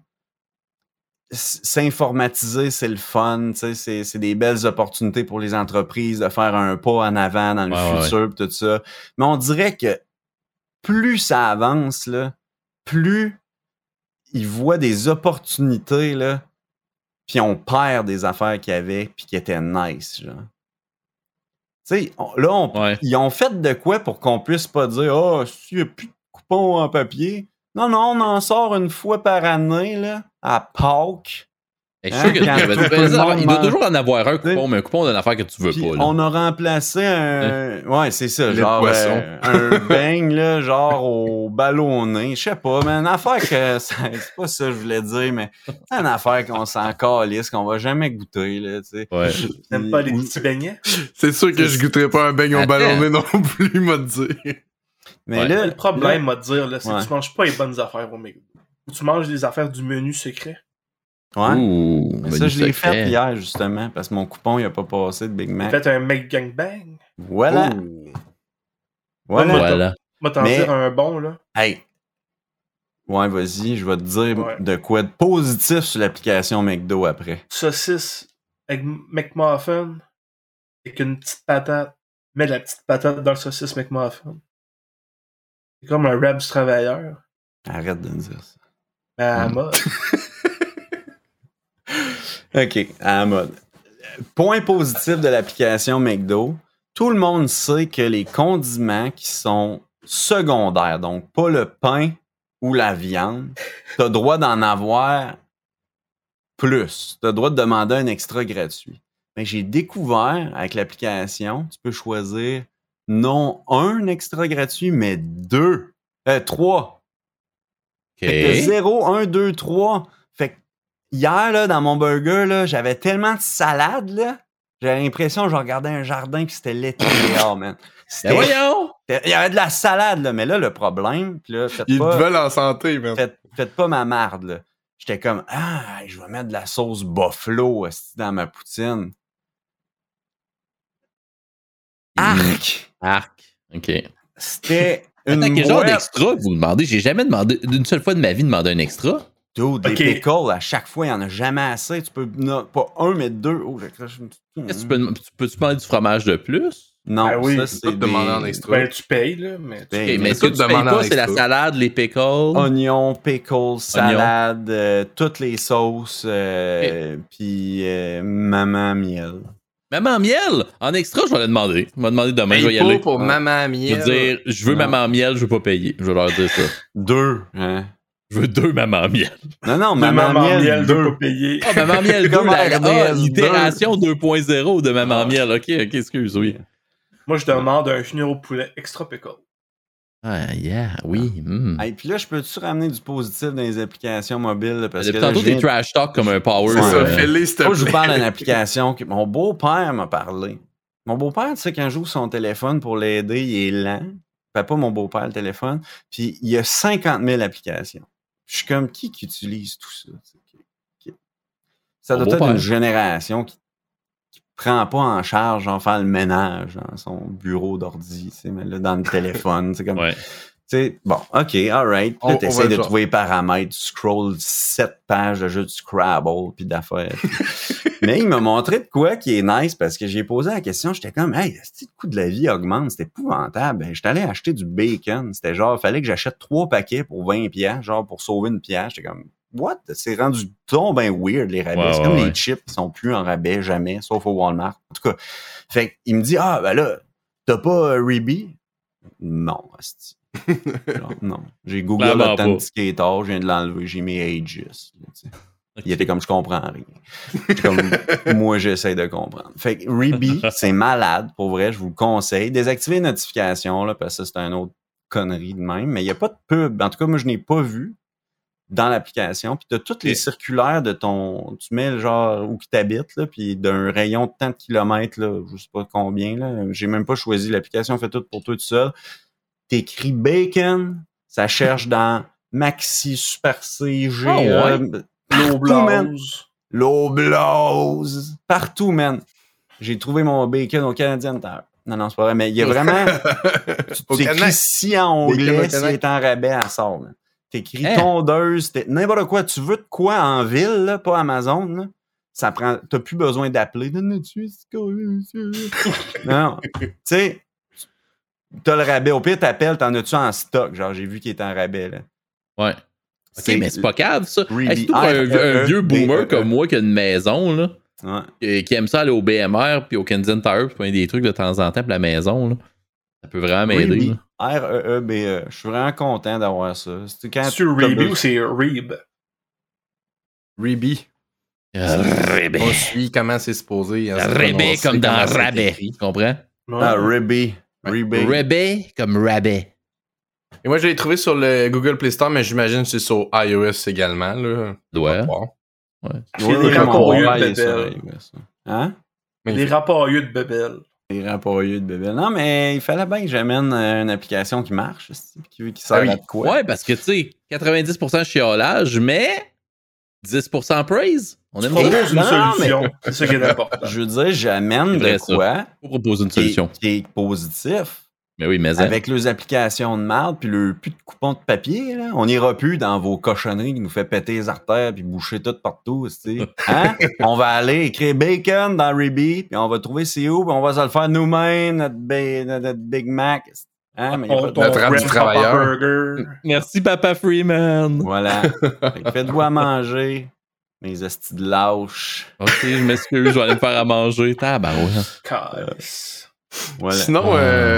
s'informatiser, c'est le fun. Tu sais, c'est des belles opportunités pour les entreprises de faire un pas en avant dans le futur, pis tout ça. Mais on dirait que plus ça avance, là, plus ils voient des opportunités, là, puis on perd des affaires qu'il y avait puis qui étaient nice, genre. Tu sais, ils ont fait de quoi pour qu'on puisse pas dire « Ah, s'il n'y a plus de coupons en papier. » Non, on en sort une fois par année, là, à Pâques. Je suis sûr que il doit toujours en avoir un coupon, mais un coupon d'une affaire que tu veux puis pas. Là. On a remplacé un... Ouais, c'est ça, Les genre poissons. un beigne, là, genre au ballonné. Je sais pas, mais une affaire que... C'est pas ça que je voulais dire, mais c'est une affaire qu'on s'en calisse, qu'on va jamais goûter, là, tu sais. Ouais. T'aimes pas les petits beignets? C'est sûr que je goûterais pas un beigne au ballonné non plus, m'a dit. Mais Ouais. là, Le problème, m'a dire, là, c'est que Ouais. tu manges pas les bonnes affaires au McDo. Ou tu manges des affaires du menu secret. ouais. Ouh, Mais menu ça, je l'ai secret. fait hier, justement, parce que mon coupon, il a pas passé de Big Mac. Faites un McGangbang. Voilà. Oh. Voilà. Voilà. Moi, t'en Mais- dire un bon, là. Hey. Ouais, vas-y, je vais te dire Ouais. de quoi de positif sur l'application McDo après. Saucisse avec McMuffin avec une petite patate. Mets de la petite patate dans le saucisse McMuffin. C'est comme un rap du travailleur. Arrête de me dire ça. Mais à la mode. OK, à la mode. Point positif de l'application McDo, tout le monde sait que les condiments qui sont secondaires, donc pas le pain ou la viande, t'as droit d'en avoir plus. T'as droit de demander un extra gratuit. Mais j'ai découvert avec l'application, tu peux choisir non un extra gratuit, mais trois. Fait que 0, 1, 2, 3. Fait que hier, là, dans mon burger, là, j'avais tellement de salade, là. J'avais l'impression que je regardais un jardin puis c'était l'été dehors, man. Ben voyons! Il y avait de la salade, là. Mais là, le problème, puis là, Ils te veulent en santé, man. faites pas ma marde, là. J'étais comme, je vais mettre de la sauce buffalo esti, dans ma poutine. Arc! Arc. OK. C'était une Attends, quel genre boîte. d'extra que vous demandez? J'ai jamais demandé, d'une seule fois de ma vie, demander un extra. Dude, des Ok. pickles, à chaque fois, il n'y en a jamais assez. Tu peux, pas un, mais deux. Oh, j'accroche une petite- Est-ce que tu peux-tu demander du fromage de plus? Non, Ben oui, ça, tu c'est peux te demander en des extra. Ben, tu payes, là. Mais tu... Ben, OK, mais ce que écoute, tu payes demande en pas, c'est la extra. salade, les pickles. oignons, pickles, salade, toutes les sauces, puis maman miel. Maman miel! En extra, je vais le demander. Je vais demander demain, je vais y Paye aller. pas pour maman Je miel. vais dire, je veux Non. maman miel, je veux pas payer. Je vais leur dire ça. 2. Hein? Je veux 2 maman miel. Non, De maman miel, de 2. pas payer. Ah, maman miel 2, Comme RDS l'itération 2.0 de maman miel. OK, excuse, oui. Moi, je demande un junior au poulet extra pickle. Ah, yeah, oui. Et puis là, je peux-tu ramener du positif dans les applications mobiles? Là, parce que là, Tantôt, je des viens- trash talk comme un power. C'est ça, Ouais. fais-les, s'il te Moi, je vous plaît. parle d'une application que mon beau-père m'a parlé. Mon beau-père, tu sais, quand j'ouvre son téléphone pour l'aider, il est lent. Fait pas mon beau-père le téléphone. Puis il y a 50 000 applications. Je suis comme, qui utilise tout ça? Ça Mon doit être beau-père. une génération qui prend pas en charge, genre, faire le ménage dans son bureau d'ordi, tu sais, mais là, dans le téléphone, c'est comme... Ouais. Tu sais, bon, OK, alright. Puis là, On va t'essaies le de genre. trouver les paramètres, tu scrolls 7 pages de jeu de Scrabble, puis d'affaires. Mais il m'a montré de quoi qui est nice, parce que j'ai posé la question, j'étais comme, hey, est-ce que le coût de la vie augmente? C'était épouvantable. Ben, j'étais allé acheter du bacon. C'était genre, fallait que j'achète 3 paquets pour 20 piastres, genre pour sauver une pièce. J'étais comme, what? C'est rendu ton ben weird, les rabais. Ouais, C'est comme ouais, les chips qui sont plus en rabais, jamais, sauf au Walmart. En tout cas, fait il me dit, ben là, t'as pas Reebok? Non, asti. Genre, non. J'ai Google Clairement pas. Authenticator, je viens de l'enlever, j'ai mis Aegis. là, tu sais. Il était comme, je comprends rien. J'étais comme, moi, j'essaie de comprendre. Fait que Reebee, c'est malade, pour vrai, je vous le conseille. Désactivez les notifications, là, parce que ça, c'est une autre connerie de même. Mais il n'y a pas de pub. En tout cas, moi, je n'ai pas vu dans l'application. Puis tu as toutes les circulaires de ton... Tu mets le genre où tu habites, là, puis d'un rayon de tant de kilomètres, là, je sais pas combien, là. J'ai même pas choisi. L'application fait tout pour toi tout seul. T'écris bacon, ça cherche dans Maxi, Super C, G, L'eau blase. Partout, man. J'ai trouvé mon bacon au Canadien Tire. Non, c'est pas vrai, mais il y a vraiment... tu écris si en anglais, si il est en rabais, elle sort, là. T'écris tondeuse, n'importe quoi. Tu veux de quoi en ville, là, pas Amazon, là. Ça prend... T'as plus besoin d'appeler. Non. Tu sais, t'as le rabais. Au pire, t'appelles, t'en as-tu en stock? Genre, j'ai vu qu'il était en rabais, là. Ouais. OK, mais c'est pas cave, ça. Really? C'est tout un vieux boomer comme moi qui a une maison, là. Ouais. Qui aime ça aller au BMR puis au Kensington Tire puis prendre des trucs de temps en temps pour la maison, là. Ça peut vraiment m'aider. R-E-E-B-E. Je suis vraiment content d'avoir ça. C'est Reebee ou c'est Reeb? Reebee. Rabais. On suit comment c'est supposé. Rabais comme dans rabais. Tu comprends? Ah, Reebee. Rabais comme rabais. Et moi, je l'ai trouvé sur le Google Play Store, mais j'imagine que c'est sur iOS également. Là. Ouais. Ouais. Les rapailleux de bébelle. Hein? Les rapailleux de bébelle. Les rapailleux de bébelle. Non, mais il fallait bien que j'amène une application qui marche, qui sert à de quoi. Ouais, parce que tu sais, 90% chiolage, mais 10% praise. On aime une Non, solution. C'est ça qui est important. Je veux dire, j'amène de quoi Faut proposer une solution. qui est positif. Mais oui, mais avec leurs applications de merde puis le plus de coupons de papier, là, on n'ira plus dans vos cochonneries qui nous fait péter les artères puis boucher tout partout. Hein? On va aller écrire bacon dans Reebee puis on va trouver c'est où puis on va se le faire nous-mêmes, notre Big Mac. Hein? Mais notre rap du travailleur. Merci, Papa Freeman. Voilà. Faites-vous à manger, mes hosties de lâches. Ok, je m'excuse, je vais aller me faire à manger. Tabarouette. Voilà. Sinon,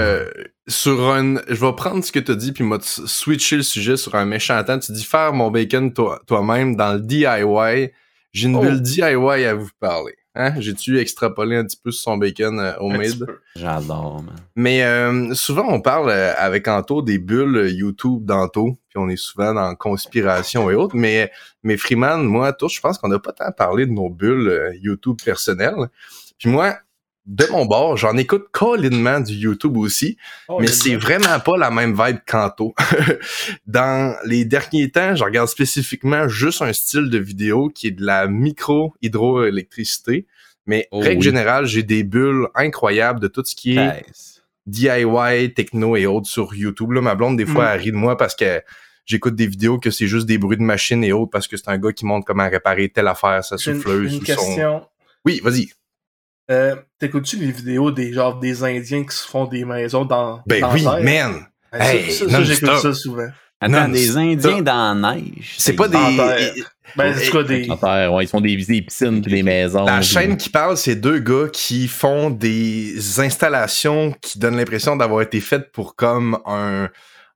je vais prendre ce que tu as dit puis m'a switché le sujet sur un méchant temps. Tu dis faire mon bacon toi-même dans le DIY. J'ai une bulle DIY à vous parler. Hein? J'ai-tu extrapolé un petit peu sur son bacon homemade? J'adore, man. Mais souvent, on parle avec Anto des bulles YouTube d'Anto, puis on est souvent dans conspiration et autres. Mais Freeman, moi, toi, je pense qu'on n'a pas tant parlé de nos bulles YouTube personnelles. Puis moi, de mon bord, j'en écoute collinement du YouTube aussi, mais c'est vraiment pas la même vibe qu'Anto. Dans les derniers temps, je regarde spécifiquement juste un style de vidéo qui est de la micro-hydroélectricité, mais règle générale, j'ai des bulles incroyables de tout ce qui est DIY, techno et autres sur YouTube. Là, ma blonde, des fois, elle rit de moi parce que j'écoute des vidéos que c'est juste des bruits de machine et autres parce que c'est un gars qui montre comment réparer telle affaire, sa souffleuse. Une question. Oui, vas-y. T'écoutes-tu les vidéos des Indiens qui se font des maisons dans oui, la terre? man! Ça, j'écoute ça souvent. Attends, des Indiens dans la neige. C'est pas des... c'est quoi des... ils font des piscines et des maisons. La chaîne qui parle, c'est deux gars qui font des installations qui donnent l'impression d'avoir été faites pour comme un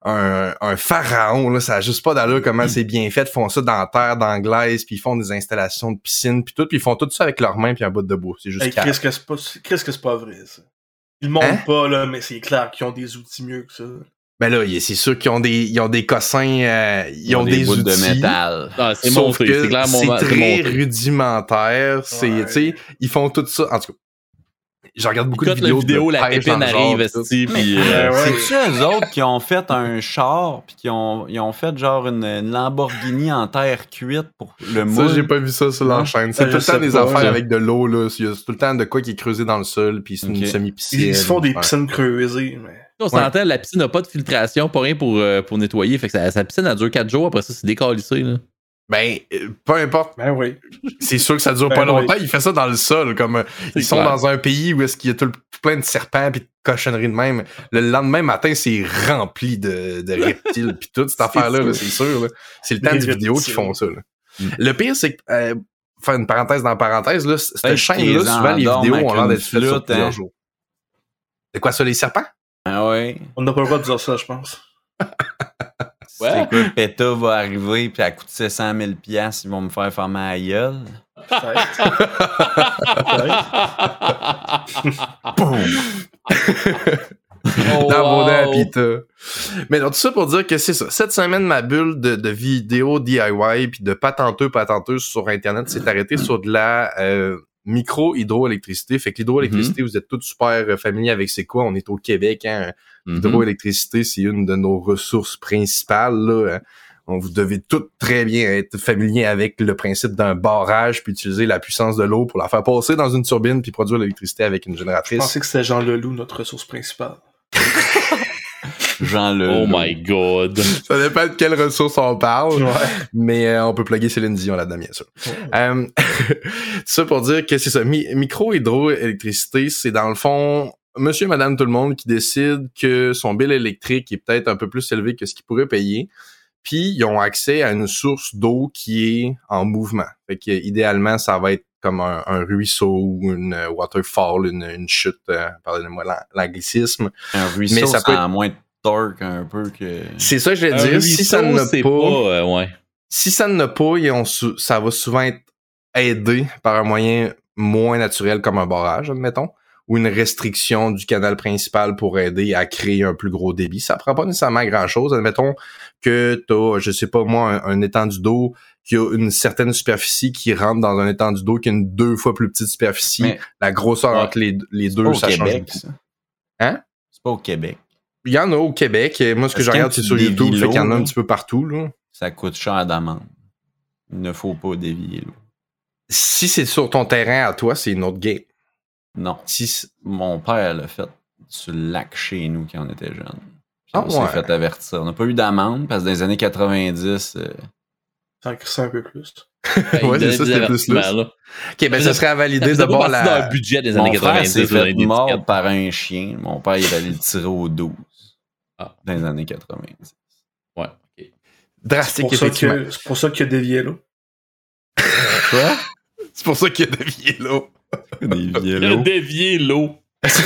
pharaon, là, ça a juste pas d'allure comment c'est bien fait. Ils font ça dans la terre, dans la glace, puis ils font des installations de piscine, puis tout, puis ils font tout ça avec leurs mains puis un bout de bois. C'est juste Chris, que c'est pas vrai, ça. Ils le montrent pas, là, mais c'est clair qu'ils ont des outils mieux que ça. Ben là, c'est sûr qu'ils ont des cossins, ils ont des bouts outils de métal. C'est sauf montré, que c'est clair, c'est très rudimentaire. Tu sais, ils font tout ça. En tout cas, je regarde beaucoup de vidéos. La pépine arrive, esti, puis... C'est-tu eux autres qui ont fait un char puis ils ont fait genre une Lamborghini en terre cuite pour le moule? Ça, j'ai pas vu ça sur leur chaîne. C'est tout le temps des affaires avec de l'eau, là. C'est tout le temps de quoi qui est creusé dans le sol, puis c'est une semi-piscine. Ils se font des piscines creusées, mais... On s'entend, la piscine n'a pas de filtration, pas rien pour nettoyer. Fait que sa piscine, elle dure 4 jours, après ça, c'est décalissé, là. Ben, peu importe. Ben oui. C'est sûr que ça dure pas longtemps. Il fait ça dans le sol. Comme ils sont dans un pays où est-ce qu'il y a tout plein de serpents pis de cochonneries de même. Le lendemain matin, c'est rempli de reptiles pis toute cette affaire-là, là, c'est sûr. Là. C'est le temps des vidéos qui font ça. Là. Le pire, c'est que faire une parenthèse dans la parenthèse, là, cette chaîne-là, souvent les vidéos ont l'air d'être faites sur plusieurs jours. C'est quoi ça, les serpents? Ah ouais. On n'a pas le droit de dire ça, je pense. C'est quoi, PETA va arriver, puis à coût de 700 000 $, ils vont me faire fermer la gueule. D'abonner à PETA. Mais donc, tout ça pour dire que c'est ça. Cette semaine, ma bulle de vidéos DIY puis de patenteuses sur Internet s'est arrêtée sur de la micro-hydroélectricité. Fait que l'hydroélectricité, vous êtes tous super familiers avec c'est quoi. On est au Québec, hein. L'hydroélectricité, c'est une de nos ressources principales, là. Vous devez tous très bien être familiers avec le principe d'un barrage puis utiliser la puissance de l'eau pour la faire passer dans une turbine puis produire l'électricité avec une génératrice. Je pensais que c'était Jean Leloup, notre ressource principale. Jean Leloup. Oh my god. Ça dépend de quelle ressource on parle. Ouais. Mais on peut plugger Céline Dion là-dedans, bien sûr. Ça pour dire que c'est ça. Micro-hydroélectricité, c'est dans le fond monsieur, madame, tout le monde qui décide que son bill électrique est peut-être un peu plus élevé que ce qu'il pourrait payer. Puis, ils ont accès à une source d'eau qui est en mouvement. Fait que, idéalement, ça va être comme un ruisseau ou une waterfall, une chute, pardonnez-moi l'anglicisme. Un ruisseau, mais ça ça peut a moins de torque un peu que... C'est ça que je vais dire. Si ça n'a pas, ouais. si ça n'a pas, ça va souvent être aidé par un moyen moins naturel comme un barrage, admettons, ou une restriction du canal principal pour aider à créer un plus gros débit. Ça prend pas nécessairement grand-chose. Admettons que t'as, je sais pas moi, un étendue d'eau qui a une certaine superficie qui rentre dans un étendue d'eau qui a une 2 fois plus petite superficie. Mais la grosseur entre les deux, ça change Québec, beaucoup. ça. Hein? C'est pas au Québec. Il y en a au Québec. Moi, ce que je regarde, c'est sur YouTube. Fait qu'il y en a un petit peu partout, là. Ça coûte cher d'amende. Il ne faut pas dévier l'eau. Si c'est sur ton terrain à toi, c'est une autre game. Non. Mon père l'a fait sur le lac chez nous quand on était jeunes. On s'est fait avertir. On n'a pas eu d'amende parce que dans les années 90... C'est un peu plus. Ouais, c'est ça, c'était plus là. Ok, ben ça serait à valider d'abord dans le budget des années 90. Mon frère s'est fait mordre par un chien. Mon père, il est allé le tirer au 12 dans les années 90. Ouais, ok. Drastique, effectivement. C'est pour ça qu'il a dévié l'eau. Quoi? C'est pour ça qu'il a dévié l'eau. Il a dévié l'eau.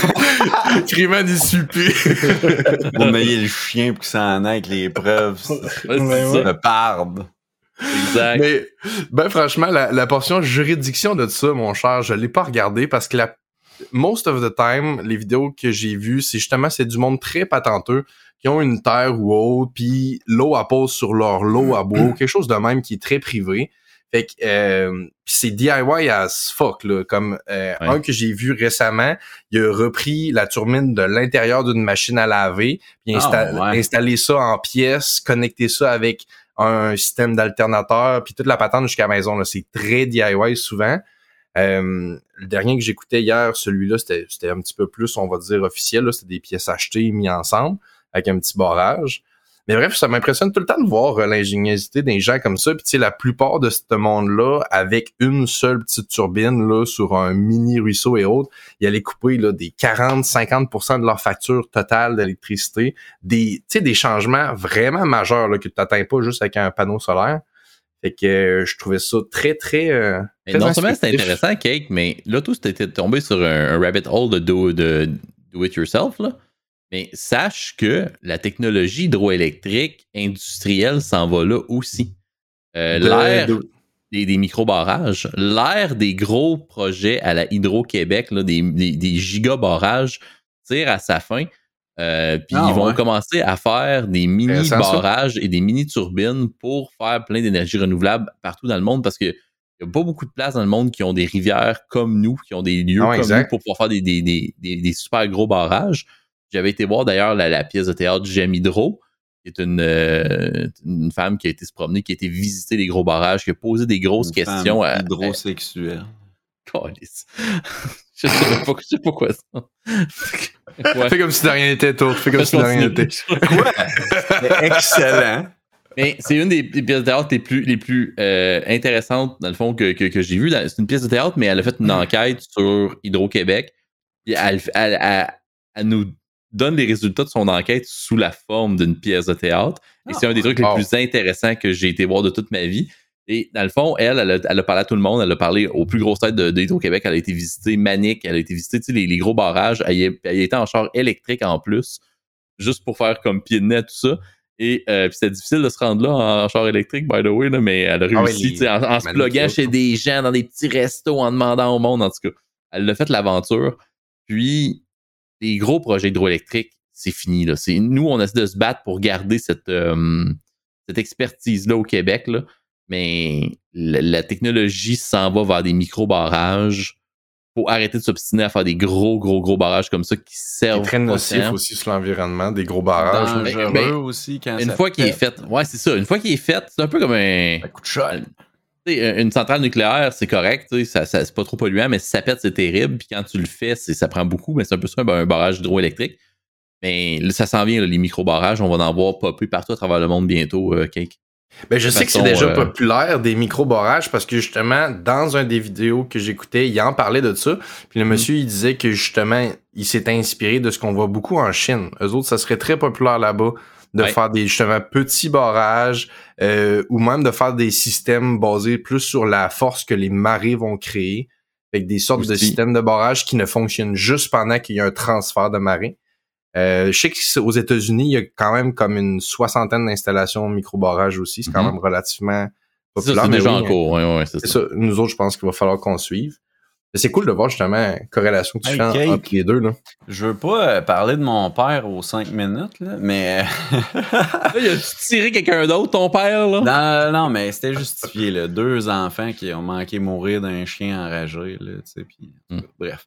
Criment du suppu. Vous meillez le chien pour qu'il s'en aille avec les preuves. Le parde. Exact. Mais, ben, franchement, la portion juridiction de ça, mon cher, je l'ai pas regardé parce que most of the time, les vidéos que j'ai vues, c'est du monde très patenteux qui ont une terre ou autre, puis l'eau à pose sur leur lot à bois, quelque chose de même qui est très privé. Fait que c'est DIY as fuck, là. Comme un que j'ai vu récemment, il a repris la turbine de l'intérieur d'une machine à laver, puis installé ça en pièces, connecté ça avec un système d'alternateur, puis toute la patente jusqu'à la maison. Là. C'est très DIY souvent. Le dernier que j'écoutais hier, celui-là, c'était un petit peu plus, on va dire, officiel. Là. C'était des pièces achetées, mises ensemble, avec un petit barrage. Mais bref, ça m'impressionne tout le temps de voir l'ingéniosité des gens comme ça. Puis tu sais, la plupart de ce monde-là, avec une seule petite turbine là sur un mini ruisseau et autres, ils allaient couper là, des 40-50% de leur facture totale d'électricité. Des changements vraiment majeurs là, que tu n'atteins pas juste avec un panneau solaire. Fait que je trouvais ça très, très... très non seulement c'est intéressant, Cake, mais là, tout c'était tombé sur un rabbit hole de do it yourself, là. Mais sache que la technologie hydroélectrique industrielle s'en va là aussi. L'ère des micro-barrages, l'ère des gros projets à la Hydro-Québec, là, des giga-barrages, tire à sa fin. Puis ils vont commencer à faire des mini-barrages et des mini-turbines pour faire plein d'énergie renouvelable partout dans le monde parce qu'il n'y a pas beaucoup de places dans le monde qui ont des rivières comme nous, qui ont des lieux comme nous pour pouvoir faire des super gros barrages. J'avais été voir d'ailleurs la pièce de théâtre J'aime Hydro, qui est une femme qui a été se promener, qui a été visiter les gros barrages, qui a posé des grosses questions. Hydrosexuelle. Je sais pas quoi ça. Ouais. Fais comme si de rien n'était, toi. Fais comme si de rien n'était. Quoi? Excellent. Mais c'est une des pièces de théâtre les plus intéressantes, dans le fond, que j'ai vues. C'est une pièce de théâtre, mais elle a fait une enquête sur Hydro-Québec. Puis elle nous donne les résultats de son enquête sous la forme d'une pièce de théâtre. Et c'est un des trucs les plus intéressants que j'ai été voir de toute ma vie. Et dans le fond, elle a parlé à tout le monde. Elle a parlé aux plus grosses têtes de Hydro-Québec. Elle a été visiter Manic. Elle a été visiter les gros barrages. Elle était en char électrique en plus, juste pour faire comme pied de nez, tout ça. Et puis c'était difficile de se rendre là en char électrique, by the way, là, mais elle a réussi, tu sais, en se pluguant chez des gens, dans des petits restos, en demandant au monde, en tout cas. Elle a fait l'aventure. Puis, les gros projets hydroélectriques, c'est fini, là. Nous, on essaie de se battre pour garder cette expertise-là au Québec, là. Mais la technologie s'en va vers des micro-barrages. Faut arrêter de s'obstiner à faire des gros barrages comme ça qui servent. C'est très nocif aussi sur l'environnement, des gros barrages. Dangereux aussi quand une fois qu'il est fait. Ouais, c'est ça. Une fois qu'il est fait, c'est un peu comme un coup de chol. Une centrale nucléaire, c'est correct, ça, c'est pas trop polluant, mais si ça pète, c'est terrible. Puis quand tu le fais, ça prend beaucoup, mais c'est un peu ça, un barrage hydroélectrique. Mais là, ça s'en vient, là, les micro-barrages, on va en voir popper partout à travers le monde bientôt, Cake. Ben, je sais que c'est déjà populaire, des micro-barrages, parce que justement, dans un des vidéos que j'écoutais, il en parlait de ça. Puis le monsieur, il disait que justement, il s'était inspiré de ce qu'on voit beaucoup en Chine. Eux autres, ça serait très populaire là-bas de faire des justement petits barrages ou même de faire des systèmes basés plus sur la force que les marées vont créer, avec des sortes de systèmes de barrages qui ne fonctionnent juste pendant qu'il y a un transfert de marée. Je sais qu'aux États-Unis, il y a quand même comme une 60aine d'installations micro-barrages aussi. C'est quand même relativement populaire. C'est déjà en cours. Ouais, c'est ça. Nous autres, je pense qu'il va falloir qu'on suive. Mais c'est cool de voir justement la corrélation que tu fais entre les deux. Là. Je veux pas parler de mon père aux 5 minutes, là, mais... Là, il a-tu tiré quelqu'un d'autre, ton père? Là? Non, mais c'était justifié. Là. 2 enfants qui ont manqué mourir d'un chien enragé. Là, puis, bref.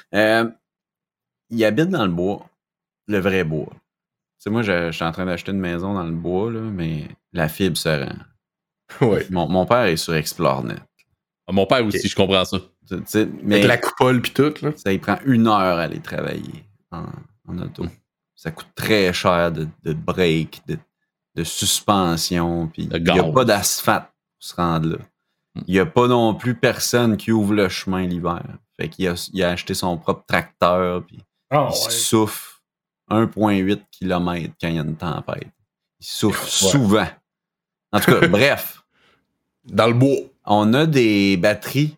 Il habite dans le bois. Le vrai bois. Tu sais, moi, je suis en train d'acheter une maison dans le bois, là, mais la fibre se rend. Ouais. Mon père est sur ExploreNet. Mon père aussi, je comprends ça. Mais avec la coupole pis tout, là. Ça, il prend 1 heure à aller travailler en auto. Ça coûte très cher de break, de suspension, puis il n'y a pas d'asphalte pour se rendre là. Il n'y a pas non plus personne qui ouvre le chemin l'hiver. Fait qu'il a acheté son propre tracteur, puis il souffle 1,8 km quand il y a une tempête. Il souffle souvent. En tout cas, bref. Dans le bois. On a des batteries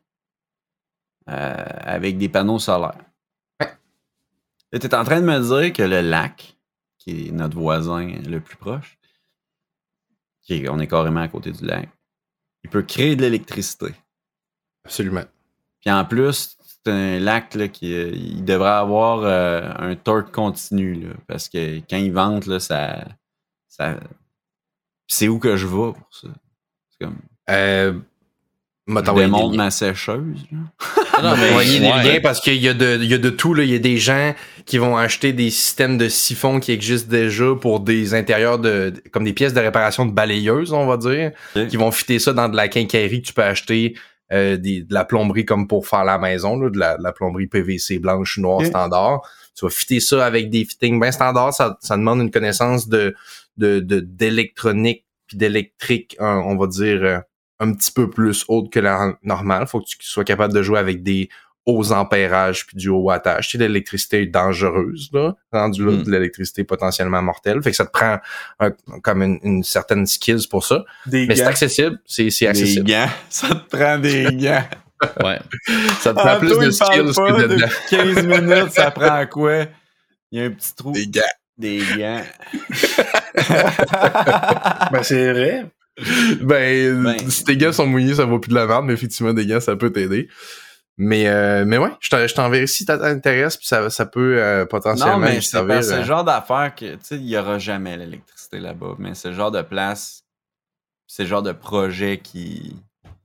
avec des panneaux solaires. Tu es en train de me dire que le lac, qui est notre voisin le plus proche, on est carrément à côté du lac, il peut créer de l'électricité. Absolument. Puis en plus, c'est un lac là, il devrait avoir un torque continu. Là, parce que quand il vente, là, ça... C'est où que je vais pour ça? C'est comme... je démonte ma sécheuse. Non, mais envoyer des liens parce qu'il y a de tout. Là. Il y a des gens qui vont acheter des systèmes de siphons qui existent déjà pour des intérieurs comme des pièces de réparation de balayeuses, on va dire, qui vont fitter ça dans de la quincaillerie que tu peux acheter. De la plomberie comme pour faire la maison, là, de la plomberie PVC blanche, noire, standard. Tu vas fitter ça avec des fittings bien standards. Ça demande une connaissance d'électronique puis d'électrique, on va dire, un petit peu plus haute que la normale. Faut que tu sois capable de jouer avec des hauts ampérages puis du haut wattage. Tu sais, l'électricité est dangereuse, là. Rendu là, de l'électricité potentiellement mortelle. Fait que ça te prend comme une certaine skills pour ça. Mais c'est accessible. C'est accessible. Des gants. Ça te prend des gants. Ouais. Ça te prend plus de skills que de 15 minutes, ça prend quoi? Il y a un petit trou. Des gants. Des gants. Ben, c'est vrai. Ben, si tes gants sont mouillés, ça vaut plus de la merde, mais effectivement, des gants, ça peut t'aider. Mais ouais, je t'enverrai si ça t'intéresse, puis ça peut potentiellement non, mais servir. C'est le genre d'affaire que, tu sais, il y aura jamais l'électricité là-bas, mais c'est le genre de place, c'est le genre de projet qui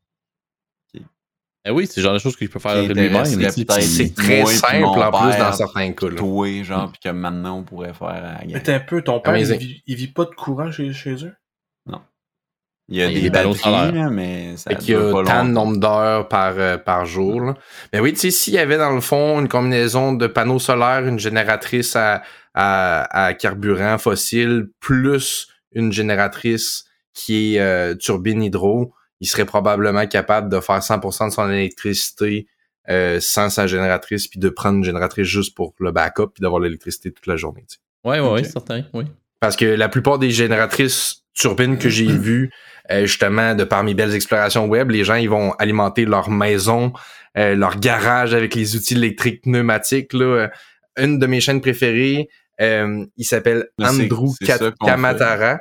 oui, c'est le genre de choses qu'il peut faire lui-même. C'est très simple en plus dans certains cas. Toi, genre, puis que maintenant on pourrait faire à la Mais t'es un peu, ton père, il vit pas de courant chez eux? Non. Il y a des batteries, là, mais ça il y a tant de nombre d'heures par jour. Là. Mais oui, tu sais, s'il y avait dans le fond une combinaison de panneaux solaires, une génératrice à carburant fossile, plus une génératrice qui est turbine hydro, il serait probablement capable de faire 100% de son électricité sans sa génératrice, puis de prendre une génératrice juste pour le backup, puis d'avoir l'électricité toute la journée. Tu sais. Oui, certain, oui. Parce que la plupart des génératrices turbines que j'ai vues, justement, de par mes belles explorations web, les gens, ils vont alimenter leur maison, leur garage avec les outils électriques pneumatiques. Là. Une de mes chaînes préférées, il s'appelle Andrew Kamatara.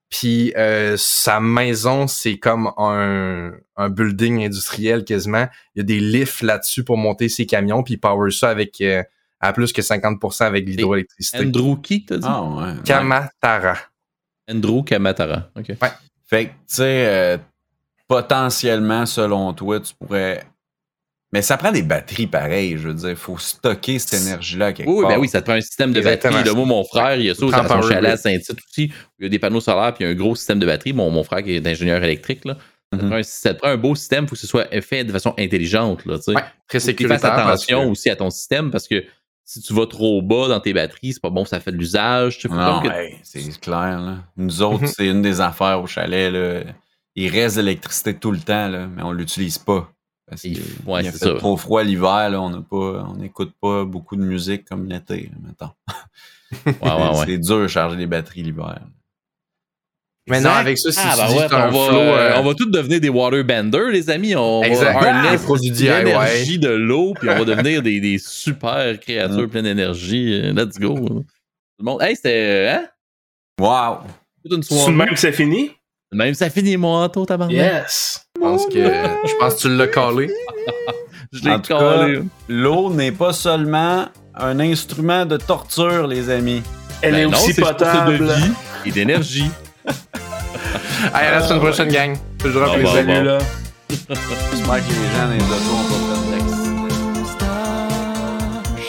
Puis sa maison, c'est comme un building industriel quasiment. Il y a des lifts là-dessus pour monter ses camions, puis il power ça avec à plus que 50% avec l'hydroélectricité. Andrew qui t'as dit? Ah ouais. Kamatara. Andrew Kamatara. OK. Ouais. Fait que, tu sais, potentiellement, selon toi, tu pourrais... Mais ça prend des batteries pareilles, je veux dire. Il faut stocker cette énergie-là quelque Oui, part. ben oui, ça te prend un système de Exactement. batterie. Là, moi, mon frère, il a ça Prends dans son Power chalet à Grid. Saint-Tite aussi. Il y a des panneaux solaires puis il y a un gros système de batterie. Mon frère qui est ingénieur électrique, là, ça te prend un beau système. Il faut que ce soit fait de façon intelligente. Là, tu sais. Ouais, très Faut que tu sécuritaire. fasses attention parce que- aussi à ton système parce que si tu vas trop bas dans tes batteries, c'est pas bon, ça fait de l'usage. Tu sais, faut Non, comme que- hey, c'est clair. Là. Nous autres, c'est une des affaires au chalet. Là. Il reste de l'électricité tout le temps, là, mais on l'utilise pas. Parce Il- qu'il ouais, il a c'est fait ça. trop froid l'hiver. Là, on n'écoute pas beaucoup de musique comme l'été, là, mettons. Ouais. C'est dur de charger les batteries l'hiver. Mais non, Exact. avec ça, si Ah, tu ben dis ouais, que t'as un on flow... va, on va tous devenir des waterbenders, les amis. On Exact. va harness Des produits DIY. l'énergie de l'eau, puis on va devenir des super créatures pleines d'énergie. Let's go. Tout le monde. Hey, c'était hein? Wow! Toute une C'est soirée. même que c'est fini? Même ça finit, mon taux, tabarnak. Yes! Je pense que tu l'as collé. Je l'ai En tout collé. cas, l'eau n'est pas seulement un instrument de torture, les amis. Elle Ben est non, aussi c'est source potable. de vie et d'énergie. Allez, à la semaine prochaine, gang. Toujours un Bon, plaisir. Salut là. J'espère que les gens dans les autos ont pas fait d'accident. Moustache,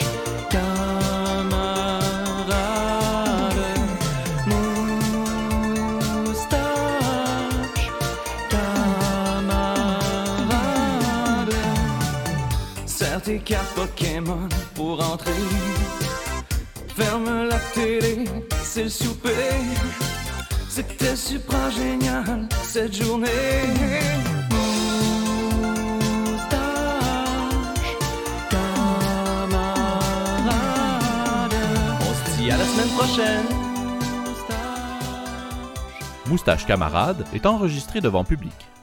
camarade. Moustache, camarade. Serre tes cartes Pokémon pour entrer. Ferme la télé, c'est le souper. C'était super génial cette journée. Moustache, camarade. On se dit à la semaine prochaine. Moustache Camarade est enregistré devant public.